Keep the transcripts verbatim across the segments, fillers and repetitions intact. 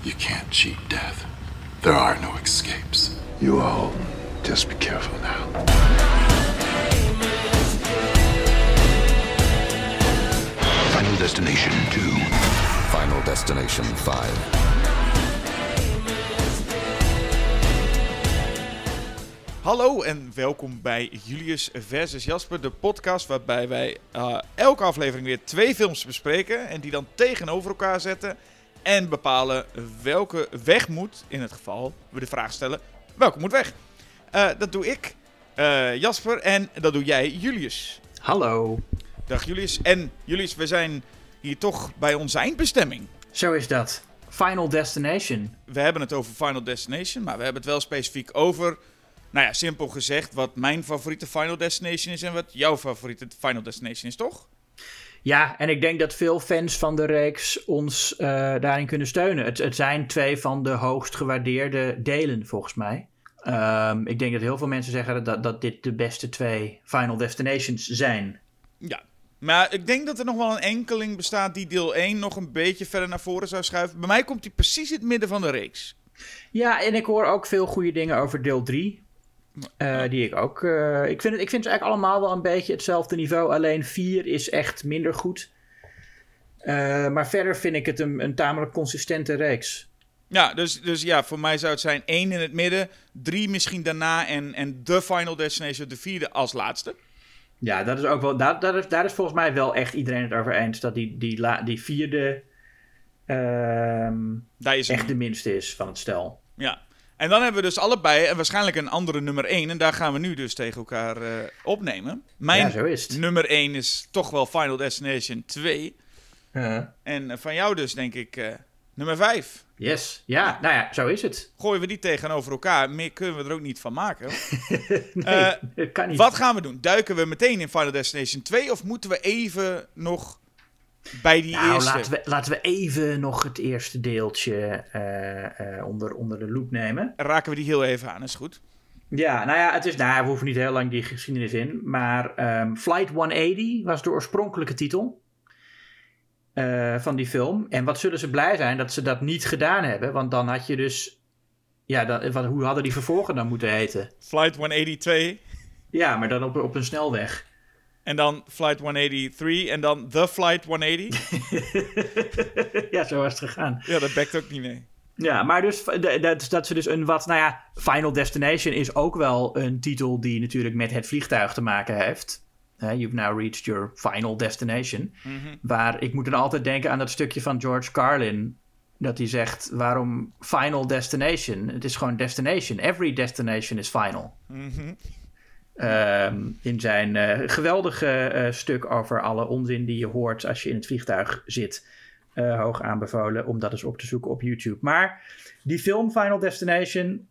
You can't cheat death. There are no escapes. You all just be careful now. Final Destination two. Final Destination five. Hallo en welkom bij Julius versus Jasper, de podcast waarbij wij uh, elke aflevering weer twee films bespreken en die dan tegenover elkaar zetten en bepalen welke weg moet, in het geval we de vraag stellen, welke moet weg? Uh, dat doe ik, uh, Jasper, en dat doe jij, Julius. Hallo. Dag Julius. En Julius, we zijn hier toch bij onze eindbestemming. Zo is dat. Final Destination. We hebben het over Final Destination, maar we hebben het wel specifiek over... Nou ja, simpel gezegd, wat mijn favoriete Final Destination is en wat jouw favoriete Final Destination is, toch? Ja, en ik denk dat veel fans van de reeks ons uh, daarin kunnen steunen. Het, het zijn twee van de hoogst gewaardeerde delen, volgens mij. Um, ik denk dat heel veel mensen zeggen dat, dat dit de beste twee Final Destinations zijn. Ja, maar ik denk dat er nog wel een enkeling bestaat die deel één nog een beetje verder naar voren zou schuiven. Bij mij komt hij precies in het midden van de reeks. Ja, en ik hoor ook veel goede dingen over deel drie. Uh, die ik ook... Uh, ik, vind het, ik vind ze eigenlijk allemaal wel een beetje hetzelfde niveau. Alleen vier is echt minder goed. Uh, maar verder vind ik het een, een tamelijk consistente reeks. Ja, dus, dus ja, voor mij zou het zijn één in het midden, drie misschien daarna en, en de Final Destination, de vierde als laatste. Ja, dat is ook wel... Daar, daar, is, daar is volgens mij wel echt iedereen het over eens. Dat die, die, la, die vierde uh, echt een... de minste is van het stel. Ja. En dan hebben we dus allebei en waarschijnlijk een andere nummer één. En daar gaan we nu dus tegen elkaar uh, opnemen. Mijn ja, zo is het. nummer één is toch wel Final Destination twee. Uh. En uh, van jou dus denk ik uh, nummer vijf. Yes, ja, nou ja, zo is het. Gooien we die tegenover elkaar, meer kunnen we er ook niet van maken. nee, uh, dat kan niet. Wat gaan we doen? Duiken we meteen in Final Destination twee of moeten we even nog... Bij die nou, eerste. Laten we, laten we even nog het eerste deeltje uh, uh, onder, onder de loep nemen. Raken we die heel even aan, is goed. Ja, nou ja, het is, nou, we hoeven niet heel lang die geschiedenis in. Maar um, Flight honderdtachtig was de oorspronkelijke titel uh, van die film. En wat zullen ze blij zijn dat ze dat niet gedaan hebben. Want dan had je dus... Ja, dan, wat, hoe hadden die vervolgen dan moeten heten? Flight honderdtachtig twee. Ja, maar dan op, op een snelweg. En dan Flight honderdtachtig drie en dan The Flight honderdtachtig. Ja, zo was het gegaan. Ja, dat bekt ook niet mee. Ja, maar dus dat, dat ze dus een wat... Nou ja, Final Destination is ook wel een titel die natuurlijk met het vliegtuig te maken heeft. Uh, you've now reached your final destination. Mm-hmm. Waar ik moet dan altijd denken aan dat stukje van George Carlin. Dat hij zegt, waarom Final Destination? Het is gewoon destination. Every destination is final. Mm-hmm. Uh, in zijn uh, geweldige uh, stuk over alle onzin die je hoort als je in het vliegtuig zit. Uh, hoog aanbevolen om dat eens op te zoeken op YouTube. Maar die film Final Destination,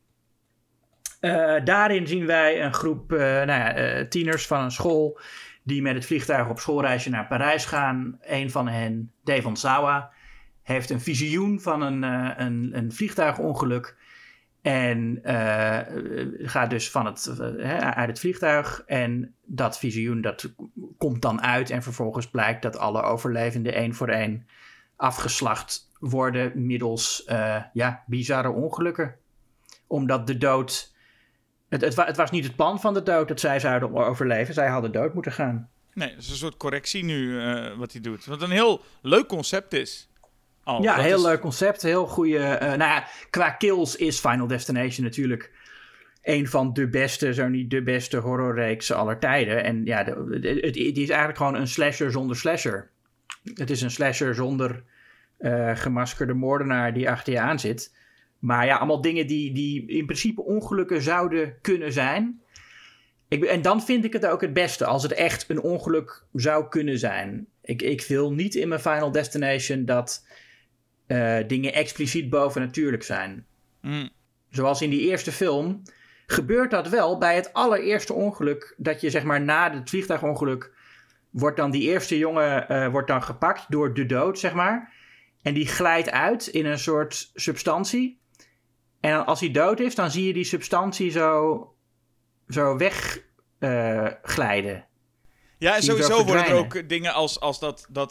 uh, daarin zien wij een groep uh, nou ja, uh, tieners van een school die met het vliegtuig op schoolreisje naar Parijs gaan. Een van hen, Devon Sawa, heeft een visioen van een, uh, een, een vliegtuigongeluk. En uh, gaat dus van het, uh, uit het vliegtuig. En dat visioen dat komt dan uit. En vervolgens blijkt dat alle overlevenden één voor één afgeslacht worden. Middels uh, ja, bizarre ongelukken. Omdat de dood... Het, het, het was niet het plan van de dood dat zij zouden overleven. Zij hadden dood moeten gaan. Nee, dat is een soort correctie nu uh, wat hij doet. Wat een heel leuk concept is. Oh, ja, heel is... leuk concept. Heel goede... Uh, nou ja, qua kills is Final Destination natuurlijk een van de beste, zo niet de beste horrorreeksen aller tijden. En ja, de, de, het, het is eigenlijk gewoon een slasher zonder slasher. Het is een slasher zonder uh, gemaskerde moordenaar die achter je aan zit. Maar ja, allemaal dingen die, die in principe ongelukken zouden kunnen zijn. Ik, en dan vind ik het ook het beste, als het echt een ongeluk zou kunnen zijn. Ik, ik wil niet in mijn Final Destination dat... Uh, dingen expliciet bovennatuurlijk zijn. Mm. Zoals in die eerste film gebeurt dat wel bij het allereerste ongeluk. Dat je zeg maar na het vliegtuigongeluk wordt dan die eerste jongen uh, wordt dan gepakt door de dood, zeg maar. En die glijdt uit in een soort substantie. En dan, als hij dood is, dan zie je die substantie zo, zo wegglijden. Uh, ja, en sowieso worden er ook dingen als, als dat... dat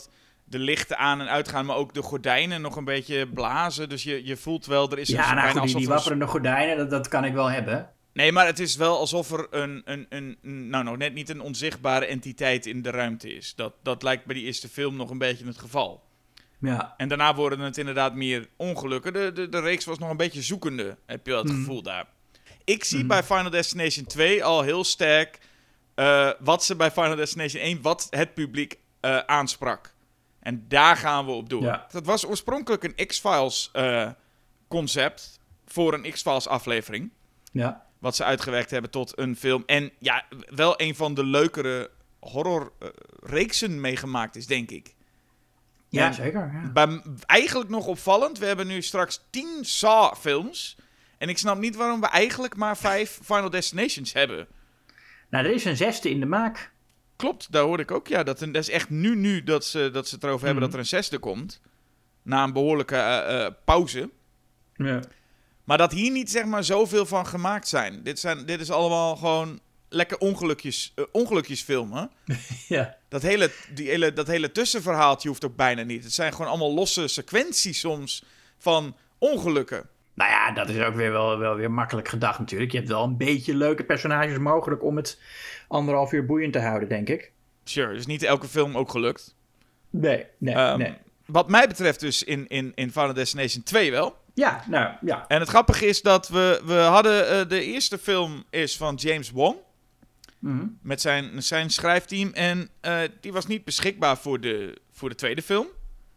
de lichten aan en uitgaan, maar ook de gordijnen nog een beetje blazen. Dus je, je voelt wel, er is Ja, een, nou goed, die, die er een- wapperende gordijnen, dat, dat kan ik wel hebben. Nee, maar het is wel alsof er een, een, een, een- nou nog net niet een onzichtbare entiteit in de ruimte is. Dat, dat lijkt bij die eerste film nog een beetje het geval. Ja. En daarna worden het inderdaad meer ongelukken. De, de, de reeks was nog een beetje zoekende, heb je wel het Mm. gevoel daar. Ik zie Mm. bij Final Destination twee al heel sterk eh, wat ze bij Final Destination één, wat het publiek eh, aansprak. En daar gaan we op door. Ja. Dat was oorspronkelijk een X-Files eh, concept voor een X-Files aflevering. Ja. Wat ze uitgewerkt hebben tot een film. En ja, wel een van de leukere horrorreeksen meegemaakt is, denk ik. Ja, En zeker. Ja. bij, eigenlijk nog opvallend, we hebben nu straks tien Saw-films. En ik snap niet waarom we eigenlijk maar vijf Final Destinations hebben. Nou, er is een zesde in de maak. Klopt, daar hoorde ik ook. Ja, dat, een, dat is echt nu, nu dat ze, dat ze het erover hebben Mhm. dat er een zesde komt. Na een behoorlijke eh, eh, pauze. Ja. Maar dat hier niet zeg maar zoveel van gemaakt zijn. Dit, zijn, dit is allemaal gewoon lekker ongelukjes, uh, ongelukjesfilmen. Ja. Dat hele, die hele, dat hele tussenverhaaltje hoeft ook bijna niet. Het zijn gewoon allemaal losse sequenties soms van ongelukken. Nou ja, dat is ook weer wel, wel weer makkelijk gedacht natuurlijk. Je hebt wel een beetje leuke personages mogelijk om het anderhalf uur boeiend te houden, denk ik. Sure, dus niet elke film ook gelukt. Nee, nee, Um, nee. Wat mij betreft dus in, in, in Final Destination twee wel. Ja, nou, ja. En het grappige is dat we, we hadden... Uh, de eerste film is van James Wong. Mhm. Met zijn, zijn schrijfteam. En uh, die was niet beschikbaar voor de, voor de tweede film.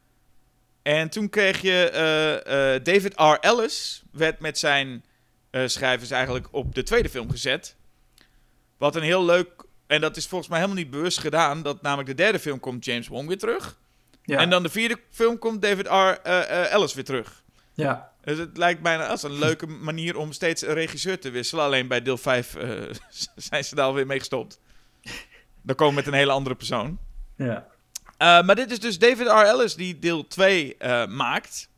En toen kreeg je uh, uh, David R. Ellis. Werd met zijn uh, schrijvers eigenlijk op de tweede film gezet. Wat een heel leuk... En dat is volgens mij helemaal niet bewust gedaan. Dat namelijk de derde film komt James Wong weer terug. Ja. En dan de vierde film komt David R. Uh, uh, Ellis weer terug. Ja. Dus het lijkt bijna als een leuke manier om steeds een regisseur te wisselen. Alleen bij deel vijf uh, zijn ze daar alweer mee gestopt. Dan komen we met een hele andere persoon. Ja. Uh, maar dit is dus David R. Ellis die deel twee uh, maakt.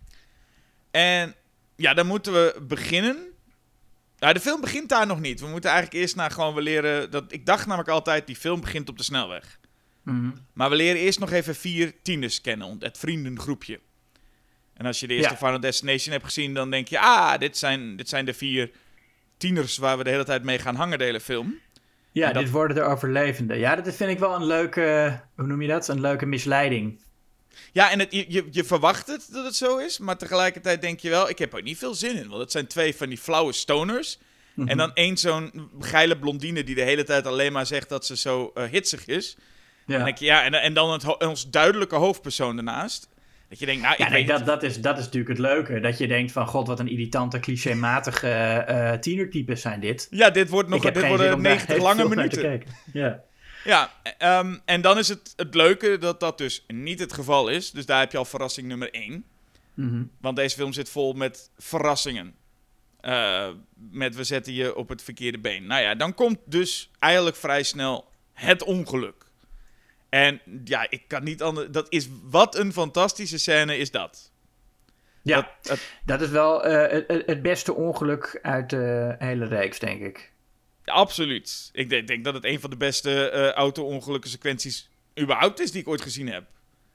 En ja, dan moeten we beginnen. Nou, de film begint daar nog niet. We moeten eigenlijk eerst naar gewoon we leren... Dat, ik dacht namelijk altijd, die film begint op de snelweg. Mhm. Maar we leren eerst nog even vier tieners kennen. Het vriendengroepje. En als je de eerste Ja. Final Destination hebt gezien, dan denk je... Ah, dit zijn, dit zijn de vier tieners waar we de hele tijd mee gaan hangen, de hele film. Ja, En dat- dit worden de overlevenden. Ja, dat vind ik wel een leuke... Hoe noem je dat? Een leuke misleiding. Ja, en het, je, je, je verwacht het dat het zo is, maar tegelijkertijd denk je wel... Ik heb er niet veel zin in, want het zijn twee van die flauwe stoners... Mhm. En dan één zo'n geile blondine die de hele tijd alleen maar zegt dat ze zo uh, hitsig is. Ja. En, denk je, ja, en, en dan het ho- ons duidelijke hoofdpersoon ernaast. Dat je denkt, nou, ik Ja, nee, weet dat, dat, is, dat is natuurlijk het leuke. Dat je denkt van, god, wat een irritante, clichématige eh tienertypes zijn dit. Ja, dit wordt nog Ik heb dit geen zin worden om daar negentig heel lange veel naar te minuten. kijken. Ja. Ja, um, en dan is het het leuke dat dat dus niet het geval is. Dus daar heb je al verrassing nummer één. Mhm. Want deze film zit vol met verrassingen. Uh, met we zetten je op het verkeerde been. Nou ja, dan komt dus eigenlijk vrij snel het ongeluk. En ja, ik kan niet anders... Dat is, wat een fantastische scène is dat. Ja, Dat, dat- dat is wel eh, het, het beste ongeluk uit de hele reeks, denk ik. absoluut. Ik denk, denk dat het een van de beste uh, auto-ongelukken sequenties überhaupt is die ik ooit gezien heb.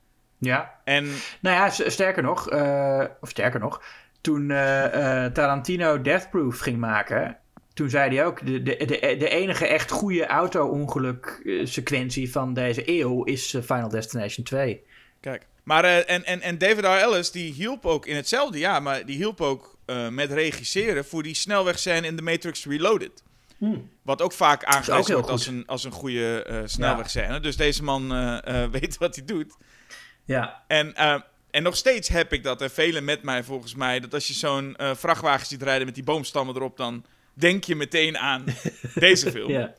Ja. En Nou ja, s- sterker nog, eh, of sterker nog, toen eh, eh, Tarantino Death Proof ging maken, toen zei hij ook, de, de, de, de enige echt goede auto-ongeluk eh, sequentie van deze eeuw is eh, Final Destination twee. kijk, maar uh, en, en, en David R. Ellis die hielp ook in hetzelfde jaar, maar die hielp ook uh, met regisseren voor die snelwegscène in The Matrix Reloaded. Hmm. Wat ook vaak ook aangewezen heel wordt als goed. een, als een goede uh, snelwegscène. Dus deze man uh, uh, weet wat hij doet. Ja. En, uh, en nog steeds heb ik dat, en velen met mij volgens mij, dat als je zo'n uh, vrachtwagen ziet rijden met die boomstammen erop, dan denk je meteen aan deze film. Ja.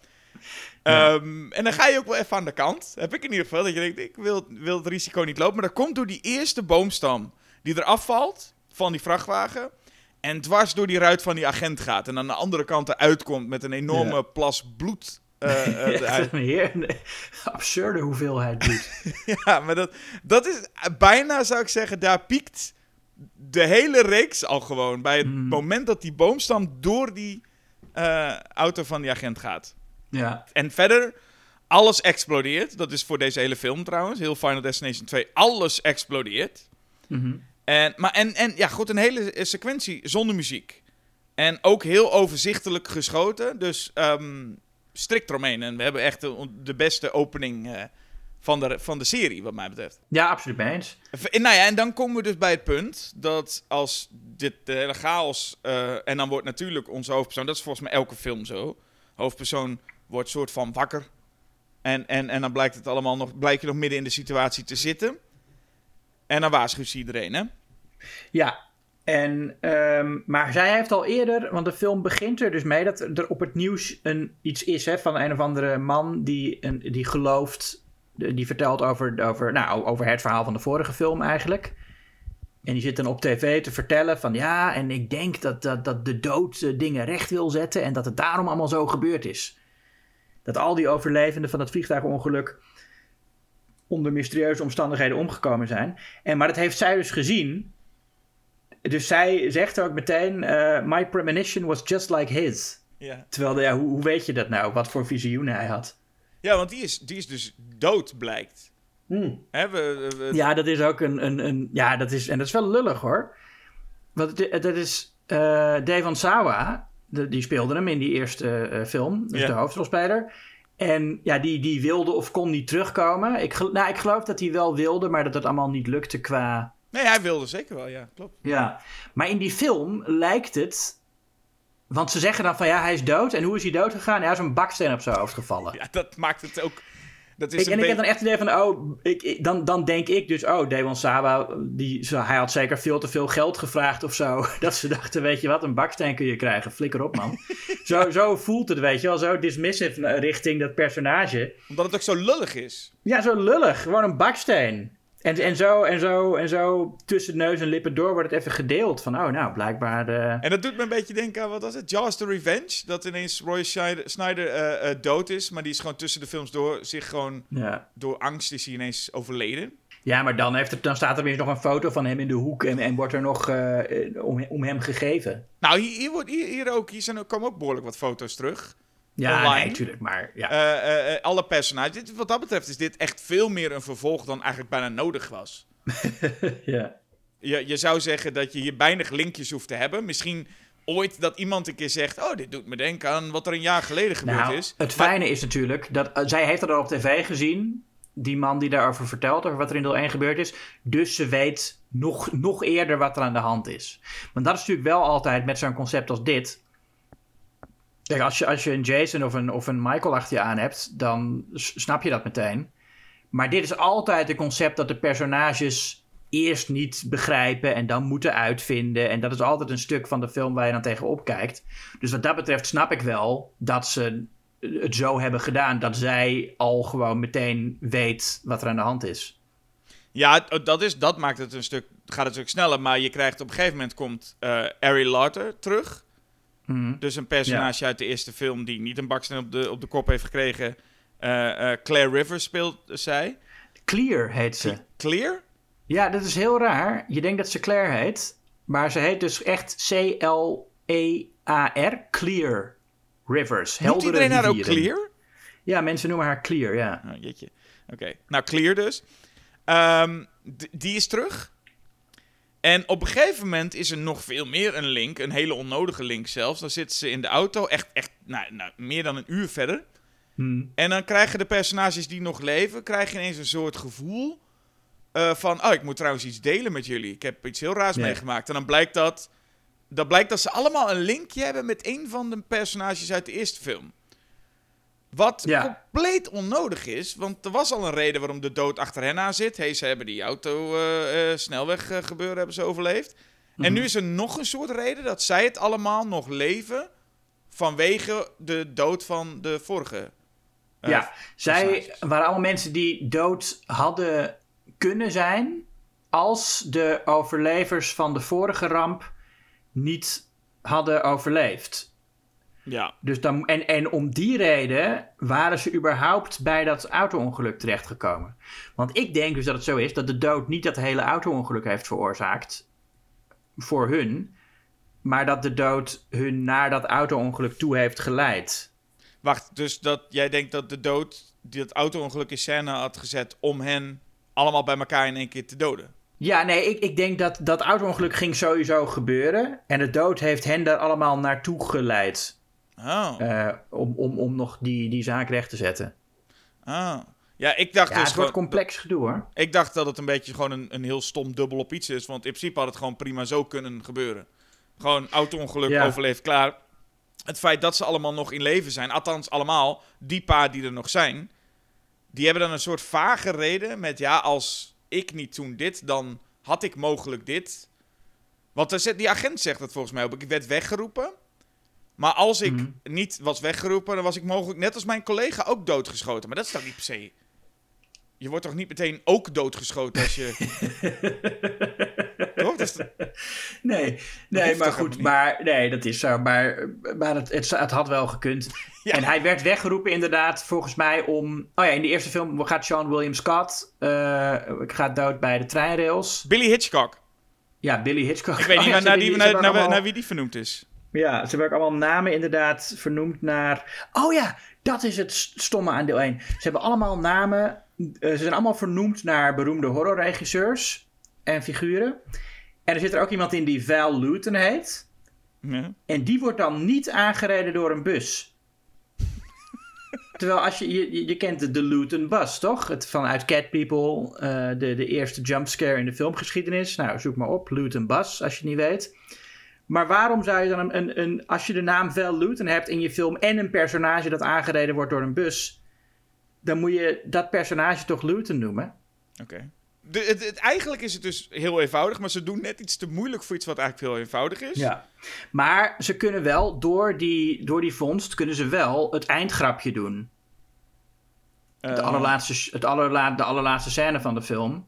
Um, en dan ga je ook wel even aan de kant. Heb ik in ieder geval. Dat je denkt, ik wil, wil het risico niet lopen. Maar dat komt door die eerste boomstam die er afvalt van die vrachtwagen. En dwars door die ruit van die agent gaat. En aan de andere kant eruit komt met een enorme Ja. plas bloed. Uh, uh, Ja, eruit. een heer, een absurde hoeveelheid bloed. Ja, maar dat, dat is bijna, zou ik zeggen, daar piekt de hele reeks al gewoon. Bij het Mm. moment dat die boomstam door die uh, auto van die agent gaat. Ja. En verder, alles explodeert. Dat is voor deze hele film trouwens. Heel Final Destination twee. Alles explodeert. Mm-hmm. En, maar, en, en ja, goed, een hele sequentie zonder muziek. En ook heel overzichtelijk geschoten. Dus um, strikt eromheen. En we hebben echt de, de beste opening uh, van, de, van de serie, wat mij betreft. Ja, absoluut mee eens. En, nou ja, en dan komen we dus bij het punt dat als dit de hele chaos... Uh, en dan wordt natuurlijk onze hoofdpersoon... Dat is volgens mij elke film zo. Hoofdpersoon wordt soort van wakker. En, en, en dan blijkt het allemaal nog, blijkt je nog midden in de situatie te zitten. En dan waarschuwt ze iedereen, hè? Ja, en, um, maar zij heeft al eerder... Want de film begint er dus mee dat er op het nieuws een, iets is... Hè, van een of andere man die, een, die gelooft... Die vertelt over, over, nou, over het verhaal van de vorige film eigenlijk. En die zit dan op tv te vertellen van... Ja, en ik denk dat, dat, dat de dood uh, dingen recht wil zetten... en dat het daarom allemaal zo gebeurd is. Dat al die overlevenden van het vliegtuigongeluk... onder mysterieuze omstandigheden omgekomen zijn. En, maar dat heeft zij dus gezien. Dus zij zegt ook meteen... Uh, My premonition was just like his. Ja. Terwijl, ja, hoe, hoe weet je dat nou? Wat voor visioenen hij had? Ja, want die is, die is dus dood, blijkt. Hmm. Hè, we, we, we... Ja, dat is ook een... een, een ja, dat is, en dat is wel lullig, hoor. Want dat is... Uh, Devon Sawa... De, die speelde hem in die eerste uh, film. Dus ja. de hoofdrolspeler. En ja, die, die wilde of kon niet terugkomen. Ik, nou, ik geloof dat hij wel wilde, maar dat het allemaal niet lukte qua... Nee, hij wilde zeker wel, ja, klopt. Ja, maar in die film lijkt het... Want ze zeggen dan van, ja, hij is dood. En hoe is hij dood gegaan? Ja, hij is een baksteen op zijn hoofd gevallen. Ja, dat maakt het ook... Dat is ik, een en beetje... ik heb dan echt het idee van, oh, ik, ik, dan, dan denk ik dus, oh, Devon Sawa, die, zo, hij had zeker veel te veel geld gevraagd of zo. Dat ze dachten, weet je wat, een baksteen kun je krijgen. Flikker op, man. zo, zo voelt het, weet je wel, zo dismissive richting dat personage. Omdat het ook zo lullig is. Ja, zo lullig. Gewoon een baksteen. En, en, zo, en, zo, en zo tussen neus en lippen door wordt het even gedeeld. Van, oh, nou, blijkbaar... Uh... En dat doet me een beetje denken aan, wat was het? Jaws the Revenge? Dat ineens Roy Schneider, Schneider uh, uh, dood is. Maar die is gewoon tussen de films door zich gewoon... Ja. Door angst is hij ineens overleden. Ja, maar dan, heeft het, dan staat er weer nog een foto van hem in de hoek. En, en wordt er nog uh, om, om hem gegeven. Nou, hier, hier, wordt, hier, hier ook. Hier zijn, er komen ook behoorlijk wat foto's terug. Ja, nee, natuurlijk, maar ja. Uh, uh, uh, alle personages. Dit, wat dat betreft is dit echt veel meer een vervolg dan eigenlijk bijna nodig was. Ja. Je, je zou zeggen dat je hier weinig linkjes hoeft te hebben. Misschien ooit dat iemand een keer zegt... Oh, dit doet me denken aan wat er een jaar geleden gebeurd nou, is. Het maar... fijne is natuurlijk dat uh, zij heeft het al op tv gezien. Die man die daarover vertelt, over wat er in deel één gebeurd is. Dus ze weet nog, nog eerder wat er aan de hand is. Maar dat is natuurlijk wel altijd met zo'n concept als dit... Kijk, als je, als je een Jason of een, of een Michael achter je aan hebt, dan snap je dat meteen. Maar dit is altijd het concept dat de personages eerst niet begrijpen en dan moeten uitvinden. En dat is altijd een stuk van de film waar je dan tegenop kijkt. Dus wat dat betreft snap ik wel dat ze het zo hebben gedaan dat zij al gewoon meteen weet wat er aan de hand is. Ja, dat, is, dat maakt het een stuk, gaat het een stuk sneller. Maar je krijgt op een gegeven moment komt uh, Ari Lauter terug. Mm-hmm. Dus een personage ja. uit de eerste film die niet een baksteen op de, op de kop heeft gekregen. Uh, uh, Claire Rivers speelt zij. Clear heet ze. Clear? Ja, dat is heel raar. Je denkt dat ze Claire heet. Maar ze heet dus echt C L E A R. Clear Rivers. Noemt iedereen haar ook Clear? Ja, mensen noemen haar Clear, ja. Oh, jeetje. Oké. Okay. Nou, Clear dus. Um, d- die is terug. En op een gegeven moment is er nog veel meer een link. Een hele onnodige link zelfs. Dan zitten ze in de auto. Echt, echt nou, nou, meer dan een uur verder. Hmm. En dan krijgen de personages die nog leven... krijgen ineens een soort gevoel... Uh, van, oh, ik moet trouwens iets delen met jullie. Ik heb iets heel raars yeah. meegemaakt. En dan blijkt dat... Dan blijkt dat ze allemaal een linkje hebben... met een van de personages uit de eerste film. Wat ja. compleet onnodig is. Want er was al een reden waarom de dood achter hen aan zit. Hey, ze hebben die auto uh, uh, snelweg uh, gebeuren, hebben ze overleefd. Mm-hmm. En nu is er nog een soort reden dat zij het allemaal nog leven... vanwege de dood van de vorige. Uh, ja, zij waren allemaal mensen die dood hadden kunnen zijn... als de overlevers van de vorige ramp niet hadden overleefd. Ja. Dus dan, en, en om die reden waren ze überhaupt bij dat auto-ongeluk terechtgekomen. Want ik denk dus dat het zo is dat de dood niet dat hele auto-ongeluk heeft veroorzaakt voor hun, maar dat de dood hun naar dat auto-ongeluk toe heeft geleid. Wacht, dus dat jij denkt dat de dood die dat auto-ongeluk in scène had gezet om hen allemaal bij elkaar in één keer te doden. Ja, nee, ik, ik denk dat dat auto-ongeluk ging sowieso gebeuren. En de dood heeft hen daar allemaal naartoe geleid. Oh. Uh, om, om, om nog die, die zaak recht te zetten. Oh. Ja, ik dacht ja, dus het wordt gewoon, complex gedoe, hoor. Ik dacht dat het een beetje gewoon een, een heel stom dubbel op iets is. Want in principe had het gewoon prima zo kunnen gebeuren. Gewoon auto-ongeluk, ja. Overleefd, klaar. Het feit dat ze allemaal nog in leven zijn, althans allemaal, die paar die er nog zijn, die hebben dan een soort vage reden met, ja, als ik niet toen dit, dan had ik mogelijk dit. Want die agent zegt dat volgens mij ook. Ik werd weggeroepen. Maar als ik mm-hmm. niet was weggeroepen, dan was ik mogelijk, net als mijn collega, ook doodgeschoten. Maar dat is toch niet per se... Je wordt toch niet meteen ook doodgeschoten als je... Toch? Dat de... Nee, nee maar goed. Maar, nee, dat is zo. Maar, maar het, het, het had wel gekund. Ja. En hij werd weggeroepen inderdaad, volgens mij om... Oh ja, in de eerste film gaat Sean William Scott... Uh, gaat dood bij de treinrails. Billy Hitchcock. Ja, Billy Hitchcock. Ik weet niet oh, ja, naar, die, naar, naar, allemaal... naar wie die vernoemd is. Ja, ze hebben ook allemaal namen inderdaad vernoemd naar... Oh ja, dat is het stomme aan deel één. Ze hebben allemaal namen... Uh, ze zijn allemaal vernoemd naar beroemde horrorregisseurs en figuren. En er zit er ook iemand in die Val Lewton heet. Ja. En die wordt dan niet aangereden door een bus. Terwijl als je, je... Je kent de, de Lewton bus, toch? Het vanuit Cat People. Uh, de, de eerste jumpscare in de filmgeschiedenis. Nou, zoek maar op. Lewton bus, als je het niet weet. Maar waarom zou je dan een, een, een... Als je de naam Val Lewton hebt in je film... en een personage dat aangereden wordt door een bus... dan moet je dat personage toch Lewton noemen? Oké. Okay. Het, het, eigenlijk is het dus heel eenvoudig... maar ze doen net iets te moeilijk voor iets wat eigenlijk heel eenvoudig is. Ja. Maar ze kunnen wel, door die, door die vondst... kunnen ze wel het eindgrapje doen. Uh, de, allerlaatste, het allerla, de allerlaatste scène van de film...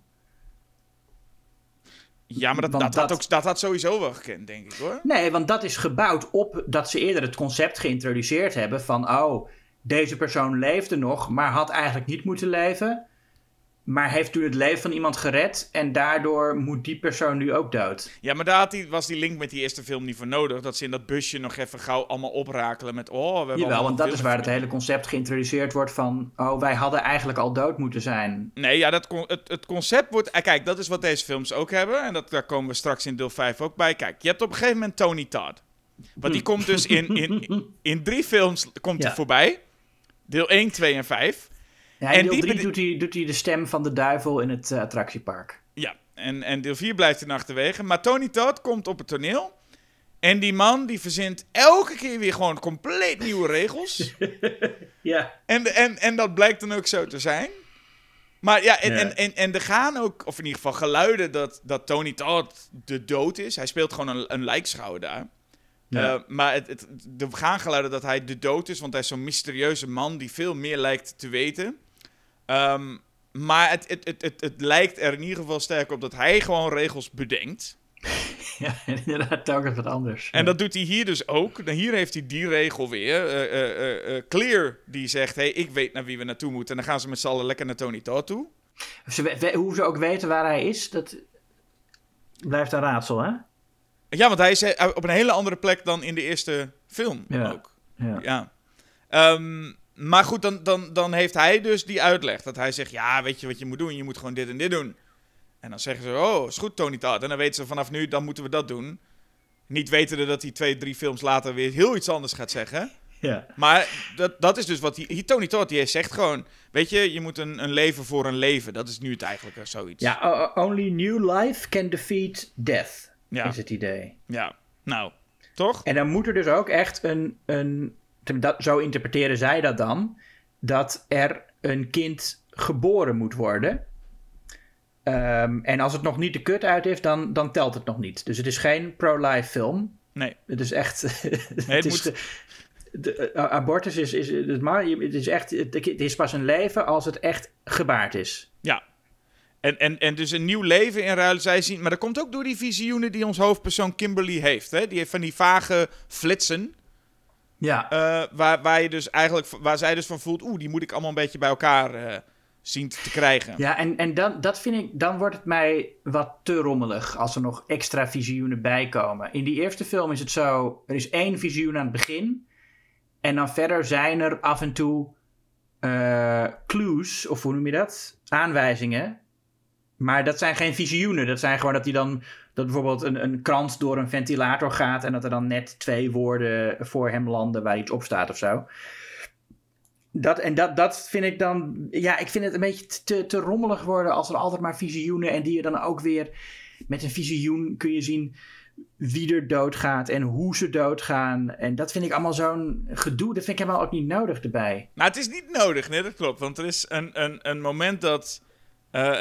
Ja, maar dat, dat, dat, had ook, dat had sowieso wel gekend, denk ik, hoor. Nee, want dat is gebouwd op dat ze eerder het concept geïntroduceerd hebben van... oh, deze persoon leefde nog, maar had eigenlijk niet moeten leven... maar heeft toen het leven van iemand gered... en daardoor moet die persoon nu ook dood. Ja, maar daar had die, was die link met die eerste film niet voor nodig... dat ze in dat busje nog even gauw allemaal oprakelen met... oh, we hebben Jawel, want dat is waar het hele concept geïntroduceerd wordt van... oh, wij hadden eigenlijk al dood moeten zijn. Nee, ja, dat, het, het concept wordt... Kijk, dat is wat deze films ook hebben... en dat, daar komen we straks in deel vijf ook bij. Kijk, je hebt op een gegeven moment Tony Todd. Want die komt dus in, in, in drie films komt ja. hij voorbij... Deel één, twee en vijf. Ja, in en deel drie doet hij, doet hij de stem van de duivel in het uh, attractiepark. Ja, en, en deel vier blijft hij achterwege. Maar Tony Todd komt op het toneel. En die man die verzint elke keer weer gewoon compleet nieuwe regels. Ja. En, en, en dat blijkt dan ook zo te zijn. Maar ja, en, ja. En, en, en er gaan ook, of in ieder geval geluiden dat, dat Tony Todd de dood is. Hij speelt gewoon een, een lijkschouwer daar. Ja. Uh, maar het, het, er gaan geluiden dat hij de dood is, want hij is zo'n mysterieuze man die veel meer lijkt te weten. Um, maar het, het, het, het, het lijkt er in ieder geval sterk op dat hij gewoon regels bedenkt. Ja, inderdaad, telkens wat anders. En ja. Dat doet hij hier dus ook. Hier heeft hij die regel weer. Uh, uh, uh, Clear, die zegt, hey, ik weet naar wie we naartoe moeten. En dan gaan ze met z'n allen lekker naar Tony Todd toe. Ze we, hoe ze ook weten waar hij is, dat blijft een raadsel, hè? Ja, want hij is op een hele andere plek dan in de eerste film ja. ook. Ja. ja. Um, maar goed, dan, dan, dan heeft hij dus die uitleg. Dat hij zegt, ja, weet je wat je moet doen? Je moet gewoon dit en dit doen. En dan zeggen ze, oh, is goed, Tony Todd. En dan weten ze vanaf nu, dan moeten we dat doen. Niet wetende dat hij twee, drie films later weer heel iets anders gaat zeggen. Ja. Maar dat, dat is dus wat hij... Tony Todd, die zegt gewoon... Weet je, je moet een, een leven voor een leven. Dat is nu het eigenlijk zoiets. Ja, uh, only new life can defeat death. Ja. Is het idee. Ja, nou, toch? En dan moet er dus ook echt een... een dat, zo interpreteren zij dat dan... dat er een kind geboren moet worden. Um, en als het nog niet de kut uit heeft, dan, dan telt het nog niet. Dus het is geen pro-life film. Nee. Het is echt... Nee, het, het is, moet... de, uh, abortus is... is het, maar, het is echt... Het, het is pas een leven als het echt gebaard is. Ja. En, en, en dus een nieuw leven in ruil zij zien. Maar dat komt ook door die visioenen die ons hoofdpersoon Kimberly heeft. Hè? Die heeft van die vage flitsen. Ja. Uh, waar, waar, je dus eigenlijk, waar zij dus van voelt... Oeh, die moet ik allemaal een beetje bij elkaar uh, zien te krijgen. Ja, en, en dan, dat vind ik, dan wordt het mij wat te rommelig... als er nog extra visioenen bij komen. In die eerste film is het zo... Er is één visioen aan het begin... en dan verder zijn er af en toe... uh, clues, of hoe noem je dat? Aanwijzingen. Maar dat zijn geen visioenen. Dat zijn gewoon dat hij dan... dat bijvoorbeeld een, een krant door een ventilator gaat... en dat er dan net twee woorden voor hem landen... waar iets op staat of zo. Dat, en dat, dat vind ik dan... Ja, ik vind het een beetje te, te rommelig worden... als er altijd maar visioenen... en die je dan ook weer... met een visioen kun je zien... wie er doodgaat en hoe ze doodgaan. En dat vind ik allemaal zo'n gedoe. Dat vind ik helemaal ook niet nodig erbij. Nou, het is niet nodig, nee, dat klopt. Want er is een, een, een moment dat... Uh,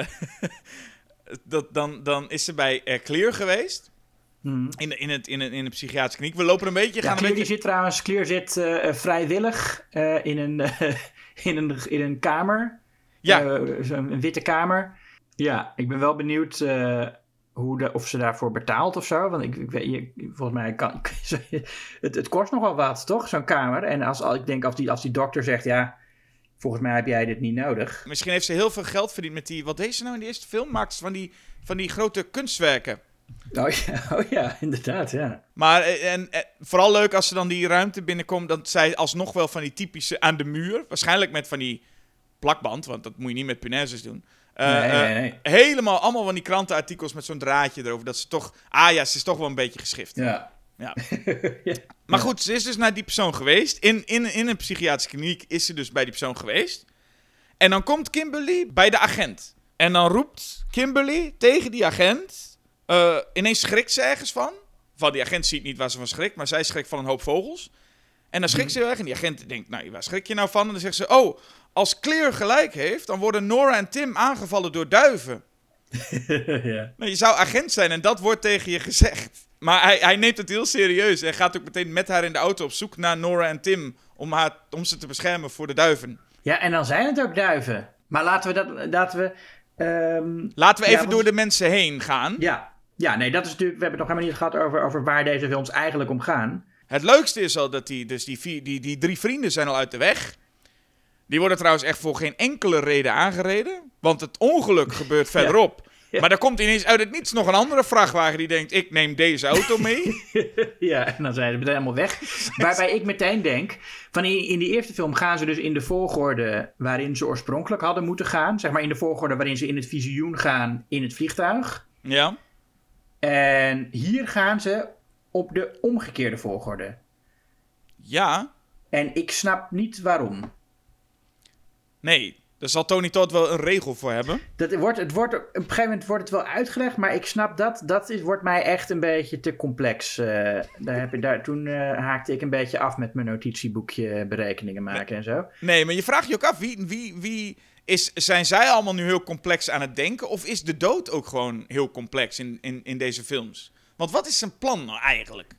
dat dan, dan is ze bij uh, Clear geweest. Hmm. In, in, het, in, het, in de psychiatrische kliniek. We lopen een beetje... Ja, gaan Clear een beetje... zit trouwens... Clear zit uh, vrijwillig uh, in, een, uh, in, een, in een kamer. Ja. Uh, een witte kamer. Ja, ik ben wel benieuwd... Uh, Hoe de, of ze daarvoor betaalt of zo. Want ik, ik weet, je, volgens mij kan... het, het kost nogal wat, toch? Zo'n kamer. En als, als ik denk, als die, als die dokter zegt... ja, volgens mij heb jij dit niet nodig. Misschien heeft ze heel veel geld verdiend met die... Wat deed ze nou in de eerste film? Maakt ze van die, van die grote kunstwerken. Oh ja, oh ja, inderdaad, ja. Maar en, en, vooral leuk als ze dan die ruimte binnenkomt... dat zij alsnog wel van die typische aan de muur... waarschijnlijk met van die plakband... want dat moet je niet met punaises doen... Uh, nee, nee, nee. Uh, helemaal allemaal van die krantenartikels met zo'n draadje erover. Dat ze toch... Ah ja, ze is toch wel een beetje geschift. Ja. ja. ja. Maar goed, ze is dus naar die persoon geweest. In, in, in een psychiatrische kliniek is ze dus bij die persoon geweest. En dan komt Kimberly bij de agent. En dan roept Kimberly tegen die agent... Uh, ineens schrikt ze ergens van. Van die agent ziet niet waar ze van schrikt... maar zij schrikt van een hoop vogels. En dan schrikt ze heel erg. En die agent denkt... Nou, waar schrik je nou van? En dan zegt ze... Oh... Als Clear gelijk heeft, dan worden Nora en Tim aangevallen door duiven. ja. Nou, je zou agent zijn en dat wordt tegen je gezegd. Maar hij, hij neemt het heel serieus en gaat ook meteen met haar in de auto op zoek naar Nora en Tim... om, haar, om ze te beschermen voor de duiven. Ja, en dan zijn het ook duiven. Maar laten we dat... Laten we, um... laten we even ja, door de mensen heen gaan. Ja. ja, nee, dat is natuurlijk... We hebben het nog helemaal niet gehad over, over waar deze films eigenlijk om gaan. Het leukste is al dat die, dus die, vier, die, die drie vrienden zijn al uit de weg... Die worden trouwens echt voor geen enkele reden aangereden. Want het ongeluk gebeurt verderop. Ja, ja. Maar er komt ineens uit het niets nog een andere vrachtwagen die denkt... ik neem deze auto mee. Ja, en dan zijn ze meteen helemaal weg. Waarbij ik meteen denk... van in, in die eerste film gaan ze dus in de volgorde... waarin ze oorspronkelijk hadden moeten gaan. Zeg maar in de volgorde waarin ze in het visioen gaan in het vliegtuig. Ja. En hier gaan ze op de omgekeerde volgorde. Ja. En ik snap niet waarom. Nee, daar zal Tony Todd wel een regel voor hebben. Dat wordt, het wordt, op een gegeven moment wordt het wel uitgelegd, maar ik snap dat. Dat is, wordt mij echt een beetje te complex. Uh, daar heb ik, daar, toen uh, haakte ik een beetje af met mijn notitieboekje berekeningen maken nee, en zo. Nee, maar je vraagt je ook af, wie, wie, wie is, zijn zij allemaal nu heel complex aan het denken? Of is de dood ook gewoon heel complex in, in, in deze films? Want wat is zijn plan nou eigenlijk?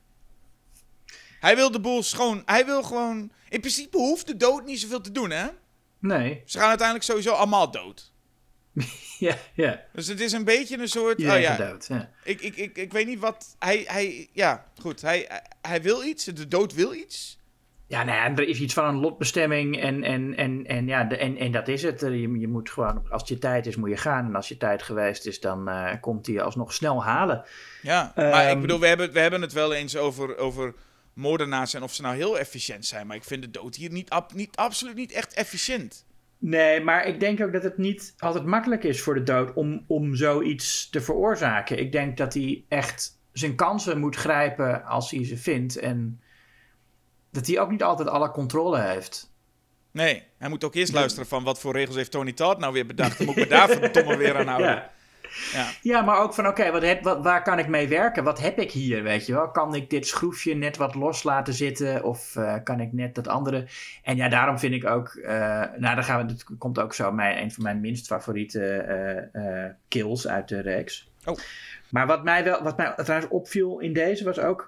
Hij wil de boel schoon... Hij wil gewoon... In principe hoeft de dood niet zoveel te doen, hè? Nee. Ze gaan uiteindelijk sowieso allemaal dood. ja, ja. Dus het is een beetje een soort... Iedereen oh ja, dood, ja. Ik, ik, ik, ik weet niet wat... Hij, hij, ja, goed. Hij, hij wil iets. De dood wil iets. Ja, nou ja, er is iets van een lotbestemming en, en, en, en, ja, de, en, en dat is het. Je, je moet gewoon... Als het je tijd is, moet je gaan. En als je tijd geweest is, dan uh, komt hij alsnog snel halen. Ja, um, maar ik bedoel, we hebben, we hebben het wel eens over... over moordenaars en of ze nou heel efficiënt zijn. Maar ik vind de dood hier niet, ab, niet, absoluut niet echt efficiënt. Nee, maar ik denk ook dat het niet altijd makkelijk is voor de dood om, om zoiets te veroorzaken. Ik denk dat hij echt zijn kansen moet grijpen als hij ze vindt. En dat hij ook niet altijd alle controle heeft. Nee, hij moet ook eerst ja. luisteren van wat voor regels heeft Tony Todd nou weer bedacht. Dan moet ik me daar verdomme weer aan houden. Ja. Ja. ja, maar ook van oké, okay, wat wat, waar kan ik mee werken? Wat heb ik hier, weet je wel? Kan ik dit schroefje net wat los laten zitten? Of uh, kan ik net dat andere? En ja, daarom vind ik ook... Uh, nou, dan gaan we, dat komt ook zo mijn, een van mijn minst favoriete uh, uh, kills uit de reeks. Oh. Maar wat mij wel, wat mij trouwens opviel in deze was ook...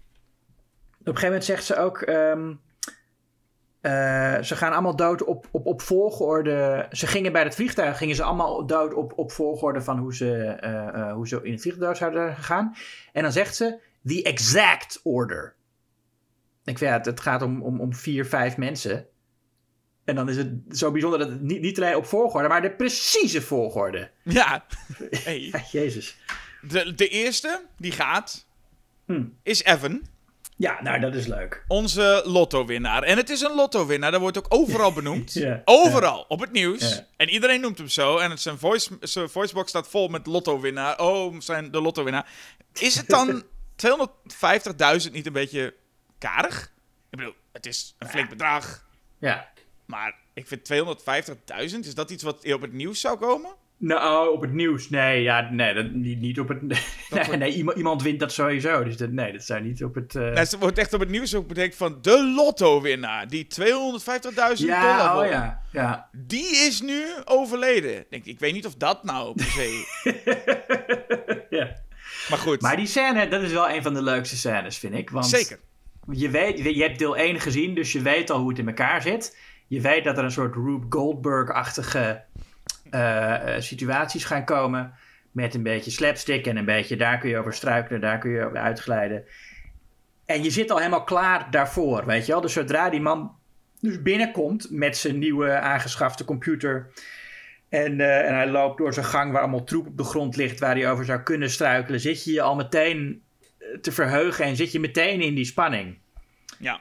Op een gegeven moment zegt ze ook... Um, Uh, ze gaan allemaal dood op, op, op volgorde. Ze gingen bij het vliegtuig gingen ze allemaal dood op, op volgorde van hoe ze, uh, uh, hoe ze in het vliegtuig zouden gaan. En dan zegt ze the exact order. Ik vind ja, het, het gaat om, om, om vier, vijf mensen. En dan is het zo bijzonder dat het niet, niet alleen op volgorde, maar de precieze volgorde. Ja. Hey. Ja, Jezus. De, de eerste die gaat hm. is Evan. Ja, nou, dat is leuk. Onze lotto-winnaar. En het is een lotto-winnaar, dat wordt ook overal benoemd. Ja. Overal, ja. Op het nieuws. Ja. En iedereen noemt hem zo. En het zijn, voice, zijn voicebox staat vol met lotto-winnaar. Oh, zijn de lotto-winnaar. Is het dan tweehonderdvijftigduizend niet een beetje karig? Ik bedoel, het is een flink bedrag. Ja. Maar ik vind tweehonderdvijftigduizend, is dat iets wat op het nieuws zou komen? Nou, op het nieuws. Nee, ja, nee, dat, niet, niet op het... nee, nee, iemand, iemand wint dat sowieso. Dus dat, nee, dat zou niet op het... Uh... Nou, het wordt echt op het nieuws ook bedenkt van de lotto-winnaar. Die tweehonderdvijftigduizend ja, dollar won. Oh ja, ja. Die is nu overleden. Denk, ik weet niet of dat nou per se... ja. Maar goed. Maar die scène, dat is wel een van de leukste scènes, vind ik. Want Zeker. Je, weet, je hebt deel één gezien, dus je weet al hoe het in elkaar zit. Je weet dat er een soort Rube Goldberg-achtige uh, situaties gaan komen. Met een beetje slapstick en een beetje daar kun je over struikelen, daar kun je over uitglijden. En je zit al helemaal klaar daarvoor, weet je wel. Dus zodra die man dus binnenkomt met zijn nieuwe aangeschafte computer... En, uh, en hij loopt door zijn gang waar allemaal troep op de grond ligt... waar hij over zou kunnen struikelen... zit je je al meteen te verheugen... en zit je meteen in die spanning. Ja.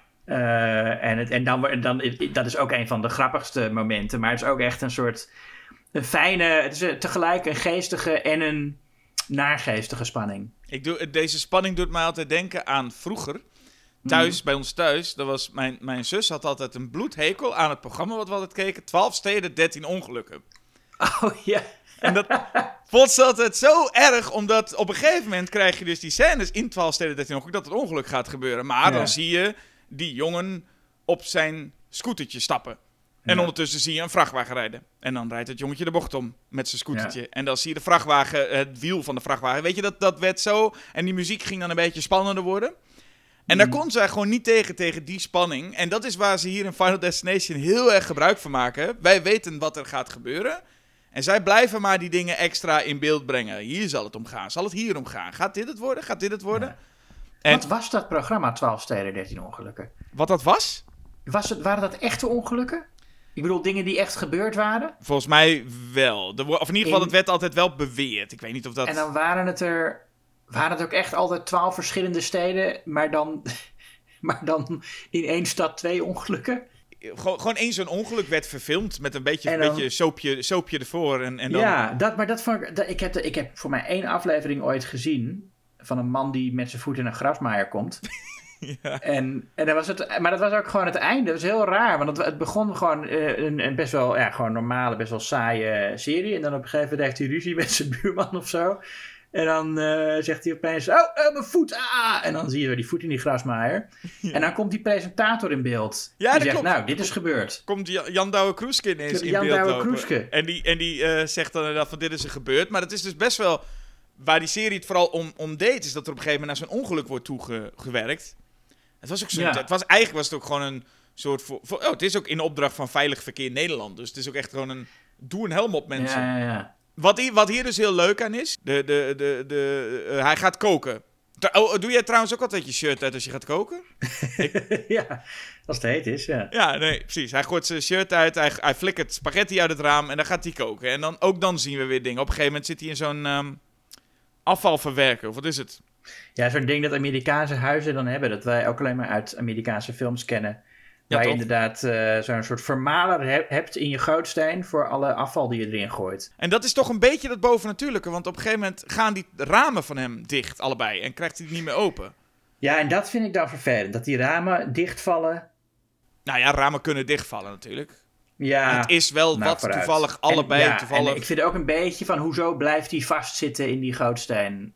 Uh, en het, en dan, dan, dat is ook een van de grappigste momenten... maar het is ook echt een soort... een fijne... het is tegelijk een geestige en een naargeestige spanning. Ik doe, deze spanning doet mij altijd denken aan vroeger... Thuis, mm. bij ons thuis, dat was mijn, mijn zus had altijd een bloedhekel aan het programma wat we altijd keken. twaalf steden, dertien ongelukken. Oh ja. En dat vond ze altijd zo erg, omdat op een gegeven moment krijg je dus die scènes in twaalf steden, dertien ongelukken, dat het ongeluk gaat gebeuren. Maar ja. dan zie je die jongen op zijn scootertje stappen. En ja. ondertussen zie je een vrachtwagen rijden. En dan rijdt het jongetje de bocht om met zijn scootertje. Ja. En dan zie je de vrachtwagen, het wiel van de vrachtwagen. Weet je, dat, dat werd zo. En die muziek ging dan een beetje spannender worden. En daar kon zij gewoon niet tegen, tegen die spanning. En dat is waar ze hier in Final Destination heel erg gebruik van maken. Wij weten wat er gaat gebeuren. En zij blijven maar die dingen extra in beeld brengen. Hier zal het om gaan. Zal het hier om gaan? Gaat dit het worden? Gaat dit het worden? Ja. En wat was dat programma twaalf steden, dertien ongelukken? Wat dat was? was het, waren dat echte ongelukken? Ik bedoel, dingen die echt gebeurd waren? Volgens mij wel. De, of in ieder geval, in... het werd altijd wel beweerd. Ik weet niet of dat... En dan waren het er... Waren het ook echt altijd twaalf verschillende steden, maar dan, maar dan in één stad twee ongelukken? Gewoon, gewoon één zo'n ongeluk werd verfilmd met een beetje, dan, een beetje soapje, soapje ervoor. En, en dan... Ja, dat, maar dat vond ik... Dat, ik, heb de, ik heb voor mij één aflevering ooit gezien van een man die met zijn voet in een grasmaaier komt. ja. En, en dat was het, maar dat was ook gewoon het einde. Dat was heel raar, want het, het begon gewoon uh, een, een best wel ja, gewoon normale, best wel saaie serie. En dan op een gegeven moment heeft hij ruzie met zijn buurman of zo. En dan uh, zegt hij opeens, oh, oh, mijn voet, ah! En dan zie je weer die voet in die grasmaaier. Ja. En dan komt die presentator in beeld. Ja, die dat zegt, klopt. nou, dit is gebeurd. Komt Jan Douwe Kroeske ineens in Jan beeld Douwe lopen. Kroeske. En die, en die uh, zegt dan inderdaad van, dit is er gebeurd. Maar het is dus best wel, waar die serie het vooral om, om deed, is dat er op een gegeven moment naar zo'n ongeluk wordt toegewerkt. Het was ook zo, ja. het was, eigenlijk was het ook gewoon een soort, voor, voor, oh, het is ook in opdracht van Veilig Verkeer Nederland. Dus het is ook echt gewoon een, doe een helm op mensen. Ja, ja, ja. Wat hier, wat hier dus heel leuk aan is, de, de, de, de, uh, hij gaat koken. Oh, doe jij trouwens ook altijd je shirt uit als je gaat koken? Ik... ja, als het heet is, ja. Ja, nee, precies. Hij gooit zijn shirt uit, hij, hij flikkert spaghetti uit het raam en dan gaat hij koken. En dan, ook dan zien we weer dingen. Op een gegeven moment zit hij in zo'n um, afvalverwerker, of wat is het? Ja, zo'n ding dat Amerikaanse huizen dan hebben, dat wij ook alleen maar uit Amerikaanse films kennen. Ja, waar je toch? inderdaad uh, zo'n soort vermaler he- hebt in je gootsteen voor alle afval die je erin gooit. En dat is toch een beetje dat bovennatuurlijke, want op een gegeven moment gaan die ramen van hem dicht, allebei, en krijgt hij het niet meer open. Ja, en dat vind ik dan vervelend, dat die ramen dichtvallen. Nou ja, ramen kunnen dichtvallen natuurlijk. Ja, het is wel nou, wat vooruit. toevallig, allebei en, ja, toevallig. En ik vind ook een beetje van, hoezo blijft hij vastzitten in die gootsteen?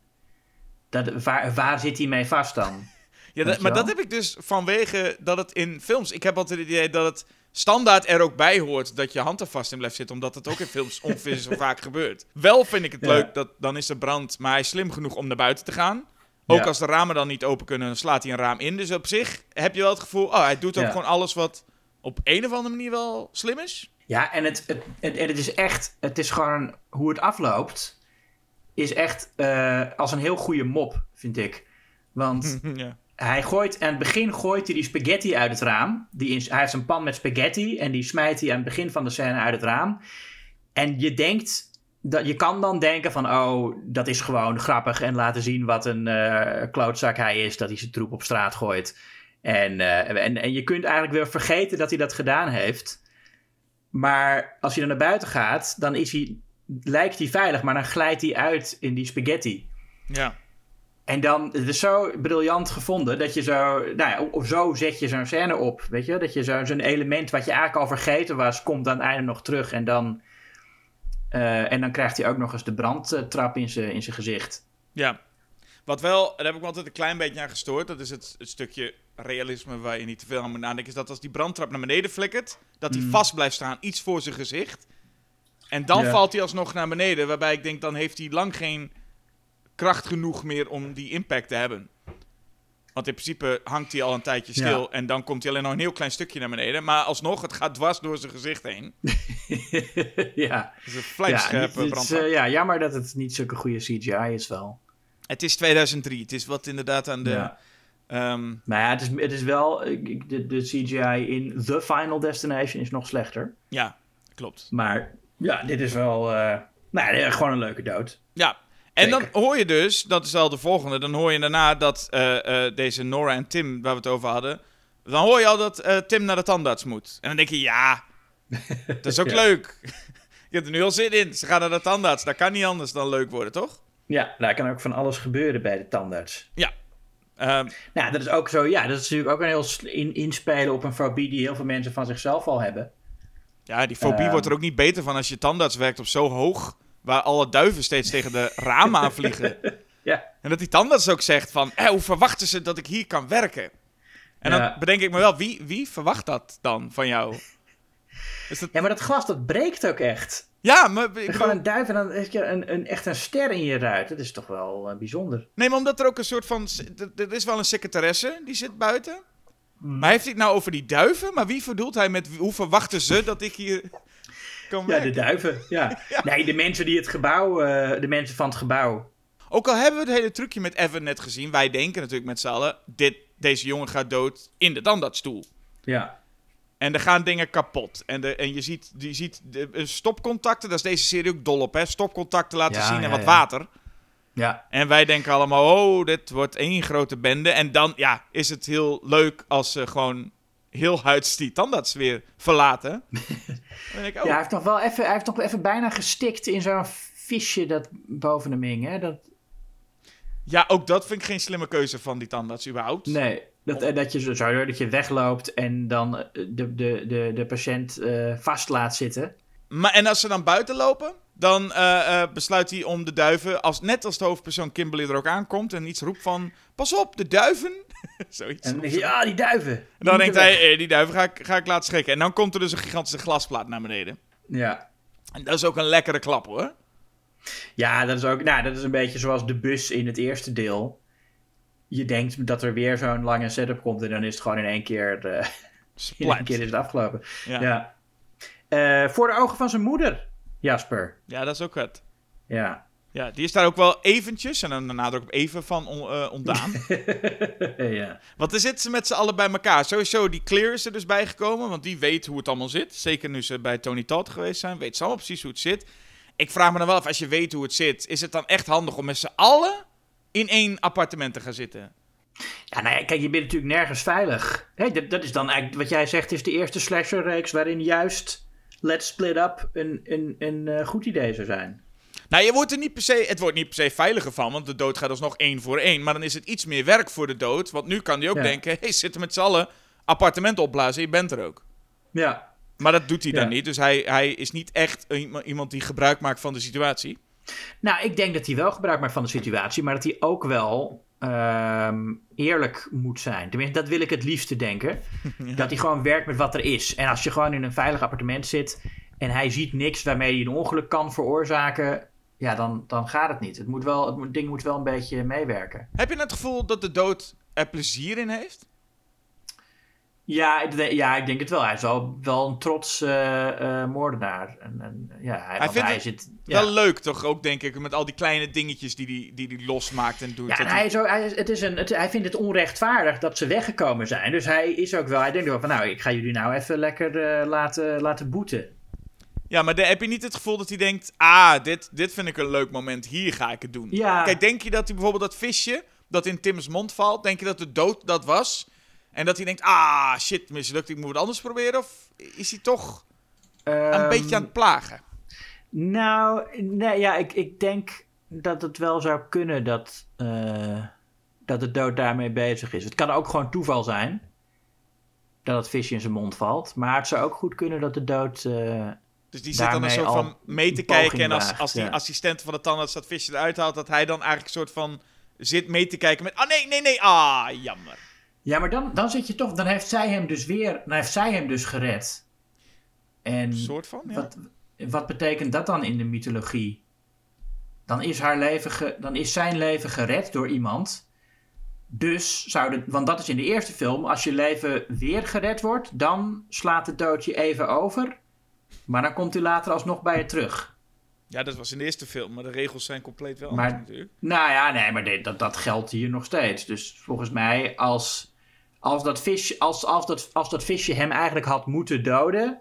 Dat, waar, waar zit hij mee vast dan? Ja, dat, maar dat heb ik dus vanwege dat het in films... Ik heb altijd het idee dat het standaard er ook bij hoort dat je hand er vast in blijft zitten, omdat het ook in films ongeveer zo vaak gebeurt. Wel vind ik het ja. leuk, dat dan is er brand, maar hij is slim genoeg om naar buiten te gaan. Ook ja. als de ramen dan niet open kunnen, dan slaat hij een raam in. Dus op zich heb je wel het gevoel, oh, hij doet ook ja. gewoon alles wat op een of andere manier wel slim is. Ja, en het, het, het, het is echt, het is gewoon, hoe het afloopt, is echt uh, als een heel goede mop, vind ik. Want... ja. Hij gooit, aan het begin gooit hij die spaghetti uit het raam. Die in, hij heeft een pan met spaghetti en die smijt hij aan het begin van de scène uit het raam. En je denkt dat, je kan dan denken van, oh, dat is gewoon grappig en laten zien wat een uh, klootzak hij is, dat hij zijn troep op straat gooit. En, uh, en, en je kunt eigenlijk weer vergeten dat hij dat gedaan heeft. Maar als hij dan naar buiten gaat, dan is hij, lijkt hij veilig, maar dan glijdt hij uit in die spaghetti. Ja. En dan, het is zo briljant gevonden dat je zo, nou ja, of zo zet je zo'n scène op, weet je? Dat je zo, zo'n element wat je eigenlijk al vergeten was, komt aan het einde nog terug en dan, uh, en dan krijgt hij ook nog eens de brandtrap in zijn in zijn gezicht. Ja. Wat wel, daar heb ik me altijd een klein beetje aan gestoord, dat is het, het stukje realisme waar je niet te veel aan moet nadenken, is dat als die brandtrap naar beneden flikkert, dat hij mm. vast blijft staan, iets voor zijn gezicht. En dan ja. valt hij alsnog naar beneden, waarbij ik denk, dan heeft hij lang geen kracht genoeg meer om die impact te hebben. Want in principe hangt hij al een tijdje stil ja. en dan komt hij alleen nog een heel klein stukje naar beneden. Maar alsnog, het gaat dwars door zijn gezicht heen. ja. Het is een vlijmscherpe ja, brandtrap. Uh, ja, jammer dat het niet zulke goede C G I is wel. Het is tweeduizend drie. Het is wat inderdaad aan de... Ja. Um... Maar ja, het is, het is wel... De, de C G I in The Final Destination is nog slechter. Ja, klopt. Maar ja, dit is wel... Uh, nou ja, gewoon een leuke dood. Ja. En Zeker. Dan hoor je dus, dat is al de volgende, dan hoor je daarna dat uh, uh, deze Nora en Tim, waar we het over hadden, dan hoor je al dat uh, Tim naar de tandarts moet. En dan denk je, ja, dat is ook ja. leuk. Je hebt er nu al zin in. Ze gaan naar de tandarts. Dat kan niet anders dan leuk worden, toch? Ja, daar kan ook van alles gebeuren bij de tandarts. Ja. Um, nou, dat is ook zo, ja, dat is natuurlijk ook een heel in, inspelen op een fobie die heel veel mensen van zichzelf al hebben. Ja, die fobie um, wordt er ook niet beter van als je tandarts werkt op zo hoog, waar alle duiven steeds tegen de ramen aan vliegen. Ja. En dat die tandarts ook zegt van, eh, hoe verwachten ze dat ik hier kan werken? En ja. dan bedenk ik me wel, wie, wie verwacht dat dan van jou? Is dat... Ja, maar dat glas, dat breekt ook echt. Ja, maar... Ik gewoon een duif en dan heb je een, een, echt een ster in je ruit. Dat is toch wel uh, bijzonder. Nee, maar omdat er ook een soort van... Er is wel een secretaresse, die zit buiten. Hmm. Maar heeft hij het nou over die duiven? Maar wie bedoelt hij met... Hoe verwachten ze dat ik hier... Ja, werken? De duiven, ja. ja. Nee, de mensen die het gebouw... Uh, de mensen van het gebouw. Ook al hebben we het hele trucje met Evan net gezien. Wij denken natuurlijk met z'n allen... Dit, deze jongen gaat dood in de tandartsstoel. Ja. En er gaan dingen kapot. En, de, en je ziet, je ziet de, stopcontacten. Dat is deze serie ook dol op, hè. Stopcontacten laten ja, zien en ja, wat ja. water. Ja. En wij denken allemaal... Oh, dit wordt één grote bende. En dan ja, is het heel leuk als ze gewoon... heel huids die tandarts weer verlaten. Dan denk ik, oh. Ja, hij heeft nog wel even, hij heeft nog even bijna gestikt in zo'n visje dat boven hem hing, hè? Dat... Ja, ook dat vind ik geen slimme keuze van die tandarts überhaupt. Nee, dat, oh. dat, je, zo, dat je wegloopt en dan de, de, de, de patiënt uh, vast laat zitten. Maar, en als ze dan buiten lopen, dan uh, uh, besluit hij om de duiven, als, net als de hoofdpersoon Kimberly er ook aankomt en iets roept van, pas op, de duiven... Zoiets. En dan denk je, ja, die duiven. En dan denkt hij, hey, die duiven ga ik, ga ik laten schrikken. En dan komt er dus een gigantische glasplaat naar beneden. Ja. En dat is ook een lekkere klap, hoor. Ja, dat is ook, nou, dat is een beetje zoals de bus in het eerste deel. Je denkt dat er weer zo'n lange setup komt en dan is het gewoon in één keer, uh, in één keer is het afgelopen. Ja. ja. Uh, voor de ogen van zijn moeder, Jasper. Ja, dat is ook het. Ja. Ja, die is daar ook wel eventjes, en dan de nadruk op even, van on, uh, ontdaan. Ja. Want dan zitten ze met z'n allen bij elkaar. Sowieso, die Clear is er dus bijgekomen, want die weet hoe het allemaal zit. Zeker nu ze bij Tony Todd geweest zijn, weet ze allemaal precies hoe het zit. Ik vraag me dan wel af, als je weet hoe het zit, is het dan echt handig om met z'n allen in één appartement te gaan zitten? Ja, nou ja, kijk, je bent natuurlijk nergens veilig. Hey, dat, dat is dan eigenlijk, wat jij zegt, is de eerste slasher-reeks waarin juist Let's Split Up een, een, een uh, goed idee zou zijn. Nou, je wordt er niet per se, het wordt niet per se veiliger van, want de dood gaat alsnog één voor één. Maar dan is het iets meer werk voor de dood, want nu kan hij ook ja. denken, hé, hey, zitten met z'n allen appartement opblazen, je bent er ook. Ja. Maar dat doet hij dan ja. niet, dus hij, hij is niet echt iemand die gebruik maakt van de situatie. Nou, ik denk dat hij wel gebruik maakt van de situatie, maar dat hij ook wel um, eerlijk moet zijn. Tenminste, dat wil ik het liefste denken. Ja. Dat hij gewoon werkt met wat er is. En als je gewoon in een veilig appartement zit en hij ziet niks waarmee hij een ongeluk kan veroorzaken, ja, dan, dan gaat het niet. Het, moet wel, het moet, ding moet wel een beetje meewerken. Heb je het gevoel dat de dood er plezier in heeft? Ja, ik, ja, ik denk het wel. Hij is wel, wel een trots uh, uh, moordenaar. En, en, ja, hij, hij vindt hij het zit, wel ja. leuk, toch ook, denk ik, met al die kleine dingetjes die hij die, die, die losmaakt en doet. Ja, en hij, is ook, hij, is, het is een, het, hij vindt het onrechtvaardig dat ze weggekomen zijn. Dus hij is ook wel, hij denkt wel van, nou, ik ga jullie nou even lekker uh, laten, laten boeten. Ja, maar de, heb je niet het gevoel dat hij denkt... Ah, dit, dit vind ik een leuk moment. Hier ga ik het doen. Ja. Kijk, denk je dat hij bijvoorbeeld dat visje... dat in Tim's mond valt... Denk je dat de dood dat was? En dat hij denkt... Ah, shit, mislukt. Ik moet wat anders proberen? Of is hij toch Um, een beetje aan het plagen? Nou, nee, ja, ik, ik denk dat het wel zou kunnen dat, uh, dat de dood daarmee bezig is. Het kan ook gewoon toeval zijn dat het visje in zijn mond valt. Maar het zou ook goed kunnen dat de dood uh, Dus die zit dan een soort van mee te kijken... en als, als die ja. assistent van de tandarts dat visje eruit haalt... dat hij dan eigenlijk een soort van zit mee te kijken met... Ah, nee, nee, nee, ah, jammer. Ja, maar dan, dan zit je toch... Dan heeft zij hem dus weer... Dan heeft zij hem dus gered. En een soort van, ja. Wat, wat betekent dat dan in de mythologie? Dan is, haar leven ge, dan is zijn leven gered door iemand. Dus zou de... Want dat is in de eerste film. Als je leven weer gered wordt... dan slaat de dood je even over... Maar dan komt hij later alsnog bij je terug. Ja, dat was in de eerste film, maar de regels zijn compleet wel maar, anders natuurlijk. Nou ja, nee, maar dit, dat, dat geldt hier nog steeds. Dus volgens mij, als, als, dat, visje, als, als, dat, als dat visje hem eigenlijk had moeten doden...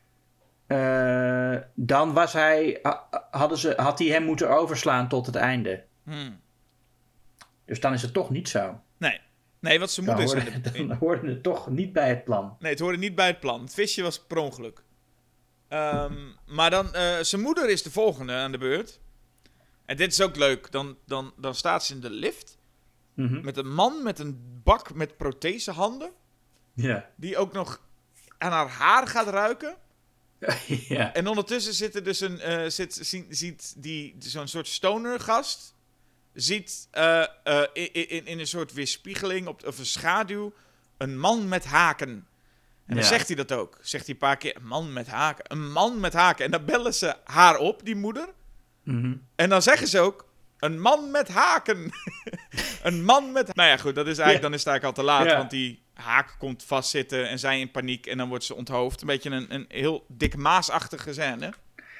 Uh, dan was hij, hadden ze, had hij hem moeten overslaan tot het einde. Hmm. Dus dan is het toch niet zo. Nee, nee want zijn moeder dan is... Hoorde, in de... Dan hoorde het toch niet bij het plan. Nee, het hoorde niet bij het plan. Het visje was per ongeluk. Um, maar dan, uh, zijn moeder is de volgende aan de beurt. En dit is ook leuk. Dan, dan, dan staat ze in de lift. Mm-hmm. Met een man met een bak met prothesehanden. Ja. Die ook nog aan haar haar gaat ruiken. Ja. En ondertussen zit er dus een... Uh, zit, ziet, ziet die, zo'n soort stoner gast... Ziet uh, uh, in, in, in een soort weerspiegeling... Op, of een schaduw... Een man met haken. En dan ja. zegt hij dat ook. Zegt hij een paar keer... Een man met haken. Een man met haken. En dan bellen ze haar op, die moeder. Mm-hmm. En dan zeggen ze ook... Een man met haken. Een man met... Nou ja, goed. Dat is eigenlijk, ja. Dan is het eigenlijk al te laat. Ja. Want die haak komt vastzitten. En zij in paniek. En dan wordt ze onthoofd. Een beetje een, een heel dik maasachtige scène.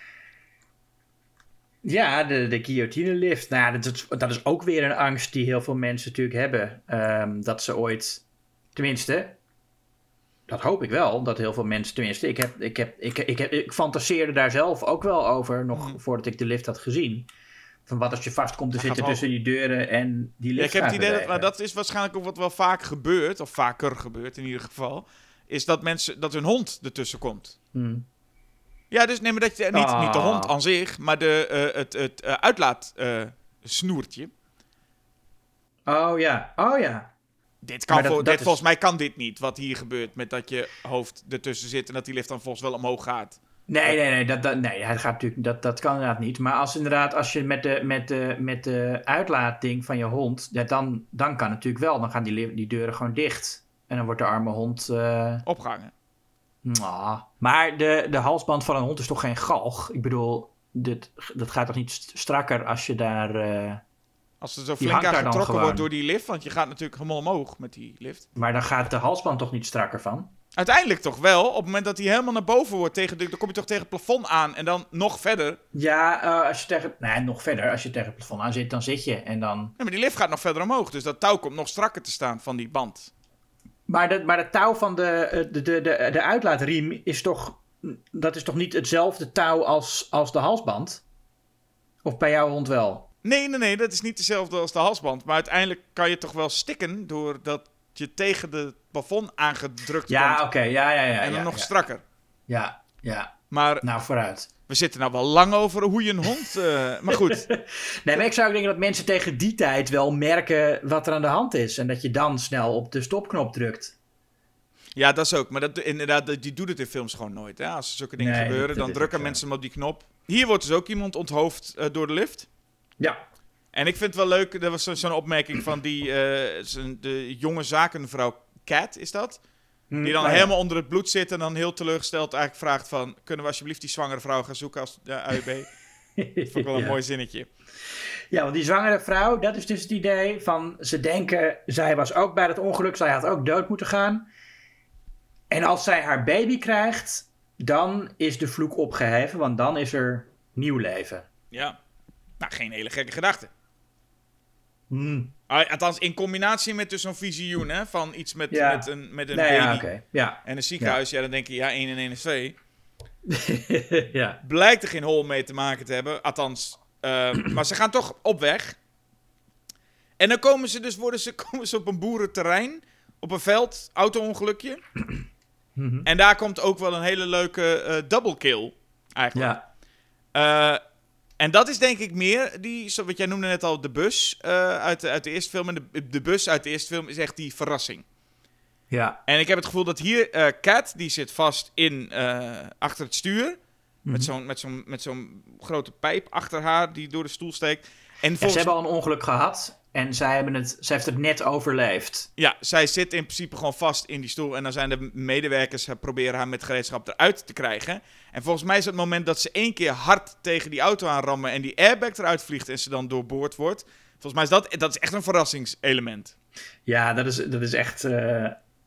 Ja, de, de guillotine lift. Nou ja, dat is, dat is ook weer een angst die heel veel mensen natuurlijk hebben. Um, dat ze ooit... Tenminste... Dat hoop ik wel, dat heel veel mensen... Tenminste, ik, heb, ik, heb, ik, ik, heb, ik fantaseerde daar zelf ook wel over... nog mm. voordat ik de lift had gezien. Van wat als je vast komt te dat zitten tussen die deuren en die lift. Ja, ik heb het idee dat, maar dat is waarschijnlijk ook wat wel vaak gebeurt... of vaker gebeurt in ieder geval... is dat mensen dat hun hond ertussen komt. Mm. Ja, dus neem maar dat je... Niet, oh. niet de hond aan zich, maar de, uh, het, het uh, uitlaatsnoertje. Uh, oh ja, oh ja. Dit kan dat, voor, dat dit, is... Volgens mij kan dit niet, wat hier gebeurt... met dat je hoofd ertussen zit en dat die lift dan volgens wel omhoog gaat. Nee, nee, nee, dat, dat, nee het gaat natuurlijk, dat, dat kan inderdaad niet. Maar als inderdaad, als je met de, met de, met de uitlaatding van je hond... Ja, dan, dan kan het natuurlijk wel. Dan gaan die, die deuren gewoon dicht. En dan wordt de arme hond... Uh... opgehangen. Nou, maar de, de halsband van een hond is toch geen galg? Ik bedoel, dit, dat gaat toch niet strakker als je daar... Uh... Als er zo flink aan getrokken wordt door die lift... want je gaat natuurlijk helemaal omhoog met die lift. Maar dan gaat de halsband toch niet strakker van? Uiteindelijk toch wel. Op het moment dat hij helemaal naar boven wordt... Tegen de, dan kom je toch tegen het plafond aan en dan nog verder. Ja, uh, als je tegen... Nee, nog verder. Als je tegen het plafond aan zit, dan zit je en dan... Nee, maar die lift gaat nog verder omhoog. Dus dat touw komt nog strakker te staan van die band. Maar de, maar de touw van de, de, de, de, de uitlaatriem is toch... Dat is toch niet hetzelfde touw als, als de halsband? Of bij jouw hond wel? Nee, nee, nee. Dat is niet hetzelfde als de halsband. Maar uiteindelijk kan je toch wel stikken... doordat je tegen de plafond aangedrukt ja, komt. Ja, oké. Okay. Ja, ja, ja. En dan ja, nog ja. strakker. Ja, ja. Maar... Nou, vooruit. We zitten nou wel lang over hoe je een hond... Uh, maar goed. Nee, maar ik zou ook denken dat mensen tegen die tijd wel merken wat er aan de hand is. En dat je dan snel op de stopknop drukt. Ja, dat is ook. Maar dat, inderdaad, die doet het in films gewoon nooit. Hè? Als er zulke dingen nee, gebeuren, dan drukken mensen hem op die knop. Hier wordt dus ook iemand onthoofd uh, door de lift. Ja. En ik vind het wel leuk, er was zo, zo'n opmerking van die uh, de jonge zakenvrouw Cat, is dat? Die dan oh, helemaal ja. onder het bloed zit en dan heel teleurgesteld eigenlijk vraagt van... Kunnen we alsjeblieft die zwangere vrouw gaan zoeken als ja, A U B? Dat vond ik wel een ja. mooi zinnetje. Ja, want die zwangere vrouw, dat is dus het idee van... Ze denken, zij was ook bij het ongeluk, zij had ook dood moeten gaan. En als zij haar baby krijgt, dan is de vloek opgeheven, want dan is er nieuw leven. Ja, nou geen hele gekke gedachte. Hmm. Althans, in combinatie met dus zo'n visioen, hè, van iets met, ja. met een, met een nee, baby ja, okay. ja. en een ziekenhuis. Ja. ja, dan denk je, ja, één en één is twee. ja. Blijkt er geen hol mee te maken te hebben. Althans, uh, maar ze gaan toch op weg. En dan komen ze dus worden ze, komen ze op een boerenterrein. Op een veld, auto-ongelukje. Mm-hmm. En daar komt ook wel een hele leuke uh, double kill. Eigenlijk. Ja. Uh, en dat is denk ik meer die, zo wat jij noemde net al, de bus uh, uit, de, uit de eerste film. En de, de bus uit de eerste film is echt die verrassing. Ja. En ik heb het gevoel dat hier uh, Kat, die zit vast in, uh, achter het stuur. Mm-hmm. Met zo'n, met, zo'n, met zo'n grote pijp achter haar die door de stoel steekt. En volgens... ja, ze hebben al een ongeluk gehad. En zij, hebben het, zij heeft het net overleefd. Ja, zij zit in principe gewoon vast in die stoel. En dan zijn de medewerkers uh, proberen haar met gereedschap eruit te krijgen. En volgens mij is het moment dat ze één keer hard tegen die auto aanrammen en die airbag eruit vliegt en ze dan doorboord wordt. Volgens mij is dat, dat is echt een verrassingselement. Ja, dat is, dat is echt uh,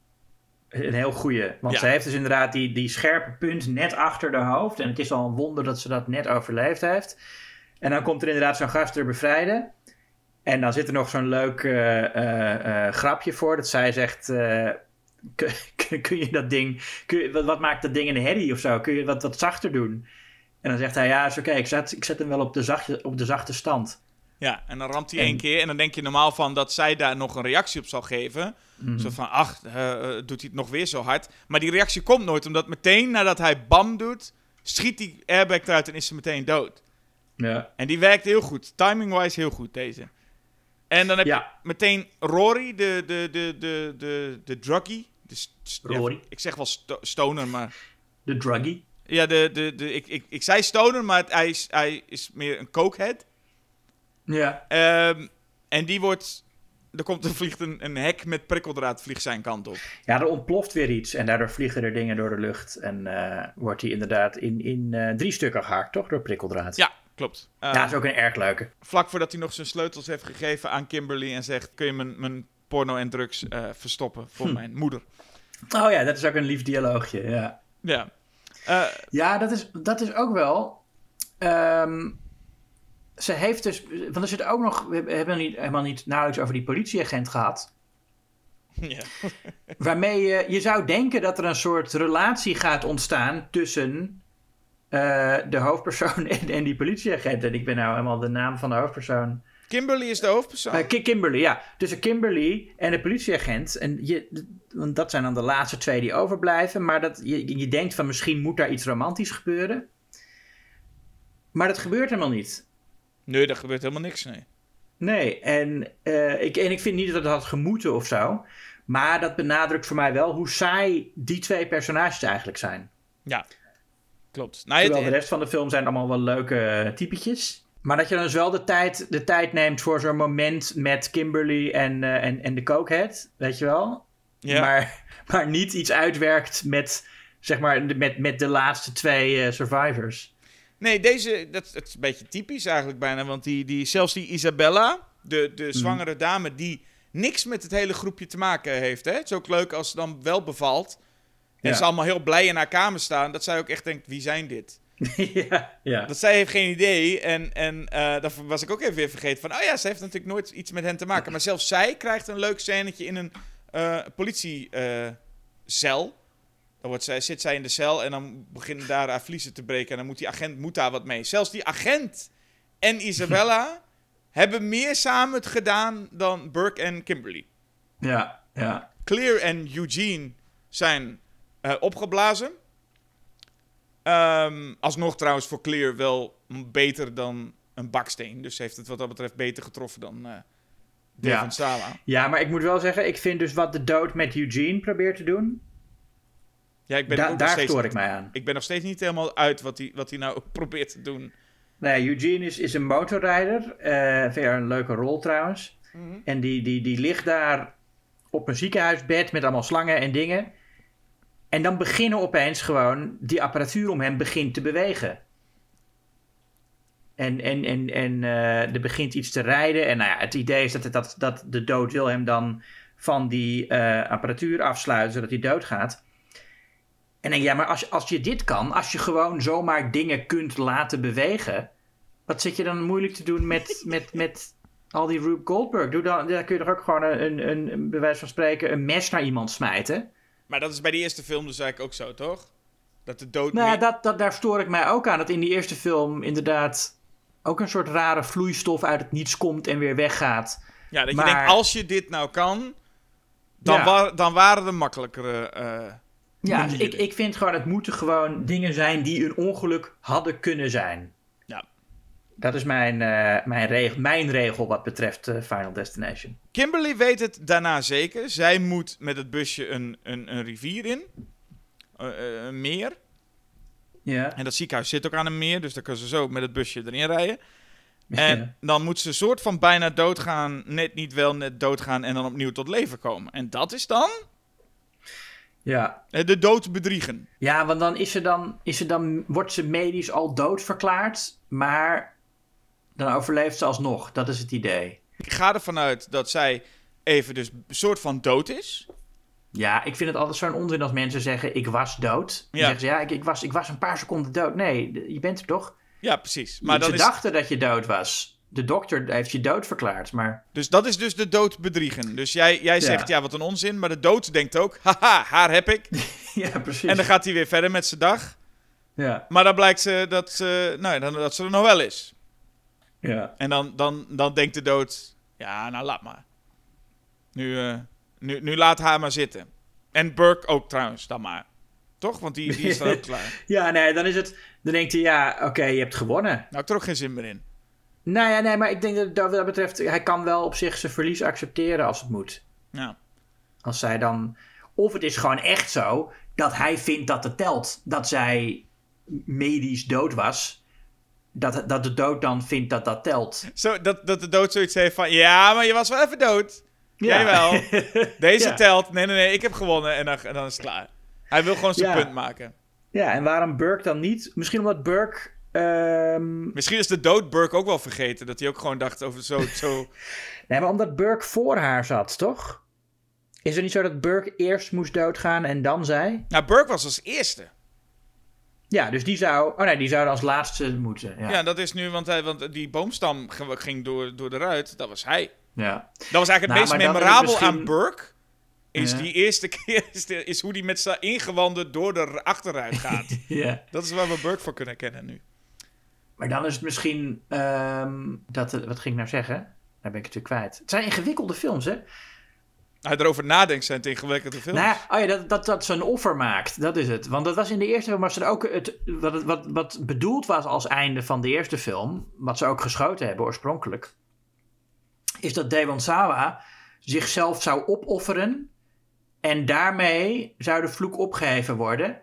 een heel goeie. Want ja. ze heeft dus inderdaad die, die scherpe punt net achter de hoofd. En het is al een wonder dat ze dat net overleefd heeft. En dan komt er inderdaad zo'n gast er bevrijden. En dan zit er nog zo'n leuk uh, uh, uh, grapje voor. Dat zij zegt, uh, kun, kun je dat ding... Kun je, wat, wat maakt dat ding een herrie of zo? Kun je wat, wat zachter doen? En dan zegt hij, ja, is oké. Okay. Ik, zet, ik zet hem wel op de, zachte, op de zachte stand. Ja, en dan ramt hij en... één keer. En dan denk je normaal van dat zij daar nog een reactie op zal geven. Mm-hmm. Zo van, ach, uh, doet hij het nog weer zo hard. Maar die reactie komt nooit. Omdat meteen nadat hij bam doet, schiet die airbag eruit en is ze meteen dood. Ja. En die werkt heel goed. Timing-wise heel goed, deze. En dan heb ja. je meteen Rory, de, de, de, de, de, de druggie. De st- Rory? Ja, ik zeg wel sto- stoner, maar... De druggie? Ja, de, de, de, ik, ik, ik zei stoner, maar het, hij, is, hij is meer een cokehead. Ja. Um, en die wordt... Er komt er vliegt een, een hek met prikkeldraad vliegt zijn kant op. Ja, er ontploft weer iets en daardoor vliegen er dingen door de lucht. En uh, wordt hij inderdaad in, in uh, drie stukken gehaakt, toch? Door prikkeldraad. Ja, klopt. Uh, ja, dat is ook een erg leuke. Vlak voordat hij nog zijn sleutels heeft gegeven aan Kimberly en zegt... Kun je mijn, mijn porno en drugs uh, verstoppen voor hm. mijn moeder? Oh ja, dat is ook een lief dialoogje, ja. Ja. Uh, ja, dat is, dat is ook wel... Um, ze heeft dus... Want er zit ook nog... We hebben niet, helemaal niet nauwelijks over die politieagent gehad. Ja. Waarmee je... Je zou denken dat er een soort relatie gaat ontstaan tussen... Uh, de hoofdpersoon en, en die politieagent. En ik ben nou helemaal de naam van de hoofdpersoon... Kimberly is de hoofdpersoon. Uh, Kimberly, ja. Tussen Kimberly en de politieagent. En je, want dat zijn dan de laatste twee die overblijven. Maar dat, je, je denkt van misschien moet daar iets romantisch gebeuren. Maar dat gebeurt helemaal niet. Nee, er gebeurt helemaal niks, nee. Nee, en, uh, ik, en ik vind niet dat het had gemoeten of zo. Maar dat benadrukt voor mij wel hoe saai die twee personages eigenlijk zijn. Ja, klopt. Nou, Terwijl het, de rest van de film zijn allemaal wel leuke typetjes. Maar dat je dan dus wel de tijd, de tijd neemt voor zo'n moment met Kimberly en, uh, en, en de cokehead, weet je wel? Ja. Maar, maar niet iets uitwerkt met, zeg maar, de, met, met de laatste twee uh, survivors. Nee, deze, dat, dat is een beetje typisch eigenlijk bijna. Want die, die, zelfs die Isabella, de, de zwangere mm. dame, die niks met het hele groepje te maken heeft. Hè? Het is ook leuk als ze dan wel bevalt. En ja. ze allemaal heel blij in haar kamer staan. Dat zij ook echt denkt, wie zijn dit? ja, ja. Dat zij heeft geen idee. En, en uh, dat was ik ook even weer vergeten. Van, oh ja, ze heeft natuurlijk nooit iets met hen te maken. Maar zelfs zij krijgt een leuk scènetje in een uh, politiecel. Uh, dan wordt zij, zit zij in de cel en dan beginnen daar haar vliezen te breken. En dan moet die agent moet daar wat mee. Zelfs die agent en Isabella hebben meer samen het gedaan dan Burke en Kimberly. Ja, ja. Clear en Eugene zijn uh, opgeblazen. Um, alsnog trouwens voor Clear wel beter dan een baksteen. Dus heeft het wat dat betreft beter getroffen dan uh, Devon ja. Sawa. Ja, maar ik moet wel zeggen, ik vind dus wat de dood met Eugene probeert te doen... Ja, ik ben da- ook daar steeds, stoor ik mij aan. Ik ben nog steeds niet helemaal uit wat hij wat hij nou probeert te doen. Nee, Eugene is, is een motorrijder. Uh, vind een leuke rol trouwens. Mm-hmm. En die, die, die ligt daar op een ziekenhuisbed met allemaal slangen en dingen... En dan beginnen opeens gewoon... die apparatuur om hem begint te bewegen. En, en, en, en uh, er begint iets te rijden. En nou ja, het idee is dat, dat, dat de dood wil hem dan... van die uh, apparatuur afsluiten... zodat hij doodgaat. En denk je, ja, maar als, als je dit kan... als je gewoon zomaar dingen kunt laten bewegen... wat zit je dan moeilijk te doen met, met, met al die Rube Goldberg? Doe dan, dan kun je toch ook gewoon een, een, een, bij wijze van spreken... een mes naar iemand smijten... Maar dat is bij die eerste film dus eigenlijk ook zo, toch? Dat de dood... Nou ja, meer- dat, dat, daar stoor ik mij ook aan. Dat in die eerste film inderdaad ook een soort rare vloeistof uit het niets komt en weer weggaat. ja, dat maar- je denkt, als je dit nou kan, dan, Ja. wa- dan waren er makkelijkere... eh, Ja, dus manieren. ik, ik vind gewoon, het moeten gewoon dingen zijn die een ongeluk hadden kunnen zijn. Ja. Dat is mijn, eh, mijn, regel, mijn regel wat betreft eh, Final Destination. Kimberly weet het daarna zeker. Zij moet met het busje een, een, een rivier in. Eh, eh, een meer. Ja. En dat ziekenhuis zit ook aan een meer, dus dan kan ze zo met het busje erin rijden. En Ja. dan moet ze soort van bijna doodgaan, net niet wel, net doodgaan en dan opnieuw tot leven komen. En dat is dan Ja. eh, de dood bedriegen. Ja, want dan, is ze dan, is ze dan wordt ze medisch al dood verklaard, maar dan overleeft ze alsnog. Dat is het idee. Ik ga ervan uit dat zij even dus een soort van dood is. Ja, ik vind het altijd zo'n onzin als mensen zeggen, ik was dood. Dan Ja. zeggen ze, ja, ik, ik, was, ik was een paar seconden dood. Nee, d- je bent er toch? Ja, precies. Maar dan ze is, dachten dat je dood was. De dokter heeft je dood verklaard, maar... dus dat is dus de dood bedriegen. Dus jij, jij Ja. zegt, ja, wat een onzin. Maar de dood denkt ook, haha, haar heb ik. Ja, precies. En dan gaat hij weer verder met zijn dag. Ja, Maar dan blijkt ze dat ze, nou, ja, dan, dat ze er nog wel is. ja. En dan, dan, dan denkt de dood, ja, nou laat maar. Nu, eh, nu, nu laat haar maar zitten. En Burke ook trouwens, dan maar. Toch? Want die, die is dan ook klaar. Ja, nee, dan is het... Dan denkt hij, ja, oké, je hebt gewonnen. Nou, ik heb er ook geen zin meer in. Nou ja, nee, maar ik denk dat dat, dat betreft... Hij kan wel op zich zijn verlies accepteren als het moet. Ja. Als zij dan... Of het is gewoon echt zo dat hij vindt dat het telt. Dat zij medisch dood was. Dat, dat de dood dan vindt dat dat telt. Zo, dat, dat de dood zoiets heeft van, ja, maar je was wel even dood. Ja. Jij wel. Deze Ja. telt. Nee, nee, nee, ik heb gewonnen. En dan, en dan is het klaar. Hij wil gewoon zijn Ja. punt maken. Ja, en waarom Burke dan niet? Misschien omdat Burke... ehm, Misschien is de dood Burke ook wel vergeten. Dat hij ook gewoon dacht over zo... zo... Nee, maar omdat Burke voor haar zat, toch? Is het niet zo dat Burke eerst moest doodgaan en dan zij? Nou, Burke was als eerste. Ja, dus die zou... Oh nee, die zou als laatste moeten. Ja. Ja, dat is nu, want, hij, want die boomstam ge- ging door, door de ruit. Dat was hij. Ja. Dat was eigenlijk het Nou, meest maar dan is het memorabel misschien- aan Burke. Is Ja. die eerste keer, is, de- is hoe die met zijn ingewanden door de achterruit gaat. Ja. Dat is waar we Burke voor kunnen kennen nu. Maar dan is het misschien... ehm, dat, het- wat ging ik nou zeggen? Daar ben ik het weer kwijt. Het zijn ingewikkelde films, hè? Hij erover nadenkt zijn het ingewikkelde films. Nou ja, oh ja, dat, dat, dat ze een offer maakt. Dat is het. Want dat was in de eerste film... Was er ook het, wat, het- wat, wat bedoeld was als einde van de eerste film... Wat ze ook geschoten hebben oorspronkelijk... Is dat Devon Sawa zichzelf zou opofferen... En daarmee zou de vloek opgeheven worden.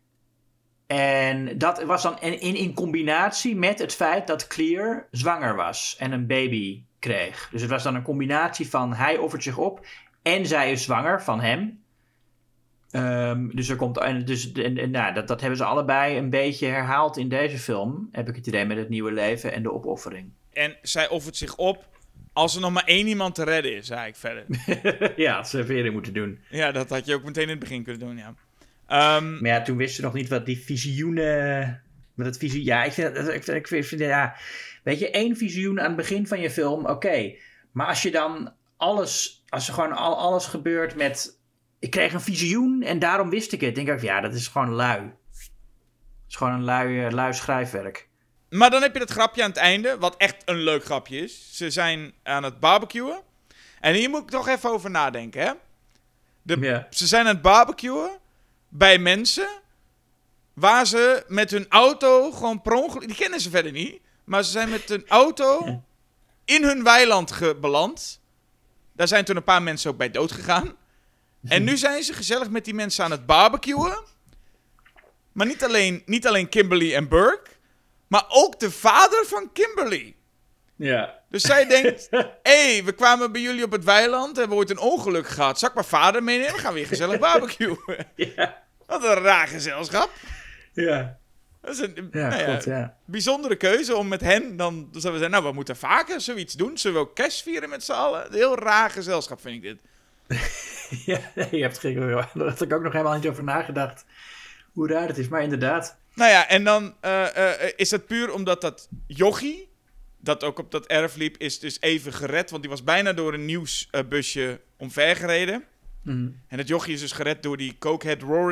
En dat was dan in, in, in combinatie met het feit dat Clear zwanger was en een baby kreeg. Dus het was dan een combinatie van hij offert zich op en zij is zwanger van hem. Ehm, dus er komt, en dus, en, en, nou, dat, dat hebben ze allebei een beetje herhaald in deze film. Heb ik het idee met het nieuwe leven en de opoffering. En zij offert zich op als er nog maar één iemand te redden is, zei ik verder. Ja, dat ze weer moeten doen. Ja, dat had je ook meteen in het begin kunnen doen, ja. Ehm, Maar ja, toen wisten ze nog niet wat die visioenen... Met het visioen... Ja, ik vind, ik, vind, ik vind, vind- ja... Weet je, één visioen aan het begin van je film, oké. Maar als je dan alles... Als er gewoon al, alles gebeurt met... Ik kreeg een visioen en daarom wist ik het. Denk ik, ja, dat is gewoon lui. Het is gewoon een lui, eh, lui schrijfwerk. Maar dan heb je dat grapje aan het einde, wat echt een leuk grapje is. Ze zijn aan het barbecuen. En hier moet ik toch even over nadenken, hè. De, Ja. Ze zijn aan het barbecuen bij mensen waar ze met hun auto gewoon per ongeluk... Die kennen ze verder niet. Maar ze zijn met hun auto in hun weiland ge- beland. Daar zijn toen een paar mensen ook bij dood gegaan. En nu zijn ze gezellig met die mensen aan het barbecuen. Maar niet alleen, niet alleen Kimberly en Burke, maar ook de vader van Kimberly. Ja. Dus zij denkt, hé, hey, we kwamen bij jullie op het weiland, hebben ooit een ongeluk gehad. Zal ik mijn vader meenemen? We gaan weer gezellig barbecuen. Ja. Wat een raar gezelschap. Ja. Dat is een Ja, nou ja, klopt, ja. bijzondere keuze om met hen dan... Dan zouden we zeggen, nou, we moeten vaker zoiets doen. Zullen we ook kerst vieren met z'n allen? Een heel raar gezelschap vind ik dit. Ja, je hebt geen... Daar had ik ook nog helemaal niet over nagedacht. Hoe raar het is, maar inderdaad. Nou ja, en dan uh, uh, is dat puur omdat dat jochie, dat ook op dat erf liep, is dus even gered. Want die was bijna door een nieuwsbusje omvergereden. Mm. En het jochie is dus gered door die cokehead Rory.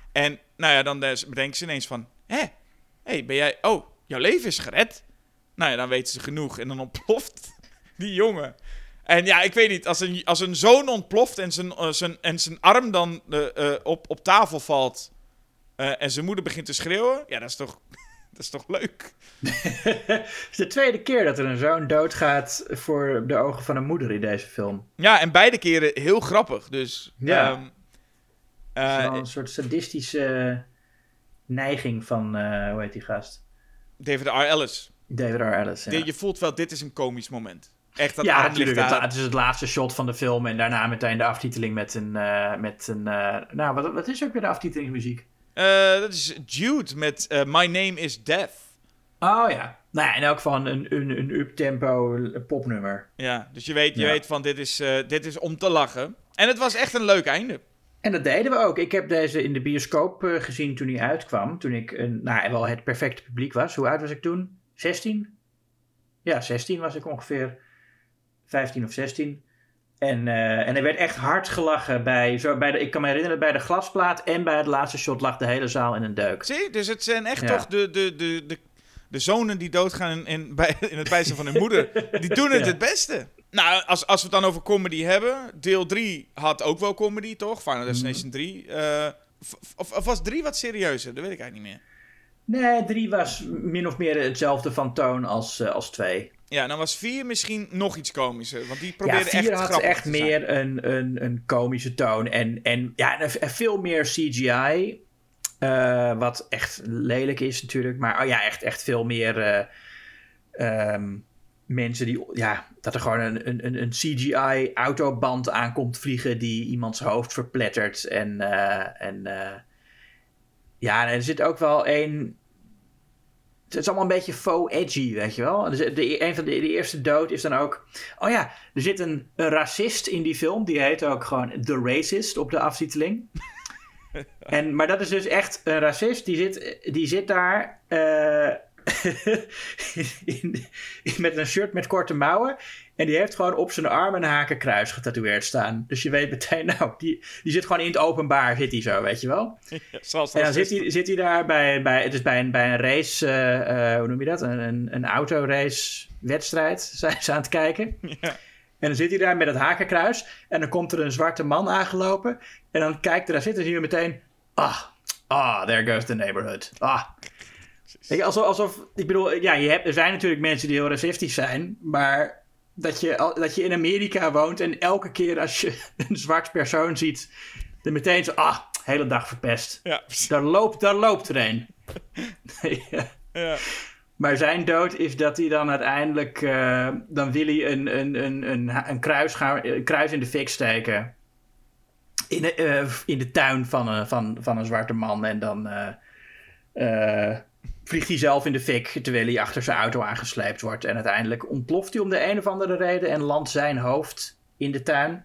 En nou ja, dan bedenken ze ineens van... Hé, hey, ben jij... Oh, jouw leven is gered. Nou ja, dan weten ze genoeg. En dan ontploft die jongen. En ja, ik weet niet. Als een, als een zoon ontploft en zijn, uh, zijn, en zijn arm dan uh, uh, op, op tafel valt... Uh, en zijn moeder begint te schreeuwen... Ja, dat is toch... Dat is toch leuk? Het is de tweede keer dat er een zoon doodgaat voor de ogen van een moeder in deze film. Ja, en beide keren heel grappig. Dus, ja. Um, uh, Zo'n soort sadistische neiging van, uh, hoe heet die gast? David R. Ellis. David R. Ellis, ja. Je voelt wel, dit is een komisch moment. Echt, dat ja, arm natuurlijk. ligt daar. Het, het is het laatste shot van de film en daarna meteen de aftiteling met een... Uh, met een uh, nou, wat, wat is ook weer de aftitelingsmuziek? Uh, dat is Jude met uh, My Name is Death. Oh ja. Nou ja, in elk geval een, een, een up-tempo popnummer. Ja, dus je weet, je ja. weet van dit is, uh, dit is om te lachen. En het was echt een leuk einde. En dat deden we ook. Ik heb deze in de bioscoop uh, gezien toen hij uitkwam. Toen ik een, nou, wel het perfecte publiek was. Hoe oud was ik toen? zestien? Ja, zestien was ik ongeveer. vijftien of zestien. En, uh, en er werd echt hard gelachen bij, zo bij de, ik kan me herinneren, bij de glasplaat en bij het laatste shot lag de hele zaal in een deuk. Zie, dus het zijn echt ja. toch de, de, de, de, de zonen die doodgaan in, in, bij, in het bijzijn van hun moeder. Die doen het ja. het beste. Nou, als, als we het dan over comedy hebben. Deel drie had ook wel comedy, toch? Final Destination mm. drie. Uh, of, of was drie wat serieuzer? Dat weet ik eigenlijk niet meer. Nee, drie was min of meer hetzelfde van toon als, uh, als twee. Ja, dan was vier misschien nog iets komischer. Want die probeerde ja, vier echt had echt te meer een, een, een komische toon. En, en ja, en veel meer C G I. Uh, wat echt lelijk is natuurlijk. Maar oh ja, echt, echt veel meer uh, um, mensen die... Ja, dat er gewoon een, een, een C G I-autoband aankomt vliegen die iemands hoofd verplettert. En, uh, en uh, ja, er zit ook wel een... Het is allemaal een beetje faux edgy, weet je wel. De, de, een van de, de eerste dood is dan ook... Oh ja, er zit een, een racist in die film. Die heet ook gewoon The Racist op de aftiteling. en, maar dat is dus echt een racist. Die zit, die zit daar... Uh, in, in, met een shirt met korte mouwen. En die heeft gewoon op zijn arm een hakenkruis getatoeëerd staan. Dus je weet meteen, nou, die, die zit gewoon in het openbaar, zit hij zo, weet je wel. Ja, zoals en dan zit hij, zit hij daar bij, bij, het is bij een, bij een race, uh, uh, hoe noem je dat? Een, een, een autorace wedstrijd zijn ze aan het kijken. Ja. En dan zit hij daar met het hakenkruis. En dan komt er een zwarte man aangelopen. En dan kijkt er, daar zitten ze hier meteen, ah, ah, there goes the neighborhood. Ah. Alsof, alsof, ik bedoel, ja, je hebt, er zijn natuurlijk mensen die heel racistisch zijn, maar dat je, dat je in Amerika woont en elke keer als je een zwart persoon ziet, dan meteen zo, ah, hele dag verpest. Ja. Daar loopt, daar loopt er een. ja. Ja. Maar zijn dood is dat hij dan uiteindelijk, uh, dan wil hij een, een, een, een, een, kruis gaan, een kruis in de fik steken. In de, uh, in de tuin van een, van, van een zwarte man en dan... Uh, uh, vliegt hij zelf in de fik terwijl hij achter zijn auto aangesleept wordt. En uiteindelijk ontploft hij om de een of andere reden en landt zijn hoofd in de tuin.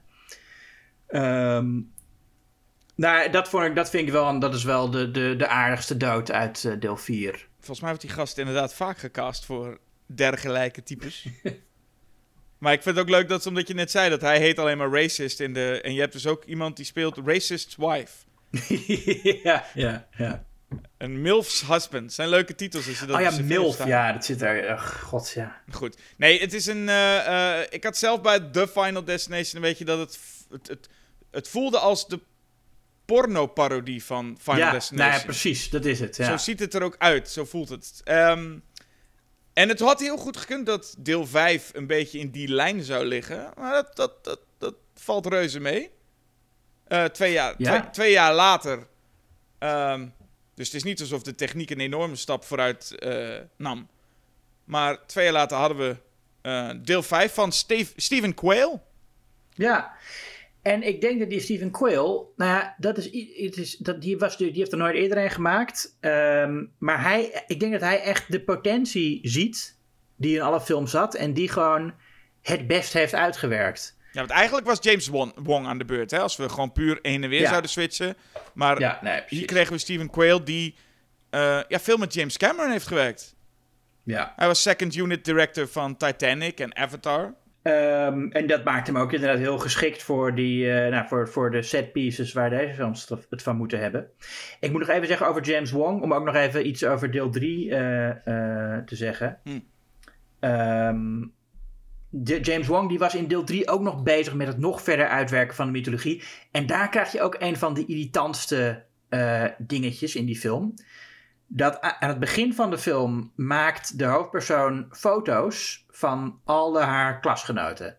Um, nou, dat, vond ik, dat vind ik wel, dat is wel de, de, de aardigste dood uit uh, deel vier. Volgens mij wordt die gast inderdaad vaak gecast voor dergelijke types. Maar ik vind het ook leuk dat, omdat je net zei dat hij heet alleen maar racist in de... En je hebt dus ook iemand die speelt Racist's Wife. ja, ja, ja. Een MILF's Husband. Zijn leuke titels. Als je dat oh ja, MILF. Ja, dat zit er. Oh, god, ja. Goed. Nee, het is een... Uh, uh, ik had zelf bij The Final Destination een beetje dat het... Het, het, het voelde als de porno-parodie van Final ja, Destination. Nou ja, precies. Dat is het, ja. Zo ziet het er ook uit. Zo voelt het. Um, en het had heel goed gekund dat deel vijf een beetje in die lijn zou liggen. Maar dat, dat, dat, dat valt reuze mee. Uh, twee, jaar, ja. twee, twee jaar later... Um, Dus het is niet alsof de techniek een enorme stap vooruit uh, nam. Maar twee jaar later hadden we uh, deel vijf van Steve, Stephen Quayle. Ja, en ik denk dat die Stephen Quayle... Nou ja, dat is, het is, dat, die, was, die heeft er nooit eerder een gemaakt. Um, maar hij, ik denk dat hij echt de potentie ziet die in alle films zat. En die gewoon het best heeft uitgewerkt. Ja, want eigenlijk was James Wong aan de beurt. Hè? Als we gewoon puur heen en weer ja. zouden switchen. Maar ja, nee, hier kregen we Stephen Quayle die uh, ja, veel met James Cameron heeft gewerkt. Ja. Hij was second unit director van Titanic en Avatar. Um, en dat maakt hem ook inderdaad heel geschikt voor, die, uh, nou, voor, voor de set pieces waar deze films het van moeten hebben. Ik moet nog even zeggen over James Wong, om ook nog even iets over deel drie uh, uh, te zeggen. Hm. Um, de James Wong die was in deel drie ook nog bezig met het nog verder uitwerken van de mythologie. En daar krijg je ook een van de irritantste uh, dingetjes in die film. Dat aan het begin van de film maakt de hoofdpersoon foto's van alle haar klasgenoten.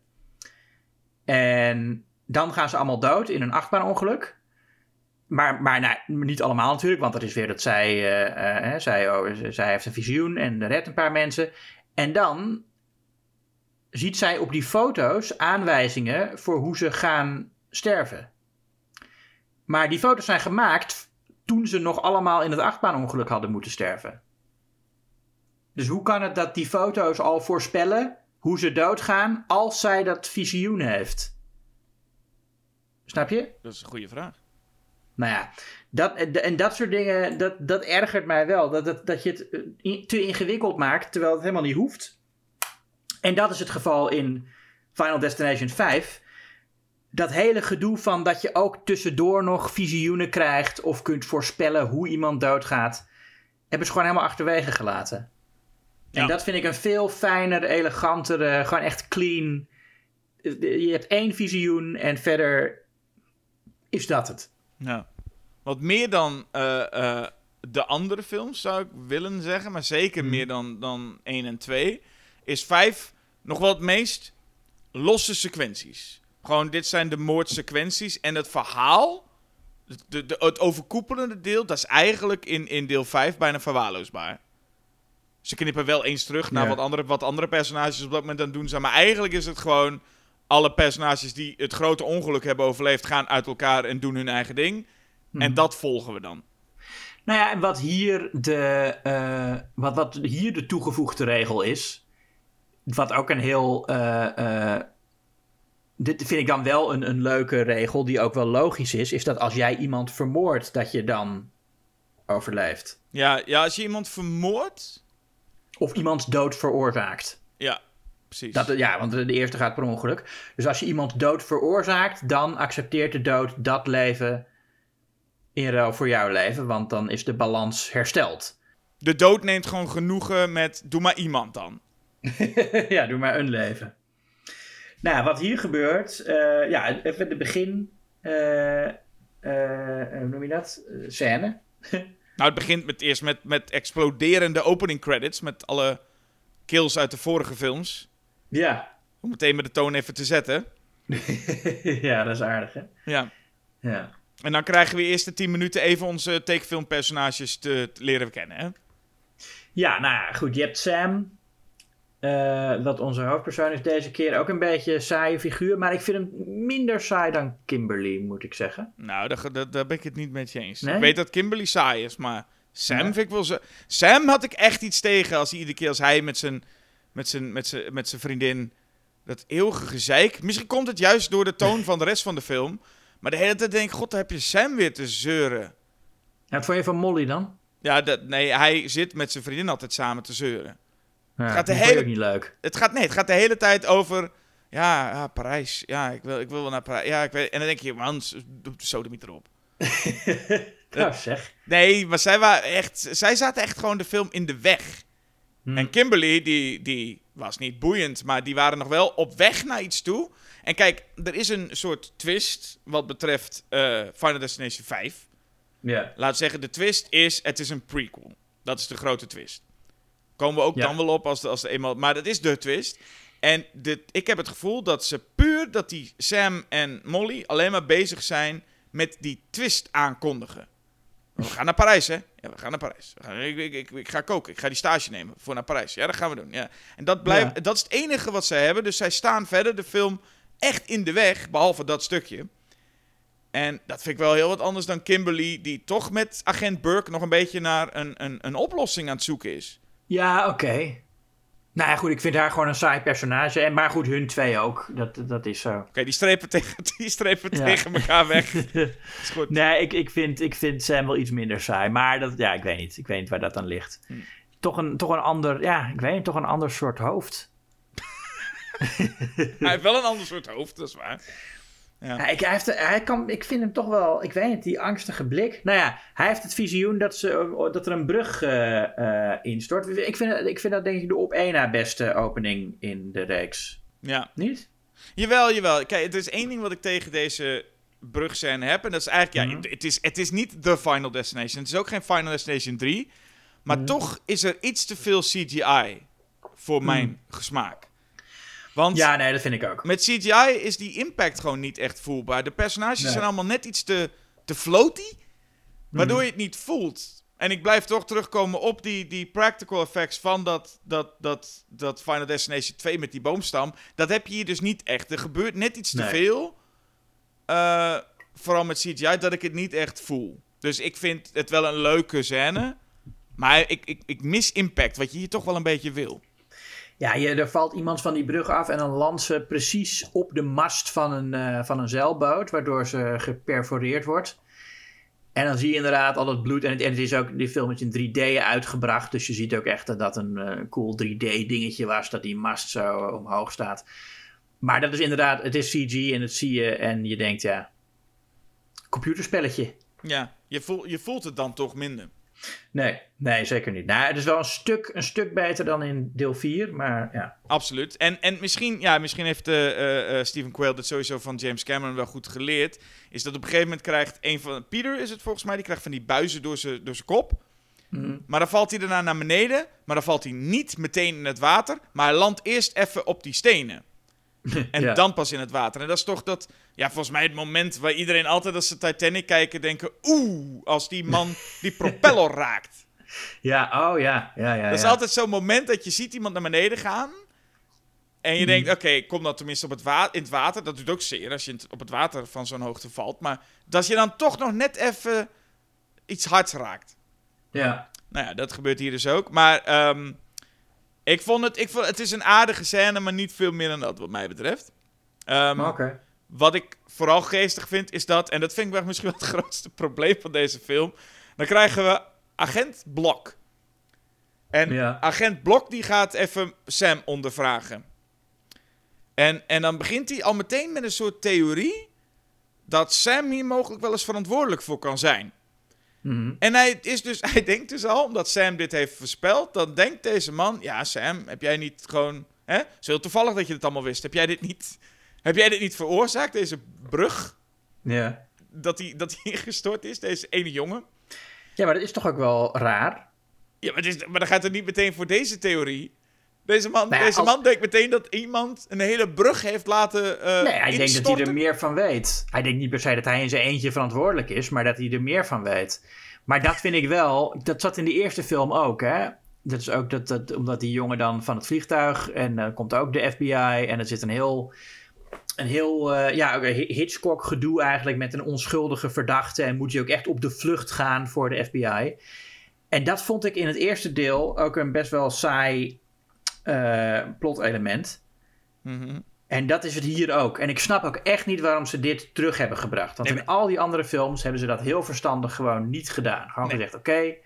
En dan gaan ze allemaal dood in een achtbaanongeluk. Maar, maar nou, niet allemaal natuurlijk, want dat is weer dat zij, uh, uh, zij, oh, zij heeft een visioen en redt een paar mensen. En dan ziet zij op die foto's aanwijzingen voor hoe ze gaan sterven. Maar die foto's zijn gemaakt toen ze nog allemaal in het achtbaanongeluk hadden moeten sterven. Dus hoe kan het dat die foto's al voorspellen hoe ze doodgaan als zij dat visioen heeft? Snap je? Dat is een goede vraag. Nou ja, dat, en dat soort dingen, dat, dat ergert mij wel. Dat, dat, dat je het te ingewikkeld maakt, terwijl het helemaal niet hoeft. En dat is het geval in Final Destination vijf. Dat hele gedoe van dat je ook tussendoor nog visioenen krijgt of kunt voorspellen hoe iemand doodgaat, hebben ze gewoon helemaal achterwege gelaten. Ja. En dat vind ik een veel fijner, elegantere, gewoon echt clean. Je hebt één visioen en verder is dat het. Ja. Wat meer dan uh, uh, de andere films zou ik willen zeggen, maar zeker hmm. meer dan, dan één en twee, is vijf nog wel het meest losse sequenties. Gewoon, dit zijn de moordsequenties. En het verhaal, de, de, het overkoepelende deel, dat is eigenlijk in, in deel vijf bijna verwaarloosbaar. Ze knippen wel eens terug naar ja. wat, andere, wat andere personages op dat moment dan doen. Maar eigenlijk is het gewoon, alle personages die het grote ongeluk hebben overleefd, gaan uit elkaar en doen hun eigen ding. Hmm. En dat volgen we dan. Nou ja, en wat hier de, uh, wat, wat hier de toegevoegde regel is, wat ook een heel... Uh, uh, dit vind ik dan wel een, een leuke regel die ook wel logisch is, is dat als jij iemand vermoordt, dat je dan overleeft. Ja, ja als je iemand vermoordt... Of iemands dood veroorzaakt. Ja, precies. Dat, ja, want de eerste gaat per ongeluk. Dus als je iemand dood veroorzaakt, dan accepteert de dood dat leven in ruil voor jouw leven, want dan is de balans hersteld. De dood neemt gewoon genoegen met, doe maar iemand dan. Ja, doe maar een leven. Nou, wat hier gebeurt, uh, ja, even de begin, uh, uh, hoe noem je dat? Uh, scène. Nou, het begint met, eerst met, met exploderende opening credits, met alle kills uit de vorige films. Ja. Om meteen met de toon even te zetten. Ja, dat is aardig, hè? Ja. Ja. En dan krijgen we eerst de tien minuten even onze tekenfilmpersonages te, te leren kennen, hè? Ja, nou ja, goed. Je hebt Sam, uh, wat onze hoofdpersoon is deze keer, ook een beetje een saaie figuur. Maar ik vind hem minder saai dan Kimberly, moet ik zeggen. Nou, daar, daar, daar ben ik het niet met je eens. Nee? Ik weet dat Kimberly saai is, maar Sam ja. vind ik wel zo... Sam had ik echt iets tegen als hij iedere keer als hij met zijn, met zijn, met zijn, met zijn vriendin dat eeuwige gezeik... Misschien komt het juist door de toon van de rest van de film. Maar de hele tijd denk ik, god, daar heb je Sam weer te zeuren. Ja, wat vond je van Molly dan? Ja, dat, nee, hij zit met zijn vriendin altijd samen te zeuren. Ja, het gaat de dat hele... vond je ook niet leuk. Het gaat, nee, het gaat de hele tijd over... Ja, ja Parijs. Ja, ik wil, ik wil wel naar Parijs. Ja, ik weet... En dan denk je, man, doe de sodemiet erop. Nou zeg. Nee, maar zij, waren echt, zij zaten echt gewoon de film in de weg. Hmm. En Kimberly, die, die was niet boeiend, maar die waren nog wel op weg naar iets toe. En kijk, er is een soort twist wat betreft uh, Final Destination vijf. Ja. Yeah. Laten we zeggen, de twist is, het is een prequel. Dat is de grote twist. Komen we ook ja. dan wel op als de, als de eenmaal... Maar dat is de twist. En de, ik heb het gevoel dat ze puur, dat die Sam en Molly alleen maar bezig zijn met die twist aankondigen. We gaan naar Parijs, hè? Ja, we gaan naar Parijs. We gaan, ik, ik, ik, ik ga koken. Ik ga die stage nemen voor naar Parijs. Ja, dat gaan we doen. Ja. En dat, blijft, ja. dat is het enige wat zij hebben. Dus zij staan verder de film echt in de weg, behalve dat stukje. En dat vind ik wel heel wat anders dan Kimberly, die toch met agent Burke nog een beetje naar een, een, een oplossing aan het zoeken is. Ja, oké. Okay. Nou ja, goed, ik vind haar gewoon een saai personage. En, maar goed, hun twee ook. Dat, dat is zo. Oké, okay, die strepen, tegen, die strepen ja. tegen elkaar weg. Is goed. Nee, ik, ik, vind, ik vind Sam wel iets minder saai. Maar dat, ja, ik weet niet. Ik weet niet waar dat dan ligt. Hm. Toch, een, toch een ander, ja, ik weet niet, toch een ander soort hoofd. Hij heeft wel een ander soort hoofd, dat is waar. Ja. Ja, ik, hij heeft, hij kan, ik vind hem toch wel, ik weet niet, die angstige blik. Nou ja, hij heeft het visioen dat, ze, dat er een brug uh, uh, instort. Ik vind, ik vind dat denk ik de op één na beste opening in de reeks. Ja. Niet? Jawel, jawel. Kijk, er is één ding wat ik tegen deze brugscène heb. En dat is eigenlijk, Mm-hmm. ja, het is, het is niet The Final Destination. Het is ook geen Final Destination drie. Maar Mm-hmm. toch is er iets te veel C G I voor Mm-hmm. mijn gesmaak. Want Ja, nee, dat vind ik ook. met C G I is die impact gewoon niet echt voelbaar. De personages Nee. zijn allemaal net iets te, te floaty, waardoor je het niet voelt. En ik blijf toch terugkomen op die, die practical effects van dat, dat, dat, dat Final Destination twee met die boomstam. Dat heb je hier dus niet echt. Er gebeurt net iets te Nee. veel, uh, vooral met C G I, dat ik het niet echt voel. Dus ik vind het wel een leuke scène, maar ik, ik, ik mis impact, wat je hier toch wel een beetje wil. Ja, je, er valt iemand van die brug af en dan landt ze precies op de mast van een, uh, van een zeilboot, waardoor ze geperforeerd wordt. En dan zie je inderdaad al dat bloed. En het, en het is ook, die film is in drie D uitgebracht, dus je ziet ook echt dat dat een uh, cool drie D dingetje was, dat die mast zo omhoog staat. Maar dat is inderdaad, het is C G en dat zie je en je denkt, ja, computerspelletje. Ja, je, voel, je voelt het dan toch minder. Nee, nee, zeker niet. Nou, het is wel een stuk, een stuk beter dan in deel vier, maar ja. Absoluut. En, en misschien, ja, misschien heeft uh, uh, Stephen Quayle dit sowieso van James Cameron wel goed geleerd. Is dat op een gegeven moment krijgt een van... Peter is het volgens mij, die krijgt van die buizen door zijn door zijn kop. Mm. Maar dan valt hij daarna naar beneden. Maar dan valt hij niet meteen in het water. Maar hij landt eerst even op die stenen. En Ja. dan pas in het water. En dat is toch dat... Ja, volgens mij het moment waar iedereen altijd als ze Titanic kijken denken... Oeh, als die man die propeller raakt. Ja, oh ja. ja, ja Dat is ja. altijd zo'n moment dat je ziet iemand naar beneden gaan. En je Mm. denkt, oké, okay, kom dan tenminste op het wa- in het water. Dat doet ook zeer als je in t- op het water van zo'n hoogte valt. Maar dat je dan toch nog net even iets hards raakt. Ja. Nou ja, dat gebeurt hier dus ook. Maar um, ik vond het... Ik vond, het is een aardige scène, maar niet veel meer dan dat wat mij betreft. Um, Oké. Okay. Wat ik vooral geestig vind, is dat... En dat vind ik wel misschien wel het grootste probleem van deze film. Dan krijgen we agent Blok. En Ja. agent Blok die gaat even Sam ondervragen. En, en dan begint hij al meteen met een soort theorie... dat Sam hier mogelijk wel eens verantwoordelijk voor kan zijn. Mm-hmm. En hij, is dus, hij denkt dus al, omdat Sam dit heeft voorspeld... dan denkt deze man... Ja, Sam, heb jij niet gewoon... Hè? Het is heel toevallig dat je dit allemaal wist. Heb jij dit niet, heb jij dit niet veroorzaakt, deze brug? Ja. Dat hij dat die ingestort is, deze ene jongen? Ja, maar dat is toch ook wel raar? Ja, maar, het is, maar dan gaat het niet meteen voor deze theorie. Deze man, Nou ja, deze als... man denkt meteen dat iemand een hele brug heeft laten uh, Nee, hij denkt dat hij er instorten. meer van weet. Hij denkt niet per se dat hij in zijn eentje verantwoordelijk is, maar dat hij er meer van weet. Maar dat vind ik wel, dat zat in de eerste film ook, hè. Dat is ook dat, dat omdat die jongen dan van het vliegtuig en dan uh, komt ook de F B I en er zit een heel, een heel uh, ja, Hitchcock gedoe eigenlijk met een onschuldige verdachte en moet hij ook echt op de vlucht gaan voor de F B I. En dat vond ik in het eerste deel ook een best wel saai uh, plotelement. Mm-hmm. En dat is het hier ook. En ik snap ook echt niet waarom ze dit terug hebben gebracht. Want Nee, in maar... al die andere films hebben ze dat heel verstandig gewoon niet gedaan. Gewoon Nee. gezegd, oké, okay,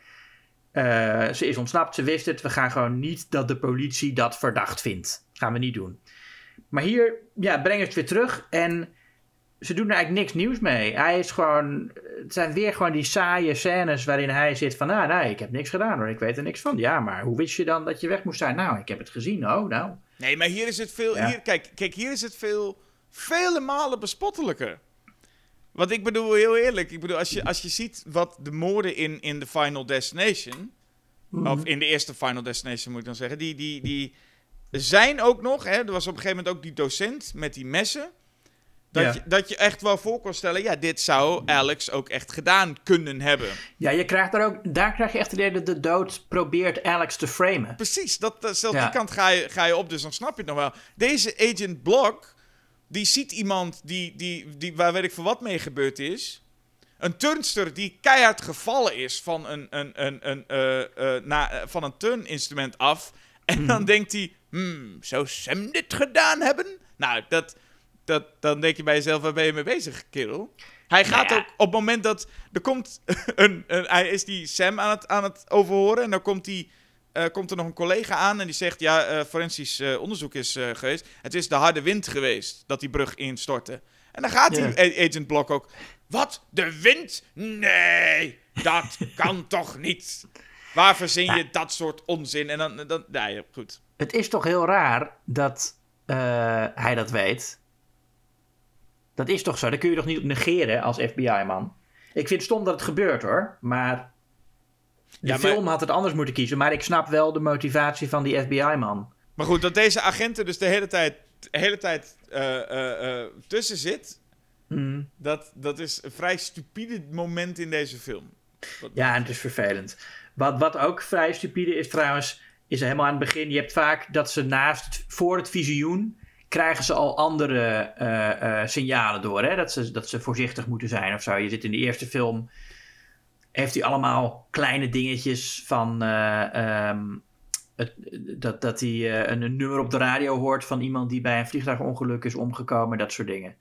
uh, ze is ontsnapt, ze wist het. We gaan gewoon niet dat de politie dat verdacht vindt. Gaan we niet doen. Maar hier, ja, brengen ze het weer terug. En ze doen er eigenlijk niks nieuws mee. Hij is gewoon, het zijn weer gewoon die saaie scènes waarin hij zit van, nou, nee, ik heb niks gedaan hoor. Ik weet er niks van. Ja, maar hoe wist je dan dat je weg moest zijn? Nou, ik heb het gezien. Oh, nou... Nee, maar hier is het veel... Ja. Hier, kijk, kijk, hier is het veel... Vele malen bespottelijker. Want ik bedoel, heel eerlijk... Ik bedoel, als je, als je ziet wat de moorden in, in The Final Destination... Mm-hmm. Of in de eerste Final Destination, moet ik dan zeggen... Die, die, die zijn ook nog... Hè, er was op een gegeven moment ook die docent met die messen... Dat, ja. je, dat je echt wel voor kon stellen... Ja, dit zou Alex ook echt gedaan kunnen hebben. Ja, je krijgt er ook, daar krijg je echt het idee dat de dood probeert Alex te framen. Precies, dat, dat, zelfs ja. die kant ga je, ga je op, dus dan snap je het nog wel. Deze Agent Block, die ziet iemand die, die, die, waar weet ik voor wat mee gebeurd is. Een turnster die keihard gevallen is van een, een, een, een, uh, uh, na, uh, van een turninstrument af. En hmm. dan denkt hij, hmm, zou Sam dit gedaan hebben? Nou, dat, dat, dan denk je bij jezelf, waar ben je mee bezig, kerel? Hij gaat nou ja. ook op het moment dat er komt een, een, hij is die Sam aan het, aan het overhoren en dan komt die uh, komt er nog een collega aan en die zegt... ja, uh, forensisch uh, onderzoek is uh, geweest. Het is de harde wind geweest dat die brug instortte. En dan gaat yeah. die Agent Block ook... Wat? De wind? Nee, dat kan toch niet? Waar verzin je ja. dat soort onzin? En dan... dan nee, goed. Het is toch heel raar dat uh, hij dat weet. Dat is toch zo? Dat kun je toch niet negeren als F B I-man? Ik vind het stom dat het gebeurt, hoor. Maar de ja, film maar... had het anders moeten kiezen. Maar ik snap wel de motivatie van die F B I-man. Maar goed, dat deze agenten dus de hele tijd, de hele tijd uh, uh, uh, tussen zit... Mm. Dat, dat is een vrij stupide moment in deze film. Wat ja, en het is vervelend. Wat, wat ook vrij stupide is trouwens... is helemaal aan het begin... je hebt vaak dat ze naast... voor het visioen... krijgen ze al andere uh, uh, signalen door. Hè? Dat, ze, dat ze voorzichtig moeten zijn of zo. Je zit in de eerste film... heeft hij allemaal kleine dingetjes van... Uh, um, het, dat, dat hij uh, een, een nummer op de radio hoort... van iemand die bij een vliegtuigongeluk is omgekomen. Dat soort dingen.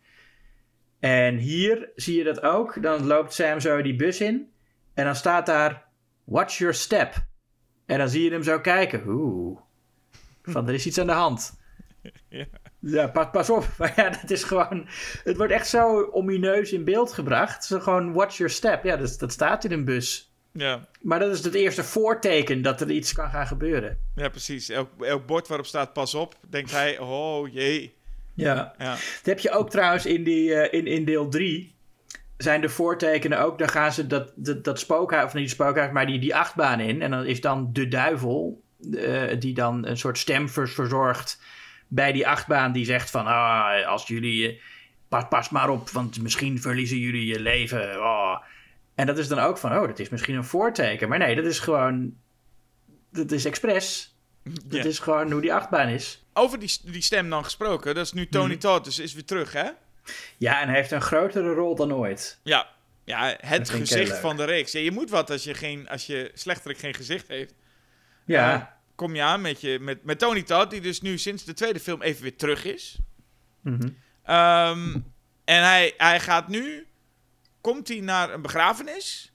En hier zie je dat ook. Dan loopt Sam zo die bus in. En dan staat daar... Watch your step. En dan zie je hem zo kijken. Oeh. Van, er is iets aan de hand. Ja, ja pas, pas op. Maar ja, dat is gewoon... Het wordt echt zo omineus in beeld gebracht. Zo gewoon watch your step. Ja, dat, dat staat in een bus. Ja. Maar dat is het eerste voorteken dat er iets kan gaan gebeuren. Ja, precies. Elk, elk bord waarop staat pas op, denkt hij... Oh, jee. Ja. ja. Dat heb je ook trouwens in, die, uh, in, in deel drie... zijn de voortekenen ook... dan gaan ze dat, dat, dat spookhuis... of niet die spookhuis, maar die, die achtbaan in. En dan is dan de duivel... Uh, die dan een soort stem verzorgt... bij die achtbaan die zegt van... Ah, als jullie... Uh, pas, pas maar op, want misschien verliezen jullie je leven. Oh. En dat is dan ook van... Oh, dat is misschien een voorteken. Maar nee, dat is gewoon... Dat is expres... Dat yeah. is gewoon hoe die achtbaan is. Over die, die stem dan gesproken. Dat is nu Tony mm. Todd, dus is weer terug, hè? Ja, en hij heeft een grotere rol dan ooit. Ja, ja het gezicht van de reeks. Ja, je moet wat als je, geen, als je slechterik geen gezicht heeft. Ja. Uh, kom je aan met, je, met, met Tony Todd, die dus nu sinds de tweede film even weer terug is. Mm-hmm. Um, en hij, hij gaat nu... Komt hij naar een begrafenis...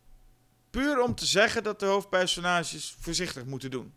puur om te zeggen dat de hoofdpersonages voorzichtig moeten doen.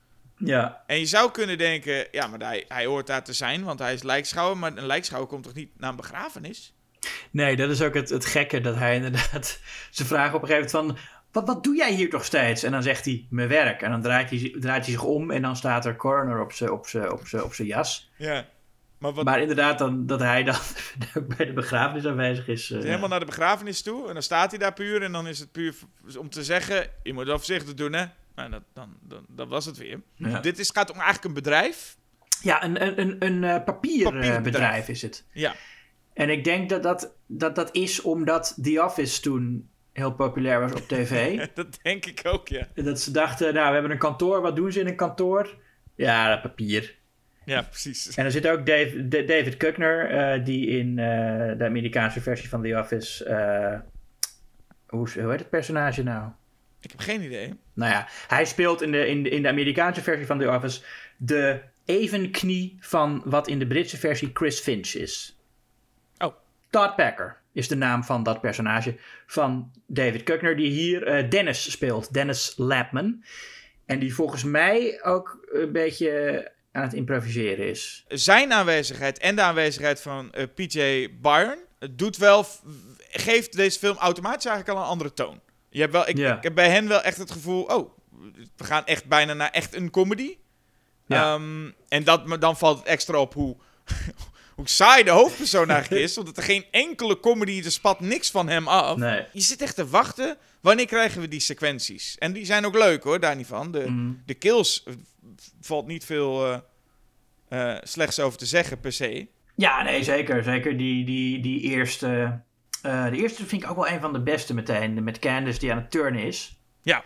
Ja. En je zou kunnen denken, ja, maar hij, hij hoort daar te zijn, want hij is lijkschouwer. Maar een lijkschouwer komt toch niet naar een begrafenis? Nee, dat is ook het, het gekke, dat hij inderdaad... Ze vragen op een gegeven moment van... Wat, wat doe jij hier toch steeds? En dan zegt hij, mijn werk. En dan draait hij, draait hij zich om en dan staat er coroner op zijn op zijn, op zijn, op zijn jas. Ja. Maar, wat... maar inderdaad, dan, dat hij dan bij de begrafenis aanwezig is. Uh, helemaal naar de begrafenis toe en dan staat hij daar puur. En dan is het puur om te zeggen, je moet wel voorzichtig doen, hè? Nou, dat, dan, dan, dat was het weer. Ja. Dit is, gaat om eigenlijk een bedrijf. Ja, een, een, een, een uh, papierbedrijf Papierbedrijf is het. Ja. En ik denk dat dat, dat dat is omdat The Office toen heel populair was op tv. Dat denk ik ook, ja. Dat ze dachten, nou, we hebben een kantoor. Wat doen ze in een kantoor? Ja, dat papier. Ja, precies. En er zit ook Dave, D- David Kuckner, uh, die in uh, de Amerikaanse versie van The Office... Uh, hoe, hoe heet het personage nou? Ik heb geen idee. Nou ja, hij speelt in de, in de, in de Amerikaanse versie van The Office... de evenknie van wat in de Britse versie Chris Finch is. Oh. Todd Packer is de naam van dat personage van David Kuckner... die hier uh, Dennis speelt, Dennis Lapman. En die volgens mij ook een beetje aan het improviseren is. Zijn aanwezigheid en de aanwezigheid van uh, P J Byrne... doet wel, geeft deze film automatisch eigenlijk al een andere toon. Je hebt wel, ik, yeah. ik heb bij hen wel echt het gevoel... oh, we gaan echt bijna naar echt een comedy. Ja. Um, en dat, dan valt het extra op hoe, hoe saai de hoofdpersoon eigenlijk is. Want er geen enkele comedy, er spat niks van hem af. Nee. Je zit echt te wachten, wanneer krijgen we die sequenties? En die zijn ook leuk hoor, daar niet van. De, mm. de kills valt niet veel uh, uh, slechts over te zeggen per se. Ja, nee, zeker. Zeker die, die, die eerste... Uh, de eerste vind ik ook wel een van de beste meteen. Met Candice die aan het turnen is. Ja.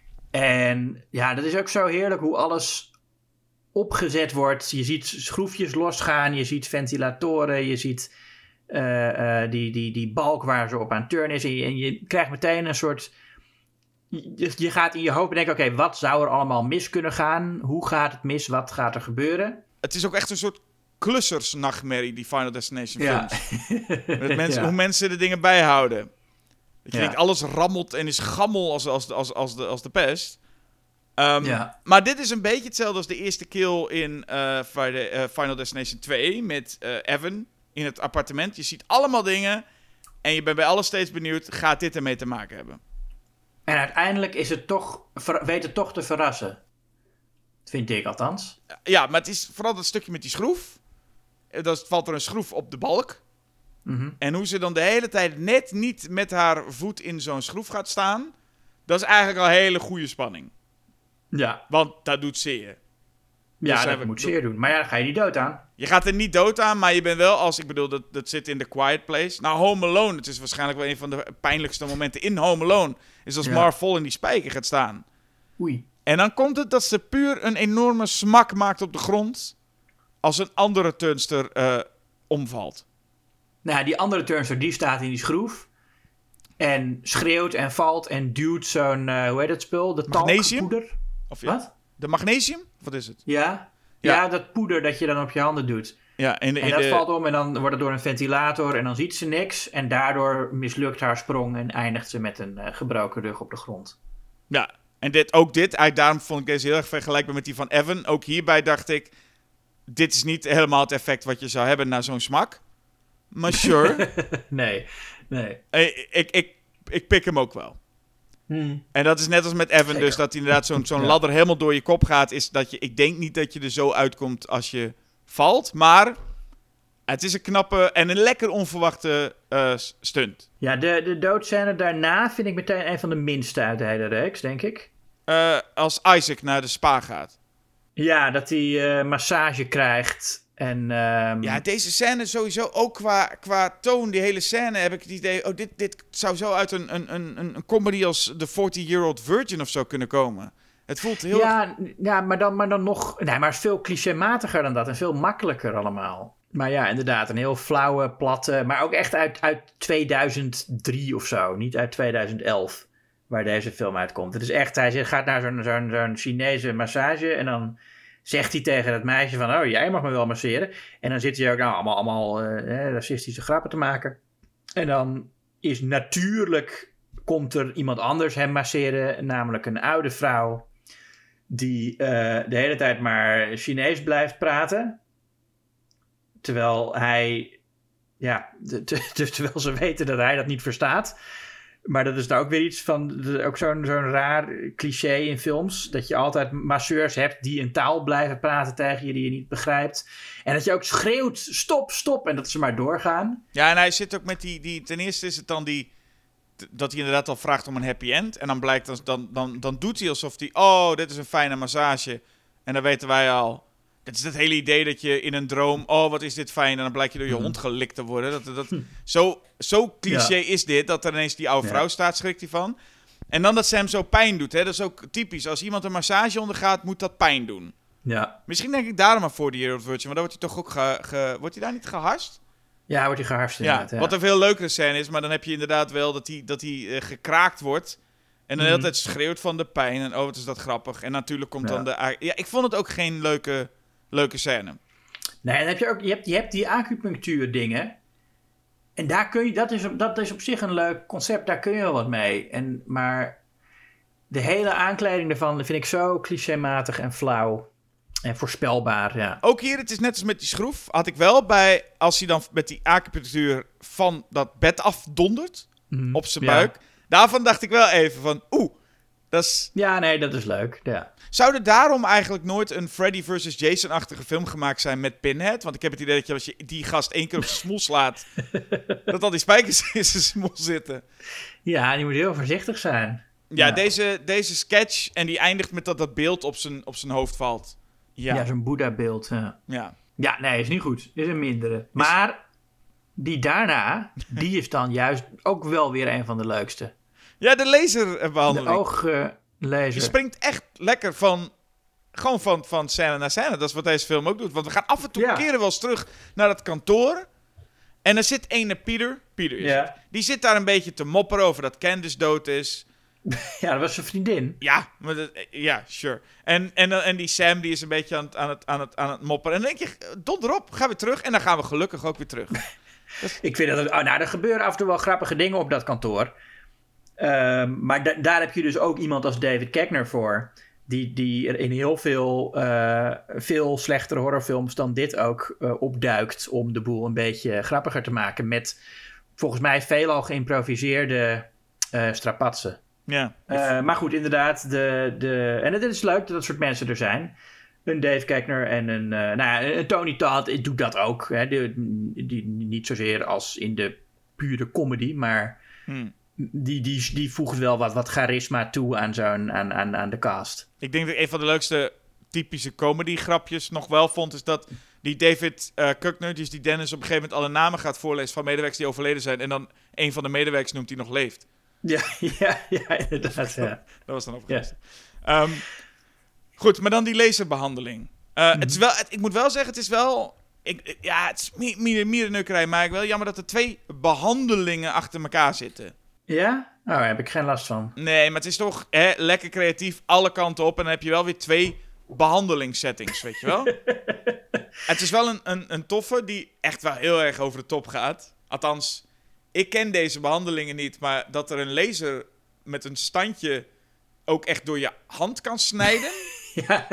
En ja, dat is ook zo heerlijk hoe alles opgezet wordt. Je ziet schroefjes losgaan. Je ziet ventilatoren. Je ziet uh, uh, die, die, die balk waar ze op aan het turnen is. En je, en je krijgt meteen een soort... Je, je gaat in je hoofd denken... Oké, okay, wat zou er allemaal mis kunnen gaan? Hoe gaat het mis? Wat gaat er gebeuren? Het is ook echt een soort... klussersnachtmerrie, die Final Destination films. Ja. Met mensen, ja. Hoe mensen de dingen bijhouden. Dat je ja. denkt, alles rammelt en is gammel als, als, als, als, de, als de pest. Um, Ja. Maar dit is een beetje hetzelfde als de eerste kill in uh, Friday, uh, Final Destination twee met uh, Evan in het appartement. Je ziet allemaal dingen en je bent bij alles steeds benieuwd, gaat dit ermee te maken hebben? En uiteindelijk is het toch, ver, weet het toch te verrassen. Vind ik althans. Ja, maar het is vooral dat stukje met die schroef. Dan valt er een schroef op de balk. Mm-hmm. En hoe ze dan de hele tijd net niet met haar voet in zo'n schroef gaat staan, dat is eigenlijk al hele goede spanning. Ja, Want dat doet zeer. ja Dus dat we- moet zeer doen. Maar ja, daar ga je niet dood aan. Je gaat er niet dood aan, maar je bent wel als... Ik bedoel, dat, dat zit in The Quiet Place. Nou, Home Alone, het is waarschijnlijk wel een van de pijnlijkste momenten in Home Alone. Is als Ja. Marv vol in die spijker gaat staan. Oei. En dan komt het dat ze puur een enorme smak maakt op de grond. Als een andere turnster eh, omvalt. Nou ja, die andere turnster, die staat in die schroef. En schreeuwt en valt en duwt zo'n, uh, hoe heet dat spul? De Magnesium? talkpoeder. Of ja, Wat? de magnesium? Wat is het? Ja? Ja. ja. dat poeder dat je dan op je handen doet. Ja, in de, En in dat de, valt om en dan wordt het door een ventilator en dan ziet ze niks. En daardoor mislukt haar sprong en eindigt ze met een uh, gebroken rug op de grond. ja, en dit, ook dit, eigenlijk daarom vond ik deze heel erg vergelijkbaar met die van Evan. Ook hierbij dacht ik, dit is niet helemaal het effect wat je zou hebben na zo'n smak. Maar sure, Nee, nee. ik, ik, ik, ik pik hem ook wel. Hmm. En dat is net als met Evan, Zeker. dus dat inderdaad zo'n zo'n Ja. ladder helemaal door je kop gaat. Is dat je, ik denk niet dat je er zo uitkomt als je valt, maar het is een knappe en een lekker onverwachte uh, stunt. Ja, de, de doodscène daarna vind ik meteen een van de minste uit de hele reeks, denk ik. Uh, als Isaac naar de spa gaat. Ja, dat hij uh, massage krijgt en... Um... Ja, deze scène sowieso, ook qua, qua toon, die hele scène, heb ik het idee... Oh, dit, dit zou zo uit een, een, een, een comedy als The forty-Year-Old Virgin of zo kunnen komen. Het voelt heel... Ja, ja maar, dan, maar dan nog... Nee, maar veel clichématiger dan dat en veel makkelijker allemaal. Maar ja, inderdaad, een heel flauwe, platte... Maar ook echt uit, uit tweeduizend drie of zo, niet uit tweeduizend elf... waar deze film uitkomt. Het is echt, hij gaat naar zo'n, zo'n, zo'n Chinese massage en dan zegt hij tegen dat meisje van, oh, jij mag me wel masseren. En dan zit hij ook nou allemaal, allemaal uh, racistische grappen te maken. En dan is natuurlijk, komt er iemand anders hem masseren, namelijk een oude vrouw die uh, de hele tijd maar Chinees blijft praten. Terwijl hij, ja, de, de, de, terwijl ze weten dat hij dat niet verstaat. Maar dat is nou ook weer iets van, de, ook zo'n, zo'n raar cliché in films. Dat je altijd masseurs hebt die een taal blijven praten tegen je die je niet begrijpt. En dat je ook schreeuwt, stop, stop. En dat ze maar doorgaan. Ja, en hij zit ook met die, die... Ten eerste is het dan die... Dat hij inderdaad al vraagt om een happy end. En dan blijkt, dan, dan, dan, dan doet hij alsof hij... Oh, dit is een fijne massage. En dan weten wij al... Het is het hele idee dat je in een droom... Oh, wat is dit fijn. En dan blijkt je door je hond gelikt te worden. Dat, dat, zo, zo cliché Ja. is dit. Dat er ineens die oude Ja. vrouw staat, schrikt hij van. En dan dat ze hem zo pijn doet. Hè? Dat is ook typisch. Als iemand een massage ondergaat, moet dat pijn doen. Ja. Misschien denk ik daarom maar voor die Year of Virgin. Maar dan wordt hij toch ook... Ge, ge, wordt hij daar niet geharst? Ja, wordt hij geharst Ja, inderdaad. Ja, wat een veel leukere scène is. Maar dan heb je inderdaad wel dat hij, dat hij uh, gekraakt wordt. En dan de hele tijd schreeuwt van de pijn. En oh, wat is dat grappig. En natuurlijk komt Ja. dan de... Ja, ik vond het ook geen leuke... Leuke scène. Nee, en dan heb je ook, je hebt, je hebt die acupunctuur dingen. En daar kun je, dat is, op, dat is op zich een leuk concept, daar kun je wel wat mee. En, maar de hele aankleding ervan vind ik zo clichématig en flauw. En voorspelbaar, ja. Ook hier, het is net als met die schroef. Had ik wel bij, als hij dan met die acupunctuur van dat bed afdondert. Mhm. Op zijn Ja. buik. Daarvan dacht ik wel even van, oeh. Dat is... Ja, nee, dat is leuk, ja. Zou er daarom eigenlijk nooit een Freddy versus. Jason-achtige film gemaakt zijn met Pinhead? Want ik heb het idee dat je als je die gast één keer op zijn smoel slaat... dat al die spijkers in zijn smoel zitten. Ja, die moet heel voorzichtig zijn. Ja, Ja. Deze, deze sketch, en die eindigt met dat dat beeld op zijn, op zijn hoofd valt. Ja, Ja, ja. zo'n Boeddha-beeld, ja. ja. Ja, nee, is niet goed. Is een mindere. Maar die daarna, die is dan juist ook wel weer een van de leukste. de De laserbehandeling. ooglezer. Je springt echt lekker van... Gewoon van, van scène naar scène. Dat is wat deze film ook doet. Want we gaan af en toe Ja. keren wel eens terug naar het kantoor. En er zit ene Pieter. Pieter is Ja. het. Die zit daar een beetje te mopperen over dat Candice dood is. Ja, dat was zijn vriendin. Ja, maar dat, ja, sure. En, en, en die Sam die is een beetje aan het, aan het, aan het, aan het mopperen. En dan denk je, donder op, ga weer terug. En dan gaan we gelukkig ook weer terug. Ik vind dat... Het, oh, nou, er gebeuren af en toe wel grappige dingen op dat kantoor. Um, maar da- daar heb je dus ook iemand als David Koechner voor. die, die er in heel veel, uh, veel slechtere horrorfilms dan dit ook uh, opduikt om de boel een beetje grappiger te maken. Met volgens mij veelal geïmproviseerde uh, strapatsen. Ja. Uh, maar goed, inderdaad. De, de, en het is leuk dat dat soort mensen er zijn. Een Dave Koechner en een, uh, nou ja, een Tony Todd doet dat ook. Hè, die, die, niet zozeer als in de pure comedy, maar hmm. die, die, die voegt wel wat, wat charisma toe aan, zo'n, aan, aan, aan de cast. Ik denk dat een van de leukste typische comedy grapjes nog wel vond, is dat die David uh, Koechner, dus die Dennis op een gegeven moment alle namen gaat voorlezen van medewerkers die overleden zijn en dan een van de medewerkers noemt die nog leeft. Ja, ja, ja inderdaad. Ja. Dat was dan overigens. Ja. Um, goed, maar dan die laserbehandeling. Uh, mm-hmm. Het is wel, het, ik moet wel zeggen, het is wel... Ik, ja, het is mierenneukerij, maar ik wel jammer dat er twee behandelingen achter elkaar zitten. Ja? Oh, daar heb ik geen last van. Nee, maar het is toch hè, lekker creatief, alle kanten op. En dan heb je wel weer twee behandelingssettings, weet je wel? Het is wel een, een, een toffe die echt wel heel erg over de top gaat. Althans, ik ken deze behandelingen niet, maar dat er een laser met een standje ook echt door je hand kan snijden... Ja,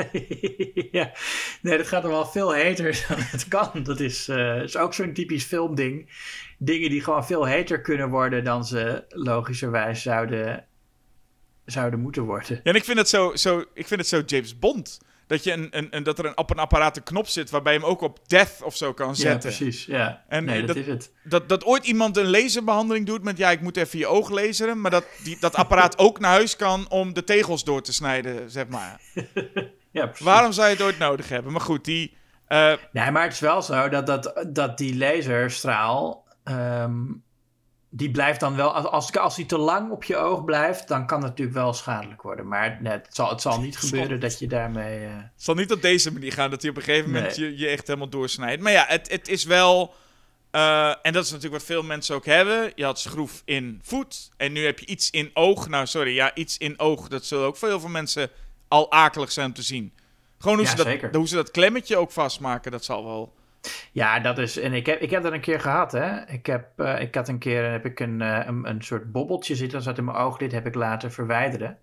ja, nee, dat gaat er wel veel heter dan het kan. Dat is, uh, is ook zo'n typisch filmding. Dingen die gewoon veel heter kunnen worden dan ze logischerwijs zouden, zouden moeten worden. Ja, en ik vind het zo, zo, ik vind het zo James Bond. Dat, je een, een, een, dat er een, op een apparaat een knop zit waarbij je hem ook op death of zo kan zetten. Ja, precies. Ja. En nee, dat, dat is het. Dat, dat ooit iemand een laserbehandeling doet met... ja, ik moet even je oog laseren... maar dat die, dat apparaat ook naar huis kan om de tegels door te snijden, zeg maar. Ja, precies. Waarom zou je het ooit nodig hebben? Maar goed, die... Uh... Nee, maar het is wel zo dat, dat, dat die laserstraal... Um, die blijft dan wel... Als, als die te lang op je oog blijft... dan kan het natuurlijk wel schadelijk worden. Maar nee, het, zal, het zal niet gebeuren dat je daarmee... Uh... Het zal niet op deze manier gaan... dat hij op een gegeven moment nee. je, je echt helemaal doorsnijdt. Maar ja, het, het is wel... Uh, en dat is natuurlijk wat veel mensen ook hebben. Je had schroef in voet. En nu heb je iets in oog. Nou, sorry. Ja, iets in oog. Dat zullen ook voor heel veel mensen al akelig zijn om te zien. Gewoon hoe, ja, ze, dat, hoe ze dat klemmetje ook vastmaken. Dat zal wel... Ja, dat is... En ik heb, ik heb dat een keer gehad, hè. Ik heb, uh, ik had een keer heb ik een, uh, een, een soort bobbeltje zitten. Dat zat in mijn ooglid. Heb ik laten verwijderen.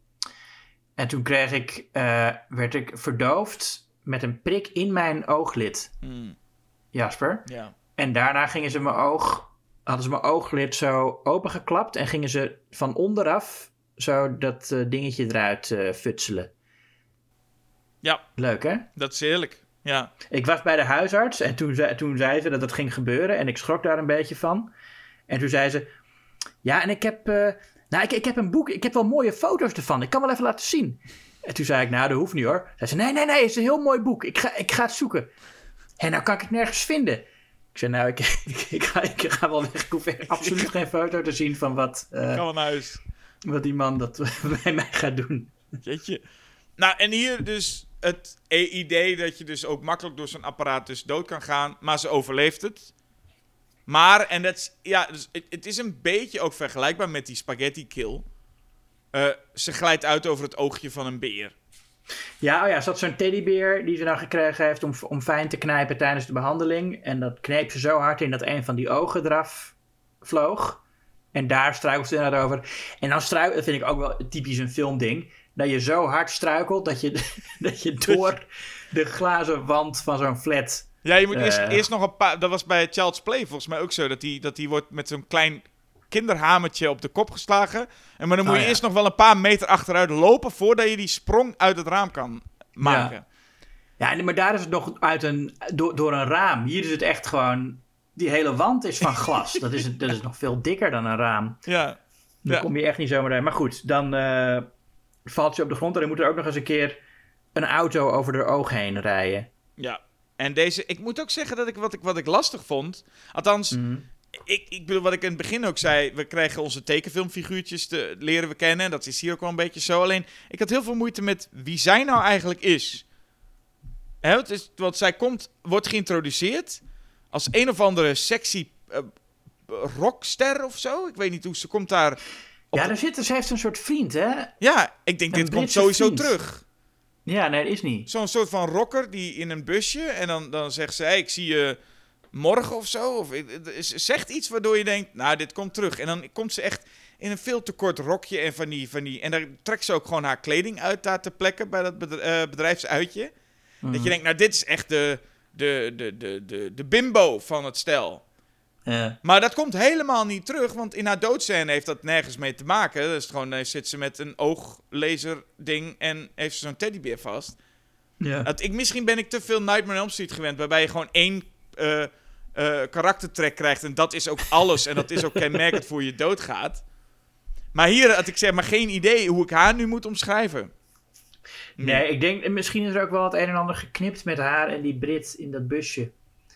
En toen kreeg ik... Uh, werd ik verdoofd met een prik in mijn ooglid. Mm. Jasper. Ja. En daarna gingen ze mijn oog... Hadden ze mijn ooglid zo opengeklapt. En gingen ze van onderaf zo dat uh, dingetje eruit uh, futselen. Ja. Leuk, hè? Dat is heerlijk. Ja. Ik was bij de huisarts en toen, zei, toen zei ze dat dat ging gebeuren. En ik schrok daar een beetje van. En toen zei ze... Ja, en ik heb... Uh, nou, ik, ik heb een boek. Ik heb wel mooie foto's ervan. Ik kan wel even laten zien. En toen zei ik... Nou, dat hoeft niet hoor. Zei ze... Nee, nee, nee. Het is een heel mooi boek. Ik ga, ik ga het zoeken. En nou kan ik het nergens vinden. Ik zei... Nou, ik, ik, ik, ga, ik ga wel weg. Ik hoef echt absoluut geen foto te zien van wat... Uh, ik kan wel naar huis. Wat die man dat bij mij gaat doen. Jeetje. Nou, en hier dus... Het idee dat je dus ook makkelijk door zo'n apparaat dus dood kan gaan. Maar ze overleeft het. Maar, en dat is, ja, dus het, het is een beetje ook vergelijkbaar met die spaghetti kill. Uh, ze glijdt uit over het oogje van een beer. Ja, oh ja, ze had zo'n teddybeer die ze dan gekregen heeft om, om fijn te knijpen tijdens de behandeling. En dat kneep ze zo hard in dat een van die ogen eraf vloog. En daar struikelt ze inderdaad over. En dan struikelt, dat vind ik ook wel typisch een filmding... dat je zo hard struikelt dat je, dat je door de glazen wand van zo'n flat... Ja, je moet uh, eerst, eerst nog een paar... Dat was bij Child's Play volgens mij ook zo. Dat die, dat die wordt met zo'n klein kinderhamertje op de kop geslagen. En maar dan moet oh, je ja. eerst nog wel een paar meter achteruit lopen... voordat je die sprong uit het raam kan maken. Ja, ja maar daar is het nog uit een, door, door een raam. Hier is het echt gewoon... Die hele wand is van glas. dat, is, dat is nog veel dikker dan een raam. Ja. Dan ja. kom je echt niet zomaar uit. Maar goed, dan... Uh, valt je op de grond en dan moet er ook nog eens een keer een auto over de oog heen rijden. Ja, en deze... Ik moet ook zeggen dat ik wat ik, wat ik lastig vond... Althans, mm. ik, ik bedoel wat ik in het begin ook zei... We krijgen onze tekenfilmfiguurtjes te leren we kennen. En dat is hier ook wel een beetje zo. Alleen, ik had heel veel moeite met wie zij nou eigenlijk is. Hè, het is want zij komt, wordt geïntroduceerd... als een of andere sexy uh, rockster of zo. Ik weet niet hoe ze komt daar... Ja, daar zit, ze heeft een soort vriend, hè? Ja, ik denk, een dit komt sowieso vriend. terug. Ja, nee, dat is niet. Zo'n soort van rocker die in een busje... en dan, dan zegt ze, hey, ik zie je morgen of zo. Of, zegt iets waardoor je denkt, nou, dit komt terug. En dan komt ze echt in een veel te kort rokje en van die... Van die en dan trekt ze ook gewoon haar kleding uit daar te plekken bij dat bedrijfsuitje. Mm. Dat je denkt, nou, dit is echt de, de, de, de, de, de bimbo van het stel. Uh. Maar dat komt helemaal niet terug, want in haar doodscène heeft dat nergens mee te maken. Dus gewoon, dan zit ze met een ooglazerding en heeft ze zo'n teddybeer vast. Yeah. Dat, ik, misschien ben ik te veel Nightmare on Elm Street gewend, waarbij je gewoon één uh, uh, karaktertrek krijgt en dat is ook alles. En dat is ook kenmerkend voor je doodgaat. Maar hier had ik zeg maar geen idee hoe ik haar nu moet omschrijven. Nee, nee ik denk, misschien is er ook wel het een en ander geknipt met haar en die Brit in dat busje.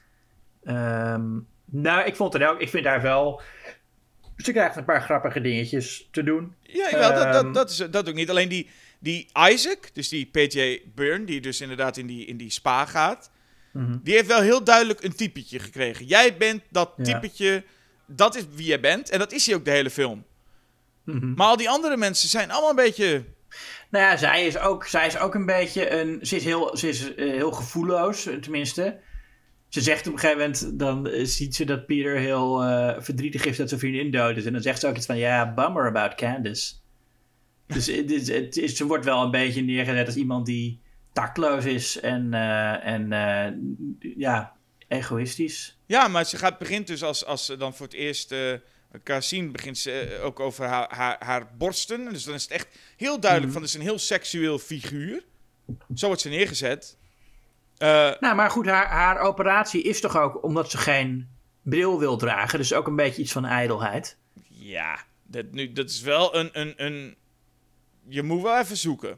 Um, nou, ik vond het ook, ik vind haar wel... Ze krijgt een paar grappige dingetjes te doen. Ja, wel, um, dat, dat, dat is dat ook niet. Alleen die, die Isaac, dus die P J Byrne, die dus inderdaad in die, in die spa gaat... Mm-hmm. Die heeft wel heel duidelijk een typetje gekregen. Jij bent dat typetje, ja. Dat is wie jij bent. En dat is hij ook de hele film. Mm-hmm. Maar al die andere mensen zijn allemaal een beetje... Nou ja, zij is ook, zij is ook een beetje een... Ze is heel, ze is, uh, heel gevoelloos, tenminste. Ze zegt op een gegeven moment... Dan uh, ziet ze dat Peter heel uh, verdrietig is dat zijn vriendin dood is. En dan zegt ze ook iets van... Ja, bummer about Candace. Dus het is, het is, ze wordt wel een beetje neergezet als iemand die tactloos is. En, uh, en uh, ja, egoïstisch. Ja, maar ze gaat, begint dus als, als ze dan voor het eerst... Uh, elkaar zien, begint ze ook over haar, haar, haar borsten. Dus dan is het echt heel duidelijk mm. van, het is een heel seksueel figuur. Zo wordt ze neergezet. Uh, nou, maar goed, haar, haar operatie is toch ook omdat ze geen bril wil dragen. Dus ook een beetje iets van ijdelheid. Ja, dat, nu, dat is wel een, een, een... Je moet wel even zoeken.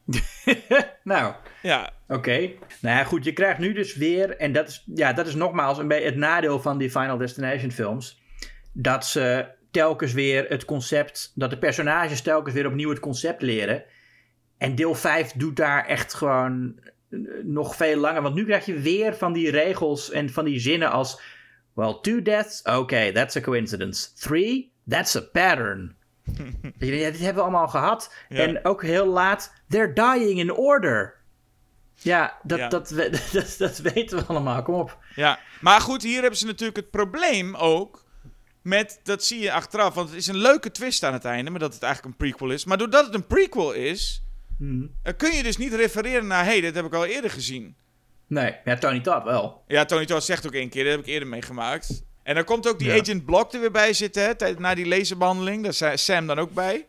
nou, ja. Oké. Okay. Nou ja, goed, je krijgt nu dus weer... En dat is, ja, dat is nogmaals een beetje het nadeel van die Final Destination films... Dat ze telkens weer het concept... Dat de personages telkens weer opnieuw het concept leren. En deel vijf doet daar echt gewoon nog veel langer. Want nu krijg je weer van die regels en van die zinnen als... Well, two deaths? Oké, okay, that's a coincidence. Three? That's a pattern. Ja, dit hebben we allemaal gehad. Ja. En ook heel laat... They're dying in order. Ja, dat, ja. Dat, dat, dat, dat weten we allemaal. Kom op. Ja, maar goed, hier hebben ze natuurlijk het probleem ook... Met, dat zie je achteraf, want het is een leuke twist aan het einde, maar dat het eigenlijk een prequel is. Maar doordat het een prequel is, hmm. kun je dus niet refereren naar, hé, hey, dit heb ik al eerder gezien. Nee, ja, Tony Todd wel. Ja, Tony Todd zegt ook één keer, dat heb ik eerder meegemaakt. En dan komt ook die ja. Agent Block er weer bij zitten, hè, tijd, na die laserbehandeling. Daar is Sam dan ook bij.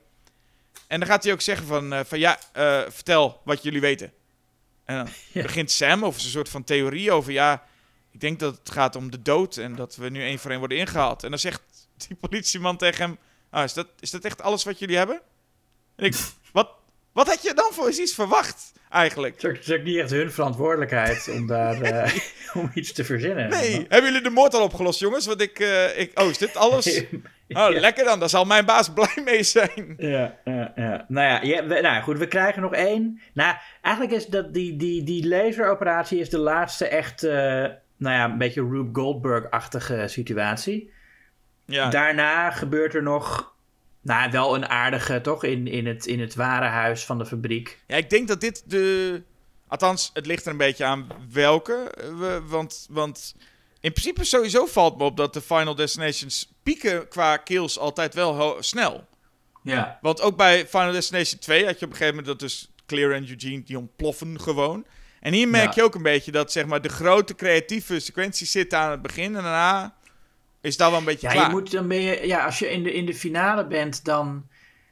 En dan gaat hij ook zeggen van, uh, van ja, uh, vertel wat jullie weten. En dan ja. begint Sam over zijn soort van theorie over, ja... Ik denk dat het gaat om de dood en dat we nu één voor één worden ingehaald. En dan zegt die politieman tegen hem... Ah, is dat, is dat echt alles wat jullie hebben? En ik... Wat, wat had je dan voor iets verwacht, eigenlijk? Het is ook niet echt hun verantwoordelijkheid om daar uh, om iets te verzinnen. Nee. Maar... Hebben jullie de moord al opgelost, jongens? Want ik... Uh, ik oh, is dit alles? ja. Oh, lekker dan. Daar zal mijn baas blij mee zijn. Ja, ja, ja. Nou ja, ja we, nou goed, we krijgen nog één. Nou, eigenlijk is dat die, die, die laseroperatie is de laatste echt... Uh, Nou ja, een beetje Rube Goldberg-achtige situatie. Ja. Daarna gebeurt er nog... Nou, wel een aardige, toch? In, in, het, in het warenhuis van de fabriek. Ja, ik denk dat dit de... Althans, het ligt er een beetje aan welke. We, want, want in principe sowieso valt me op dat de Final Destinations pieken qua kills altijd wel ho- snel. Ja. Want ook bij Final Destination twee had je op een gegeven moment dat dus Claire en Eugene die ontploffen gewoon... En hier merk ja. je ook een beetje dat zeg maar, de grote creatieve sequenties zitten aan het begin. En daarna is dat wel een beetje ja, klaar. Je moet, dan ben je, ja, als je in de, in de finale bent, dan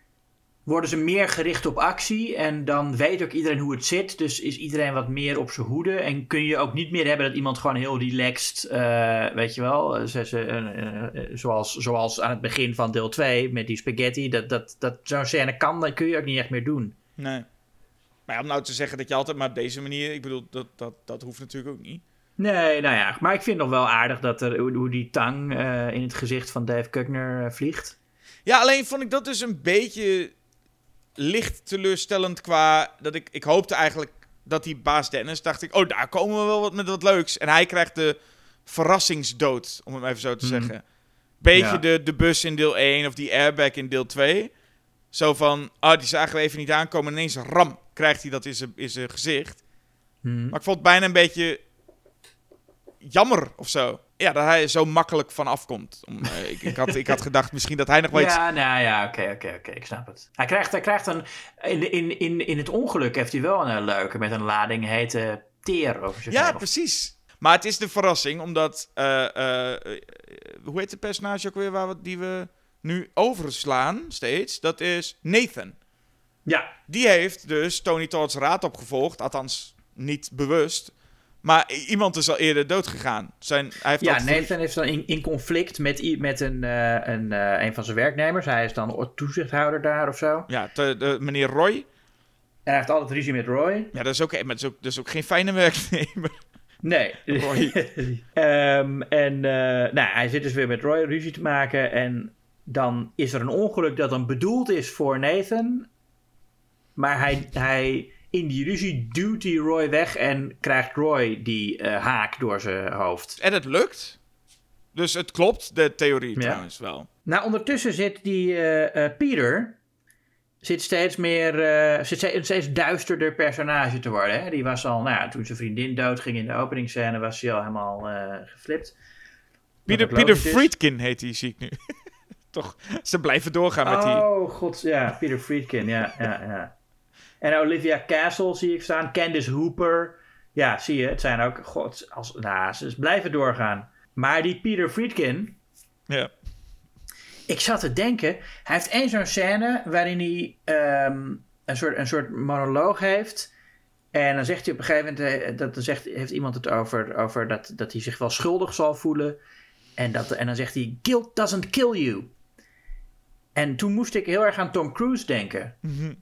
worden ze meer gericht op actie. En dan weet ook iedereen hoe het zit. Dus is iedereen wat meer op zijn hoede. En kun je ook niet meer hebben dat iemand gewoon heel relaxed, uh, weet je wel. Ze, ze, uh, uh, zoals, zoals aan het begin van deel twee met die spaghetti. Dat, dat, dat, zo'n scène kan, dat kun je ook niet echt meer doen. Nee. Maar ja, om nou te zeggen dat je altijd maar op deze manier... Ik bedoel, dat, dat, dat hoeft natuurlijk ook niet. Nee, nou ja. Maar ik vind nog wel aardig dat er, hoe die tang uh, in het gezicht van Dave Kuckner uh, vliegt. Ja, alleen vond ik dat dus een beetje licht teleurstellend qua... dat ik, ik hoopte eigenlijk dat die baas Dennis... dacht ik, oh, daar komen we wel wat met wat leuks. En hij krijgt de verrassingsdood, om het even zo te hmm. zeggen. Beetje ja. de, de bus in deel één of die airbag in deel twee... Zo van, ah, oh, die zagen we even niet aankomen. Ineens ram, krijgt hij dat in zijn, in zijn gezicht. Hmm. Maar ik vond het bijna een beetje jammer of zo. Ja, dat hij er zo makkelijk van afkomt. Om, uh, ik, ik, had, ik had gedacht misschien dat hij nog wel iets... Ja, nou ja, oké, okay, oké, okay, oké, okay, ik snap het. Hij krijgt, hij krijgt een... In, in, in, in het ongeluk heeft hij wel een leuke met een lading hete teer over zich. Ja, zelf. precies. Maar het is de verrassing, omdat... Uh, uh, uh, hoe heet de personage ook weer waar we, die we nu overslaan steeds? Dat is Nathan. Ja. Die heeft dus Tony Todd's raad opgevolgd, althans niet bewust... Maar iemand is al eerder dood gegaan. Zijn, hij heeft ja, altijd... Nathan is dan in, in conflict met, met een, uh, een, uh, een van zijn werknemers. Hij is dan toezichthouder daar of zo. Ja, de, de, meneer Roy. En hij heeft altijd ruzie met Roy. Ja, dat is ook, maar dat is ook, dat is ook geen fijne werknemer. Nee. Roy. um, en uh, nou, hij zit dus weer met Roy ruzie te maken. En dan is er een ongeluk dat dan bedoeld is voor Nathan. Maar hij... hij in die ruzie duwt hij Roy weg en krijgt Roy die uh, haak door zijn hoofd. En het lukt. Dus het klopt, de theorie ja. trouwens wel. Nou, ondertussen zit die uh, uh, Peter... zit steeds meer... Uh, zit een steeds duisterder personage te worden. Hè? Die was al... Nou ja, toen zijn vriendin doodging in de openingsscène... was hij al helemaal uh, geflipt. Peter, Peter Friedkin heet hij, zie ik nu. Toch, ze blijven doorgaan met die... Oh, god, ja. Peter Friedkin, ja, ja, ja. En Olivia Castle zie ik staan. Candice Hooper. Ja, zie je. Het zijn ook... God, als, nou, ze blijven doorgaan. Maar die Peter Friedkin... Ja. Ik zat te denken... Hij heeft één zo'n scène... waarin hij um, een, soort, een soort monoloog heeft. En dan zegt hij op een gegeven moment... Dat, dan zegt, heeft iemand het over, over dat, dat hij zich wel schuldig zal voelen. En, dat, en dan zegt hij... Guilt doesn't kill you. En toen moest ik heel erg aan Tom Cruise denken... Mm-hmm.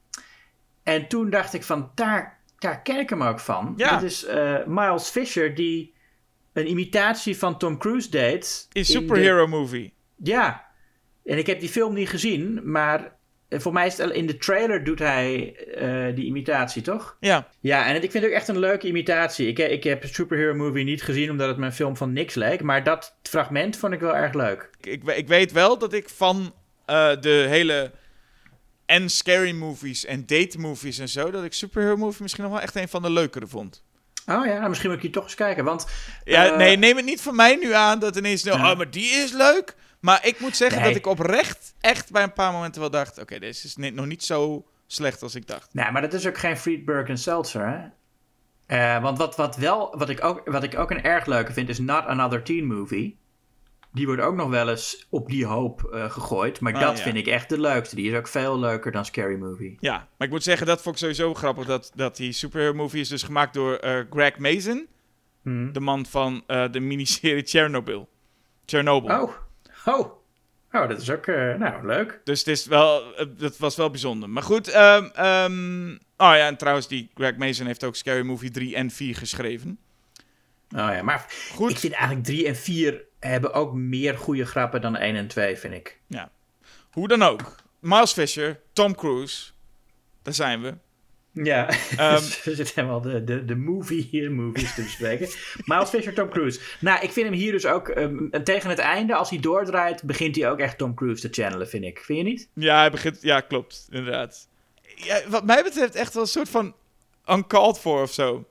En toen dacht ik van, daar, daar ken ik hem ook van. Ja. Dat is uh, Miles Fisher die een imitatie van Tom Cruise deed. In Superhero de... Movie. Ja. En ik heb die film niet gezien, maar voor mij is het in de trailer doet hij uh, die imitatie, toch? Ja. Ja, en het, ik vind het ook echt een leuke imitatie. Ik, ik heb Superhero Movie niet gezien omdat het me een film van niks leek. Maar dat fragment vond ik wel erg leuk. Ik, ik, ik weet wel dat ik van uh, de hele... En scary movies en date movies en zo... dat ik Superhero Movie misschien nog wel echt een van de leukere vond. Oh ja, nou, misschien moet ik hier toch eens kijken, want... Ja, uh, nee, neem het niet van mij nu aan dat ineens... Nou, ja. Oh, maar die is leuk. Maar ik moet zeggen nee. dat ik oprecht echt bij een paar momenten wel dacht... Oké, okay, deze is niet, nog niet zo slecht als ik dacht. Nee, maar dat is ook geen Friedberg en Seltzer, hè? Uh, want wat, wat, wel, wat, ik ook, wat ik ook een erg leuke vind is Not Another Teen Movie. Die wordt ook nog wel eens op die hoop uh, gegooid. Maar ah, dat ja. vind ik echt de leukste. Die is ook veel leuker dan Scary Movie. Ja, maar ik moet zeggen, dat vond ik sowieso grappig. Dat, dat die Superhero Movie is dus gemaakt door uh, Greg Mason. Hmm. De man van uh, de miniserie Chernobyl. Chernobyl. Oh, oh. Oh, dat is ook, uh, nou, leuk. Dus het is wel, uh, dat was wel bijzonder. Maar goed, um, um, oh ja, en trouwens, die Greg Mason heeft ook Scary Movie drie en vier geschreven. Oh ja, maar goed. Ik vind eigenlijk drie en vier hebben ook meer goede grappen dan één en twee, vind ik. Ja. Hoe dan ook. Miles Fisher, Tom Cruise. Daar zijn we. Ja, Um, we zitten helemaal de, de, de movie hier, movies te bespreken. Miles Fisher, Tom Cruise. Nou, ik vind hem hier dus ook, um, tegen het einde, als hij doordraait, begint hij ook echt Tom Cruise te channelen, vind ik. Vind je niet? Ja, hij begint, ja, klopt, inderdaad. Ja, wat mij betreft echt wel een soort van uncalled for of zo.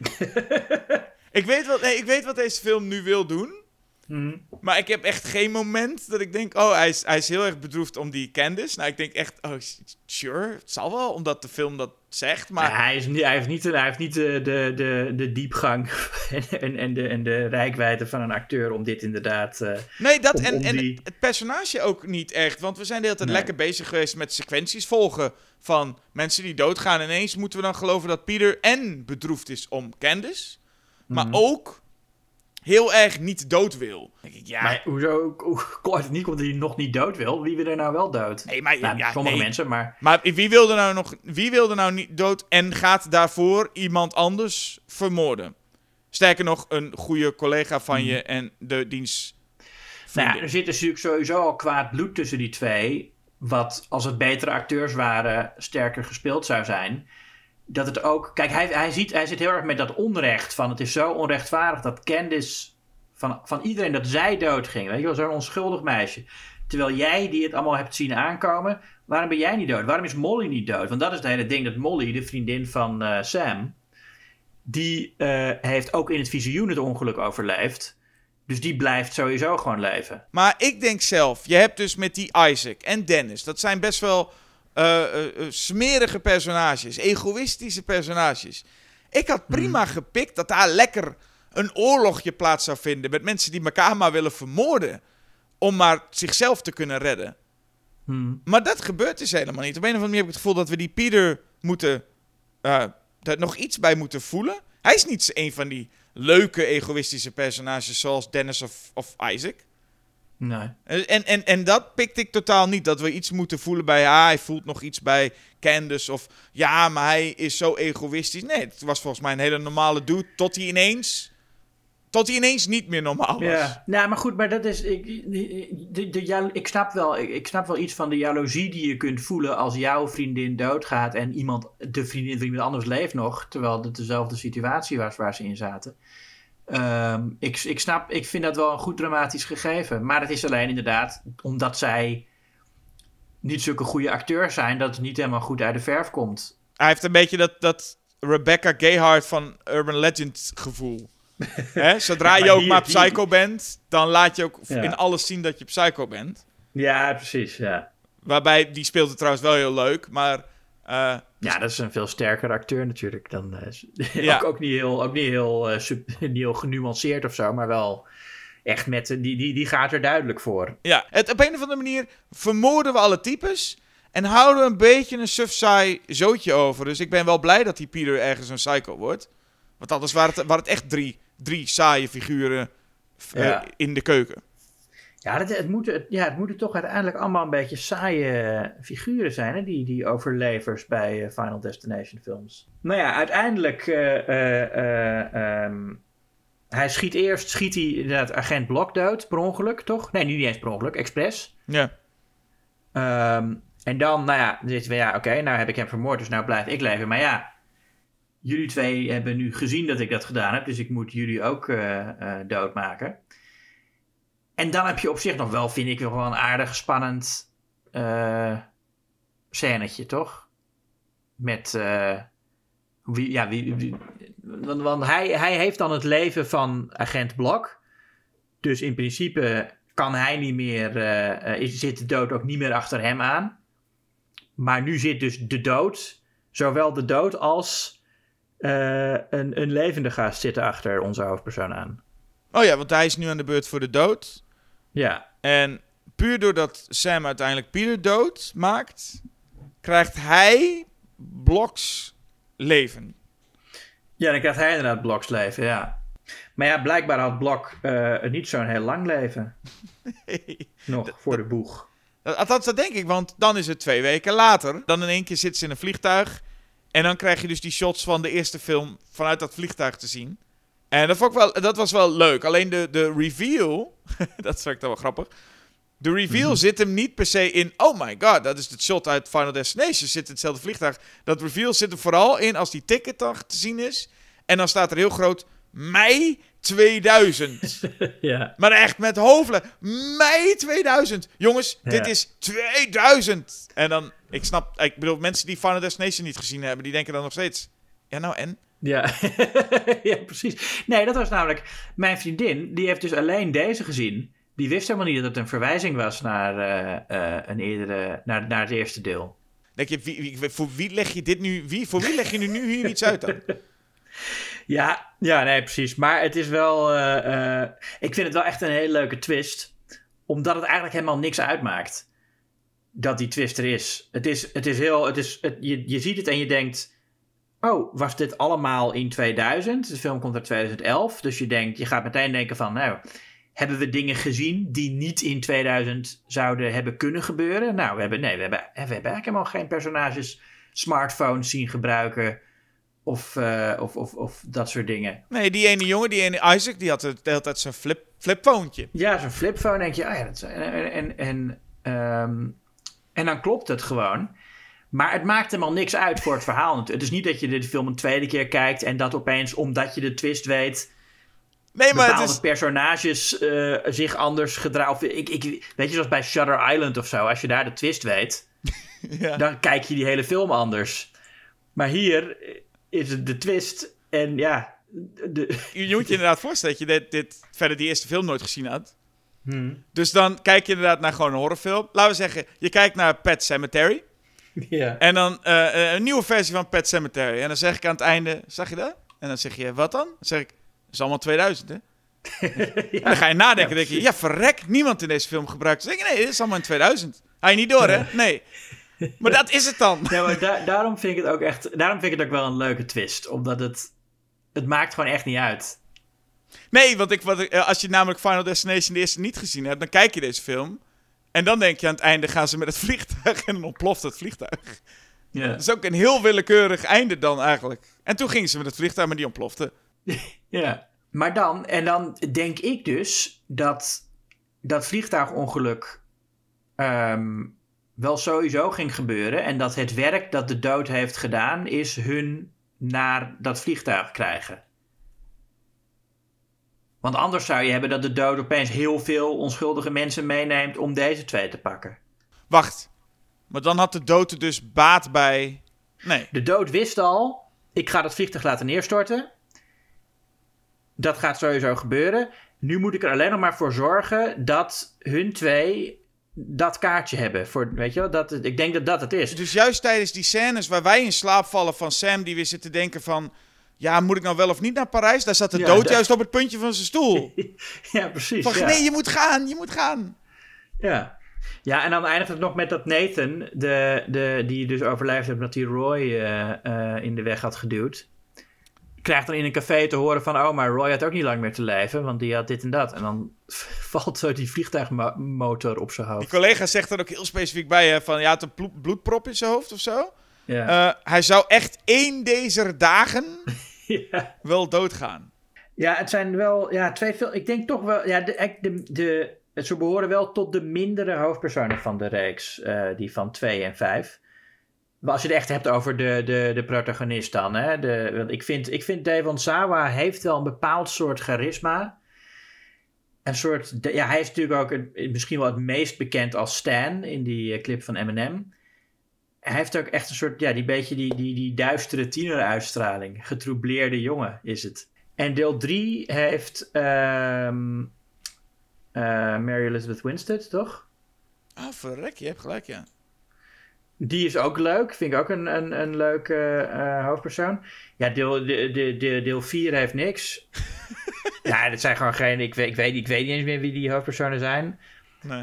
ik, weet wat, nee, ik weet wat deze film nu wil doen. Mm-hmm. Maar ik heb echt geen moment dat ik denk... Oh, hij is, hij is heel erg bedroefd om die Candice. Nou, ik denk echt... Oh, sure, het zal wel, omdat de film dat zegt, maar... Ja, hij, is niet, hij heeft niet, hij heeft niet de, de, de, de diepgang en, en, de, en de reikwijdte van een acteur om dit inderdaad... Uh, nee, dat om, en, om en die... het personage ook niet echt. Want we zijn de hele tijd nee. lekker bezig geweest met sequenties volgen... van mensen die doodgaan. Ineens moeten we dan geloven dat Peter en bedroefd is om Candice... maar Mm-hmm. ook... heel erg niet dood wil. Denk ik, ja. Maar hoezo hoe, komt het niet omdat hij nog niet dood wil? Wie wil er nou wel dood? Nee, maar, nou, ja, sommige nee. mensen, maar... Maar wie wilde nou nog... Wie wilde nou niet dood en gaat daarvoor iemand anders vermoorden? Sterker nog, een goede collega van je en de dienst. Nou ja, er zit natuurlijk sowieso al kwaad bloed tussen die twee... wat, als het betere acteurs waren, sterker gespeeld zou zijn... Dat het ook... Kijk, hij, hij, ziet, hij zit heel erg met dat onrecht van... Het is zo onrechtvaardig dat Candice... Van, van iedereen dat zij doodging. Weet je wel, zo'n onschuldig meisje. Terwijl jij, die het allemaal hebt zien aankomen... Waarom ben jij niet dood? Waarom is Molly niet dood? Want dat is het hele ding dat Molly, de vriendin van uh, Sam... Die uh, heeft ook in het visioen het ongeluk overleefd. Dus die blijft sowieso gewoon leven. Maar ik denk zelf, je hebt dus met die Isaac en Dennis, dat zijn best wel uh, uh, uh, smerige personages, egoïstische personages. Ik had prima hmm. gepikt dat daar lekker een oorlogje plaats zou vinden met mensen die elkaar maar willen vermoorden, om maar zichzelf te kunnen redden. Hmm. Maar dat gebeurt dus helemaal niet. Op een of andere manier heb ik het gevoel dat we die Peter moeten, uh, daar nog iets bij moeten voelen. Hij is niet een van die leuke, egoïstische personages zoals Dennis of, of Isaac. Nee. En, en, en dat pikte ik totaal niet. Dat we iets moeten voelen bij... Ja, hij voelt nog iets bij Candace. Of ja, maar hij is zo egoïstisch. Nee, het was volgens mij een hele normale dude. Tot hij ineens... Tot hij ineens niet meer normaal was. Ja, nou, maar goed, maar dat is... Ik, de, de, de, ik, snap wel, ik, ik snap wel iets van de jaloezie die je kunt voelen als jouw vriendin doodgaat en iemand, de vriendin van iemand anders leeft nog, terwijl het dezelfde situatie was waar ze in zaten. Um, ik, ik snap, ik vind dat wel een goed dramatisch gegeven. Maar het is alleen inderdaad, omdat zij niet zulke goede acteurs zijn, dat het niet helemaal goed uit de verf komt. Hij heeft een beetje dat, dat Rebecca Gayheart van Urban Legend gevoel. Hè? Zodra ja, maar je ook hier, maar psycho hier... bent, dan laat je ook ja. in alles zien dat je psycho bent. Ja, precies, ja. Waarbij, die speelt het trouwens wel heel leuk, maar... Uh, ja, dat is een veel sterker acteur natuurlijk dan... Uh, ja. ook, ook niet heel, ook niet heel, uh, sub, niet heel genuanceerd of zo, maar wel echt met... Uh, die, die, die gaat er duidelijk voor. Ja, het, op een of andere manier vermoorden we alle types en houden we een beetje een suf-saai zootje over. Dus ik ben wel blij dat die Peter ergens een psycho wordt. Want anders waren het, waren het echt drie, drie saaie figuren uh, ja. in de keuken. Ja, het, het, moeten, het, ja, het moeten toch uiteindelijk allemaal een beetje saaie figuren zijn, hè? Die, die overlevers bij uh, Final Destination films. Nou ja, uiteindelijk... Uh, uh, uh, um, hij schiet eerst, schiet hij inderdaad agent Blok dood, per ongeluk, toch? Nee, niet eens per ongeluk, expres. Ja. Um, en dan, nou ja, dan zitten we, ja, oké, okay, nou heb ik hem vermoord, dus nou blijf ik leven. Maar ja, jullie twee hebben nu gezien dat ik dat gedaan heb, dus ik moet jullie ook uh, uh, doodmaken. En dan heb je op zich nog wel, vind ik, nog wel een aardig spannend uh, scènetje, toch? Met, uh, wie, ja, wie, wie, want, want hij, hij heeft dan het leven van agent Blok. Dus in principe kan hij niet meer, uh, is, zit de dood ook niet meer achter hem aan. Maar nu zit dus de dood, zowel de dood als uh, een, een levende gast zitten achter onze hoofdpersoon aan. Oh ja, want hij is nu aan de beurt voor de dood. Ja. En puur doordat Sam uiteindelijk Peter dood maakt, krijgt hij Bloks leven. Ja, dan krijgt hij inderdaad Bloks leven, ja. Maar ja, blijkbaar had Blok uh, niet zo'n heel lang leven. Nee. Nog, d- voor d- de boeg. Althans, dat denk ik, want dan is het twee weken later. Dan in één keer zit ze in een vliegtuig. En dan krijg je dus die shots van de eerste film vanuit dat vliegtuig te zien. En dat, vond ik wel, dat was wel leuk. Alleen de, de reveal, dat vond ik dan wel grappig. De reveal mm-hmm. zit hem niet per se in, oh my god, dat is het shot uit Final Destination, zit in hetzelfde vliegtuig. Dat reveal zit er vooral in als die ticket dan te zien is. En dan staat er heel groot, mei tweeduizend. Ja. Maar echt met hoofdletters, mei tweeduizend. Jongens, ja. Dit is tweeduizend. En dan, ik snap, ik bedoel, mensen die Final Destination niet gezien hebben, die denken dan nog steeds, ja nou en? Ja. Ja, precies. Nee, dat was namelijk mijn vriendin. Die heeft dus alleen deze gezien. Die wist helemaal niet dat het een verwijzing was naar, uh, uh, een eerdere, naar, naar het eerste deel. Denk je, wie, wie, voor wie leg je dit nu? Wie, voor wie leg je nu, nu hier iets uit dan? Ja, ja, nee, precies. Maar het is wel... Uh, uh, ik vind het wel echt een hele leuke twist. Omdat het eigenlijk helemaal niks uitmaakt. Dat die twist er is. Het is, het is heel... Het is, het, je, je ziet het en je denkt... Oh, was dit allemaal in tweeduizend? De film komt uit tweeduizend elf. Dus je denkt, je gaat meteen denken van... Nou, hebben we dingen gezien die niet in tweeduizend zouden hebben kunnen gebeuren? Nou, we hebben, nee, we hebben, we hebben eigenlijk helemaal geen personages smartphones zien gebruiken... Of, uh, of, of, of dat soort dingen. Nee, die ene jongen, die ene Isaac, die had de hele tijd zo'n flip, flipphonetje. Ja, zo'n flipphone, denk je. Ah ja, dat is, en, en, en, um, en dan klopt het gewoon... Maar het maakt helemaal niks uit voor het verhaal. Het is niet dat je de film een tweede keer kijkt... en dat opeens, omdat je de twist weet... Nee, maar bepaalde het is... personages uh, zich anders gedragen. Ik, ik, weet je, zoals bij Shutter Island of zo... als je daar de twist weet... ja. Dan kijk je die hele film anders. Maar hier is het de twist... en ja, De... Je moet je inderdaad voorstellen dat je dit, dit verder die eerste film nooit gezien had. Hmm. Dus dan kijk je inderdaad naar gewoon een horrorfilm. Laten we zeggen, je kijkt naar Pet Sematary. Ja. En dan uh, een nieuwe versie van Pet Sematary. En dan zeg ik aan het einde, zag je dat? En dan zeg je, wat dan? Dan zeg ik, dat is allemaal tweeduizend, hè? Ja. En dan ga je nadenken, ja, denk je, ja, verrek, niemand in deze film gebruikt. Dan denk je, nee, dit is allemaal in tweeduizend. Ga je niet door, hè? Nee. Maar dat is het dan. Ja, maar da- daarom vind ik het ook echt, daarom vind ik het ook wel een leuke twist. Omdat het, het maakt gewoon echt niet uit. Nee, want ik, wat ik, als je namelijk Final Destination de eerste niet gezien hebt, dan kijk je deze film. En dan denk je aan het einde gaan ze met het vliegtuig en dan ontploft het vliegtuig. Ja. Dat is ook een heel willekeurig einde dan eigenlijk. En toen gingen ze met het vliegtuig, maar die ontplofte. Ja. Maar dan, en dan denk ik dus dat dat vliegtuigongeluk um, wel sowieso ging gebeuren. En dat het werk dat de dood heeft gedaan, is hun naar dat vliegtuig krijgen. Want anders zou je hebben dat de dood opeens heel veel onschuldige mensen meeneemt om deze twee te pakken. Wacht, maar dan had de dood er dus baat bij... Nee. De dood wist al, ik ga dat vliegtuig laten neerstorten. Dat gaat sowieso gebeuren. Nu moet ik er alleen nog maar voor zorgen dat hun twee dat kaartje hebben. Voor, weet je wel, dat, ik denk dat dat het is. Dus juist tijdens die scènes waar wij in slaap vallen van Sam, die weer zit te denken van... Ja, moet ik nou wel of niet naar Parijs? Daar zat de ja, dood dat... juist op het puntje van zijn stoel. Ja, precies. Van, ja. Nee, je moet gaan, je moet gaan. Ja. Ja, en dan eindigt het nog met dat Nathan, de, de, die dus overleefd heeft omdat hij Roy uh, uh, in de weg had geduwd, krijgt dan in een café te horen van, oh, maar Roy had ook niet lang meer te leven, want die had dit en dat. En dan valt zo die vliegtuigmotor op zijn hoofd. Die collega zegt er ook heel specifiek bij, hè, van, ja, had een bloedprop in zijn hoofd of zo. Ja. Uh, hij zou echt één deze dagen ja. wel doodgaan. Ja, het zijn wel, ja, twee veel. Ik denk toch wel, ja, de, de, de, ze behoren wel tot de mindere hoofdpersonen van de reeks, uh, die van twee en vijf. Maar als je het echt hebt over de, de, de protagonist dan, hè. De, want ik vind, ik vind Devon Sawa heeft wel een bepaald soort charisma. Een soort, de, ja, hij is natuurlijk ook een, misschien wel het meest bekend als Stan in die uh, clip van Eminem. Hij heeft ook echt een soort, ja, die beetje die, die, die duistere tieneruitstraling. Getroubleerde jongen is het. En deel drie heeft um, uh, Mary Elizabeth Winstead, toch? Ah, oh, verrek, je hebt gelijk, ja. Die is ook leuk. Vind ik ook een, een, een leuke uh, hoofdpersoon. Ja, deel, de, de, de, deel vier heeft niks. Ja, dat zijn gewoon geen... Ik weet, ik, weet, ik weet niet eens meer wie die hoofdpersonen zijn. Nee.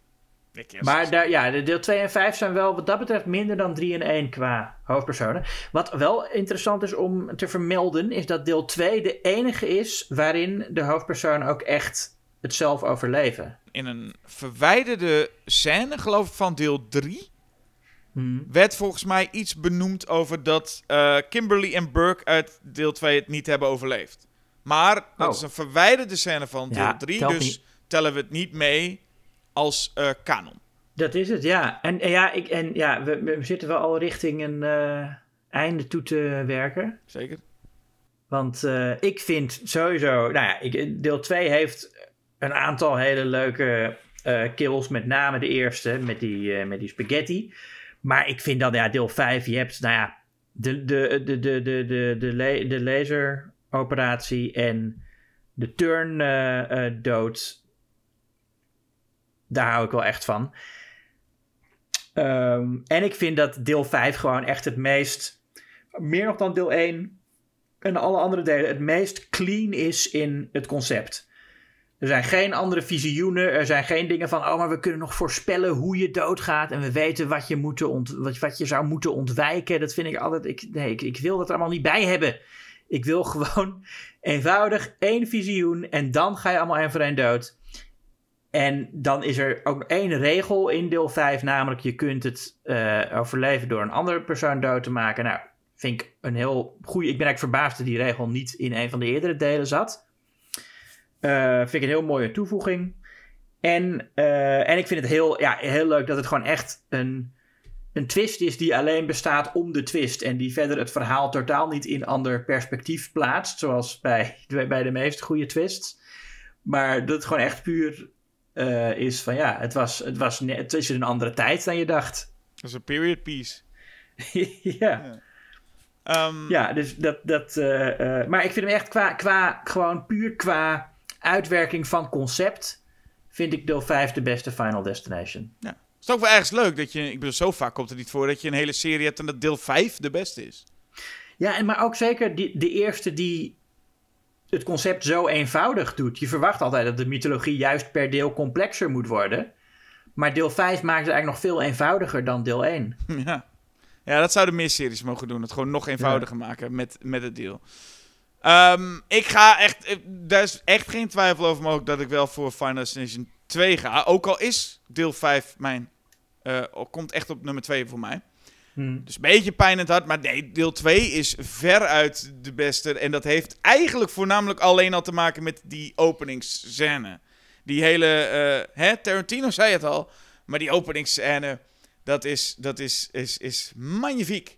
Maar daar, ja, de deel twee en vijf zijn wel wat dat betreft minder dan drie en één qua hoofdpersonen. Wat wel interessant is om te vermelden, is dat deel twee de enige is waarin de hoofdpersonen ook echt het zelf overleven. In een verwijderde scène, geloof ik, van deel drie... Hmm. werd volgens mij iets benoemd over dat uh, Kimberly en Burke uit deel twee het niet hebben overleefd. Maar dat oh. is een verwijderde scène van deel ja, drie, dus niet. tellen we het niet mee als uh, kanon. Dat is het, ja. En, en ja, ik, en, ja we, we zitten wel al richting een uh, einde toe te werken. Zeker. Want uh, ik vind sowieso... Nou ja, ik, deel twee heeft een aantal hele leuke uh, kills. Met name de eerste, met die, uh, met die spaghetti. Maar ik vind dat, ja, deel vijf, je hebt, nou ja, de, de, de, de, de, de, de, le- de laseroperatie en de turn uh, uh, dood. Daar hou ik wel echt van. Um, en ik vind dat deel vijf gewoon echt het meest, meer nog dan deel één en alle andere delen, het meest clean is in het concept. Er zijn geen andere visioenen. Er zijn geen dingen van, oh, maar we kunnen nog voorspellen hoe je doodgaat. En we weten wat je, moet ont- wat, wat je zou moeten ontwijken. Dat vind ik altijd... Ik, nee, ik, ik wil dat er allemaal niet bij hebben. Ik wil gewoon eenvoudig één visioen. En dan ga je allemaal één voor één dood. En dan is er ook één regel in deel vijf. Namelijk, je kunt het uh, overleven door een andere persoon dood te maken. Nou, vind ik een heel goede... Ik ben eigenlijk verbaasd dat die regel niet in een van de eerdere delen zat. Uh, vind ik een heel mooie toevoeging. En, uh, en ik vind het heel, ja, heel leuk dat het gewoon echt een, een twist is die alleen bestaat om de twist. En die verder het verhaal totaal niet in ander perspectief plaatst. Zoals bij, bij de meest goede twists. Maar dat het gewoon echt puur uh, is van ja, het was, het was net, het is een andere tijd dan je dacht. Dat is een period piece. ja. Um, Ja, dus dat... dat uh, uh, maar ik vind hem echt qua, qua... Gewoon puur qua uitwerking van concept... vind ik deel vijf de beste Final Destination. Ja. Het is ook wel ergens leuk dat je... Ik bedoel, zo vaak komt het niet voor dat je een hele serie hebt... en dat deel vijf de beste is. Ja, en maar ook zeker die, de eerste die het concept zo eenvoudig doet. Je verwacht altijd dat de mythologie juist per deel complexer moet worden. Maar deel vijf maakt het eigenlijk nog veel eenvoudiger dan deel één. Ja, ja dat zouden meer series mogen doen. Het gewoon nog eenvoudiger ja. maken met, met het deel. Um, ik ga echt... Daar is echt geen twijfel over mogelijk dat ik wel voor Final Destination twee ga. Ook al is deel vijf mijn... Uh, komt echt op nummer twee voor mij. Hmm. Dus een beetje pijn in het hart. Maar nee, deel twee is veruit de beste. En dat heeft eigenlijk voornamelijk alleen al te maken met die openingsscène. Die hele... Uh, hè, Tarantino zei het al. Maar die openingsscène... Dat is, dat is, is, is magnifiek.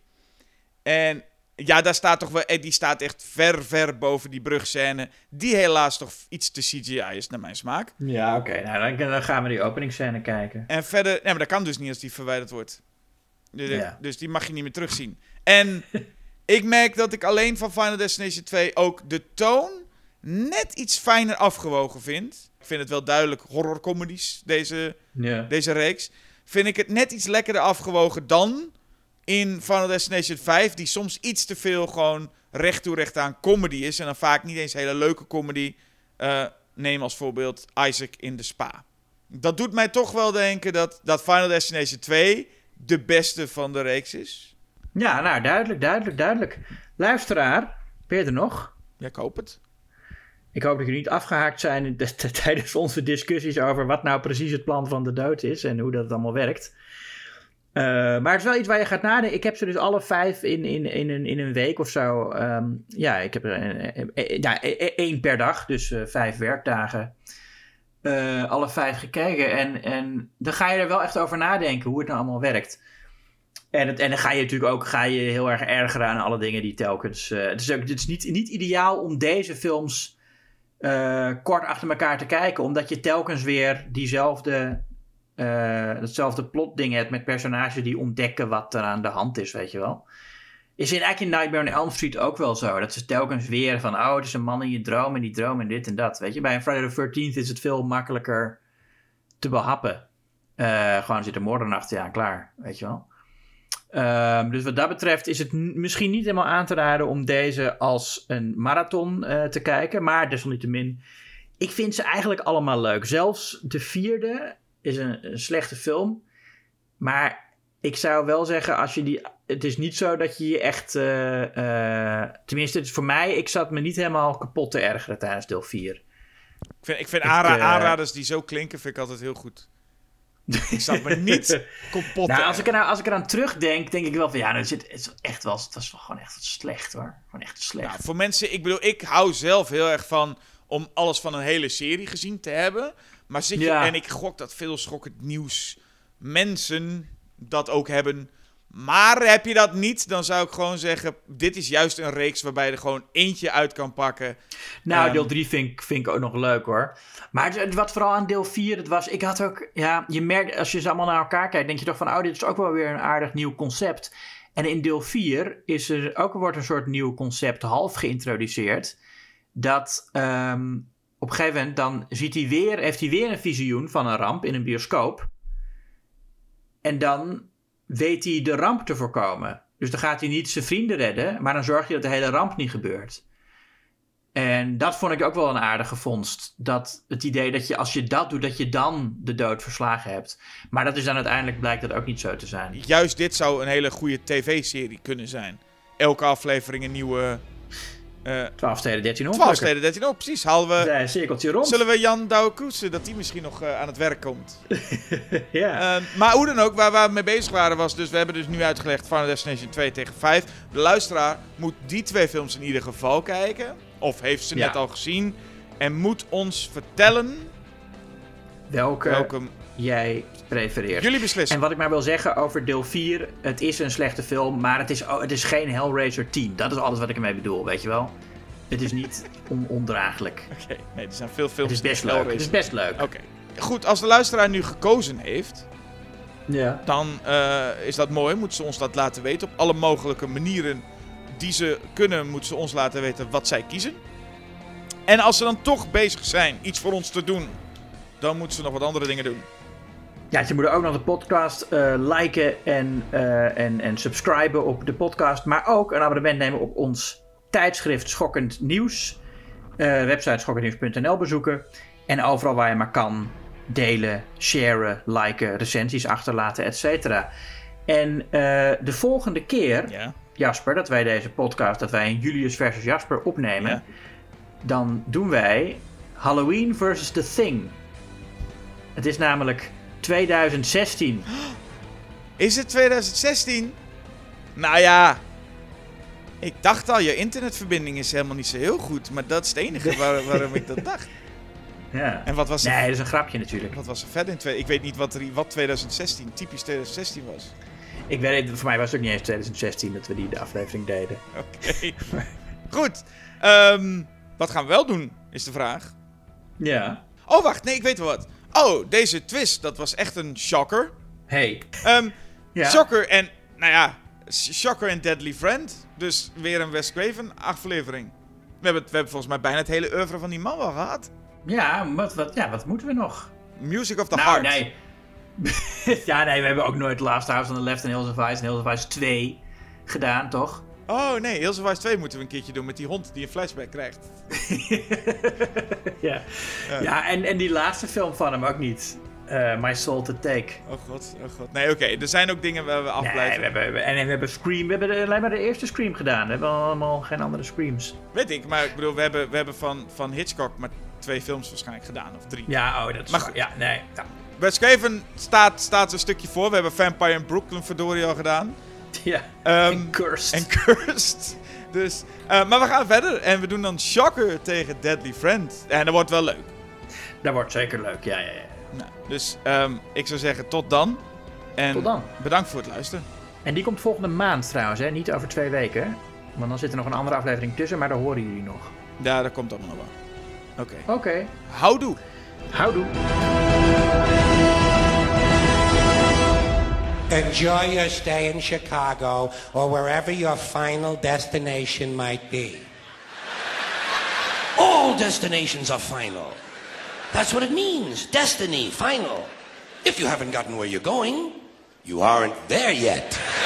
En ja, daar staat toch wel... Die staat echt ver, ver boven die brugscène. Die helaas toch iets te C G I is, naar mijn smaak. Ja, oké. Okay. Nou, dan, dan gaan we die openingsscène kijken. En verder... Nee, maar dat kan dus niet als die verwijderd wordt. Dus, ja. dus die mag je niet meer terugzien. En ik merk dat ik alleen van Final Destination twee ook de toon net iets fijner afgewogen vind. Ik vind het wel duidelijk horrorcomedies, deze, ja. deze reeks. Vind ik het net iets lekkerder afgewogen dan in Final Destination vijf, die soms iets te veel gewoon recht toe recht aan comedy is. En dan vaak niet eens hele leuke comedy. Uh, neem als voorbeeld Isaac in de Spa. Dat doet mij toch wel denken dat, dat Final Destination twee de beste van de reeks is. Ja, nou, duidelijk, duidelijk, duidelijk. Luisteraar, ben je er nog? Ja, ik hoop het. Ik hoop dat jullie niet afgehaakt zijn de, de, tijdens onze discussies over wat nou precies het plan van de dood is en hoe dat allemaal werkt. Uh, maar het is wel iets waar je gaat nadenken. Ik heb ze dus alle vijf in, in, in, een, in een week of zo. Um, ja, ik heb er een, een, ja, één per dag, dus uh, vijf werkdagen. Uh, alle vijf gekeken. En, en dan ga je er wel echt over nadenken hoe het nou allemaal werkt. En, het, en dan ga je natuurlijk ook ga je heel erg ergeren aan alle dingen die telkens... Uh, het is, ook, het is niet, niet ideaal om deze films uh, kort achter elkaar te kijken. Omdat je telkens weer diezelfde... Uh, hetzelfde plotding hebt met personages die ontdekken wat er aan de hand is, weet je wel. Is in eigenlijk in Nightmare on Elm Street ook wel zo. Dat ze telkens weer van, oh, het is een man in je droom en die droom en dit en dat. Weet je, bij een Friday the thirteenth is het veel makkelijker te behappen. Uh, gewoon zit een moordenaar achter je aan, klaar, weet je wel. Uh, dus wat dat betreft is het n- misschien niet helemaal aan te raden om deze als een marathon uh, te kijken. Maar desalniettemin, ik vind ze eigenlijk allemaal leuk. Zelfs de vierde is een, een slechte film. Maar ik zou wel zeggen, als je die... Het is niet zo dat je je echt... Uh, uh, tenminste, het is voor mij... Ik zat me niet helemaal kapot te ergeren tijdens deel vier. Ik vind, ik vind aanra- uh, aanraders die zo klinken, vind ik altijd heel goed. Ik zat me niet kapot nou, te als ik er nou, als ik eraan terugdenk, denk ik wel van... Ja, het is, het is echt wel... Het was wel gewoon echt slecht, hoor. Gewoon echt slecht. Nou, voor mensen... Ik bedoel, ik hou zelf heel erg van... om alles van een hele serie gezien te hebben. Maar zit je... Ja. En ik gok dat veel schokkend nieuws mensen dat ook hebben. Maar heb je dat niet, dan zou ik gewoon zeggen... Dit is juist een reeks waarbij je er gewoon eentje uit kan pakken. Nou, um, deel drie vind ik, vind ik ook nog leuk, hoor. Maar het, wat vooral aan deel vier, het was... Ik had ook... Ja, je merkt, als je ze allemaal naar elkaar kijkt... denk je toch van... Oh, dit is ook wel weer een aardig nieuw concept. En in deel vier is er ook wordt een soort nieuw concept half geïntroduceerd. Dat... Um, op een gegeven moment dan ziet hij weer, heeft hij weer een visioen van een ramp in een bioscoop. En dan weet hij de ramp te voorkomen. Dus dan gaat hij niet zijn vrienden redden, maar dan zorgt hij dat de hele ramp niet gebeurt. En dat vond ik ook wel een aardige vondst. Dat het idee dat je als je dat doet, dat je dan de dood verslagen hebt. Maar dat is dan uiteindelijk blijkt dat ook niet zo te zijn. Juist dit zou een hele goede tv-serie kunnen zijn. Elke aflevering een nieuwe... Uh, twaalf steden, dertien op. twaalf steden, dertien op, precies. Halen we... Een cirkeltje rond. Zullen we Jan Douwe Kroesen, dat die misschien nog uh, aan het werk komt. Ja. Uh, maar hoe dan ook, waar we mee bezig waren was... Dus we hebben dus nu uitgelegd Final Destination twee tegen vijf. De luisteraar moet die twee films in ieder geval kijken. Of heeft ze ja. net al gezien. En moet ons vertellen... Welke, welke jij prefereert. Jullie beslissen. En wat ik maar wil zeggen over deel vier... Het is een slechte film, maar het is, oh, het is geen Hellraiser tien. Dat is alles wat ik ermee bedoel, weet je wel. Het is niet on- ondraaglijk. Oké, okay. Nee, er zijn veel films... Het is best leuk. Hellraiser. Het is best leuk. Oké. Okay. Goed, als de luisteraar nu gekozen heeft... Ja. Dan uh, is dat mooi. Moeten ze ons dat laten weten op alle mogelijke manieren die ze kunnen, moeten ze ons laten weten wat zij kiezen. En als ze dan toch bezig zijn iets voor ons te doen, dan moeten ze nog wat andere dingen doen. Ja, ze moeten ook nog de podcast uh, liken en, uh, en, en subscriben op de podcast. Maar ook een abonnement nemen op ons tijdschrift Schokkend Nieuws. Uh, website schokkendnieuws punt n l bezoeken. En overal waar je maar kan delen, sharen, liken, recensies achterlaten, et cetera. En uh, de volgende keer, Ja. Jasper, dat wij deze podcast, dat wij een Julius versus Jasper opnemen. Ja. Dan doen wij Halloween versus The Thing. Het is namelijk twintig zestien. Is het twintig zestien? Nou ja, ik dacht al, je internetverbinding is helemaal niet zo heel goed. Maar dat is het enige waar, waarom ik dat dacht. Ja. En wat was er, Nee, dat is een grapje natuurlijk. wat was er verder in twee? Ik weet niet wat, er, wat twintig zestien, typisch twintig zestien was. Ik weet, voor mij was het ook niet eens twintig zestien dat we die de aflevering deden. Oké. Goed. Um, wat gaan we wel doen, is de vraag. Ja. Oh, wacht. Nee, ik weet wel wat. Oh, deze twist, dat was echt een shocker. Hey. Um, Ja. Shocker en, nou ja, Shocker en Deadly Friend. Dus weer een Wes Craven aflevering. We hebben, we hebben volgens mij bijna het hele oeuvre van die man wel gehad. Ja, wat, wat, ja, wat moeten we nog? Music of the nou, Heart. nee. ja, nee, we hebben ook nooit Last House on the Left en Hills of Ice en Hills of Ice twee gedaan, toch? Oh nee, Hills of Ice twee moeten we een keertje doen met die hond die een flashback krijgt. ja, Ja. ja en, en die laatste film van hem ook niet. Uh, My Soul to Take. Oh god, oh god. Nee, oké, er zijn ook dingen waar we afblijven. Nee, we hebben, we hebben- en we hebben Scream, we hebben de, alleen maar de eerste Scream gedaan. We hebben allemaal geen andere Screams. Weet ik, maar ik bedoel, we hebben, we hebben van, van Hitchcock maar twee films waarschijnlijk gedaan, of drie. Ja, oh, dat is Maar waar. goed. Ja, nee. Ja. Wes Craven staat, staat een stukje voor. We hebben Vampire in Brooklyn verdorie al gedaan. ja. Ehm, en Cursed. En Cursed. Dus, uh, maar we gaan verder en we doen dan Shocker tegen Deadly Friend. En dat wordt wel leuk. Dat wordt zeker leuk, ja, ja, ja. Nou, dus um, ik zou zeggen tot dan. En Tot dan. bedankt voor het luisteren. En die komt volgende maand trouwens, hè? Niet over twee weken. Want dan zit er nog een andere aflevering tussen, maar daar horen jullie nog. Ja, dat komt allemaal nog wel. Oké. Oké. Okay. Houdoe. Houdoe. Enjoy your stay in Chicago or wherever your final destination might be. All destinations are final. That's what it means. Destiny, final. If you haven't gotten where you're going, you aren't there yet.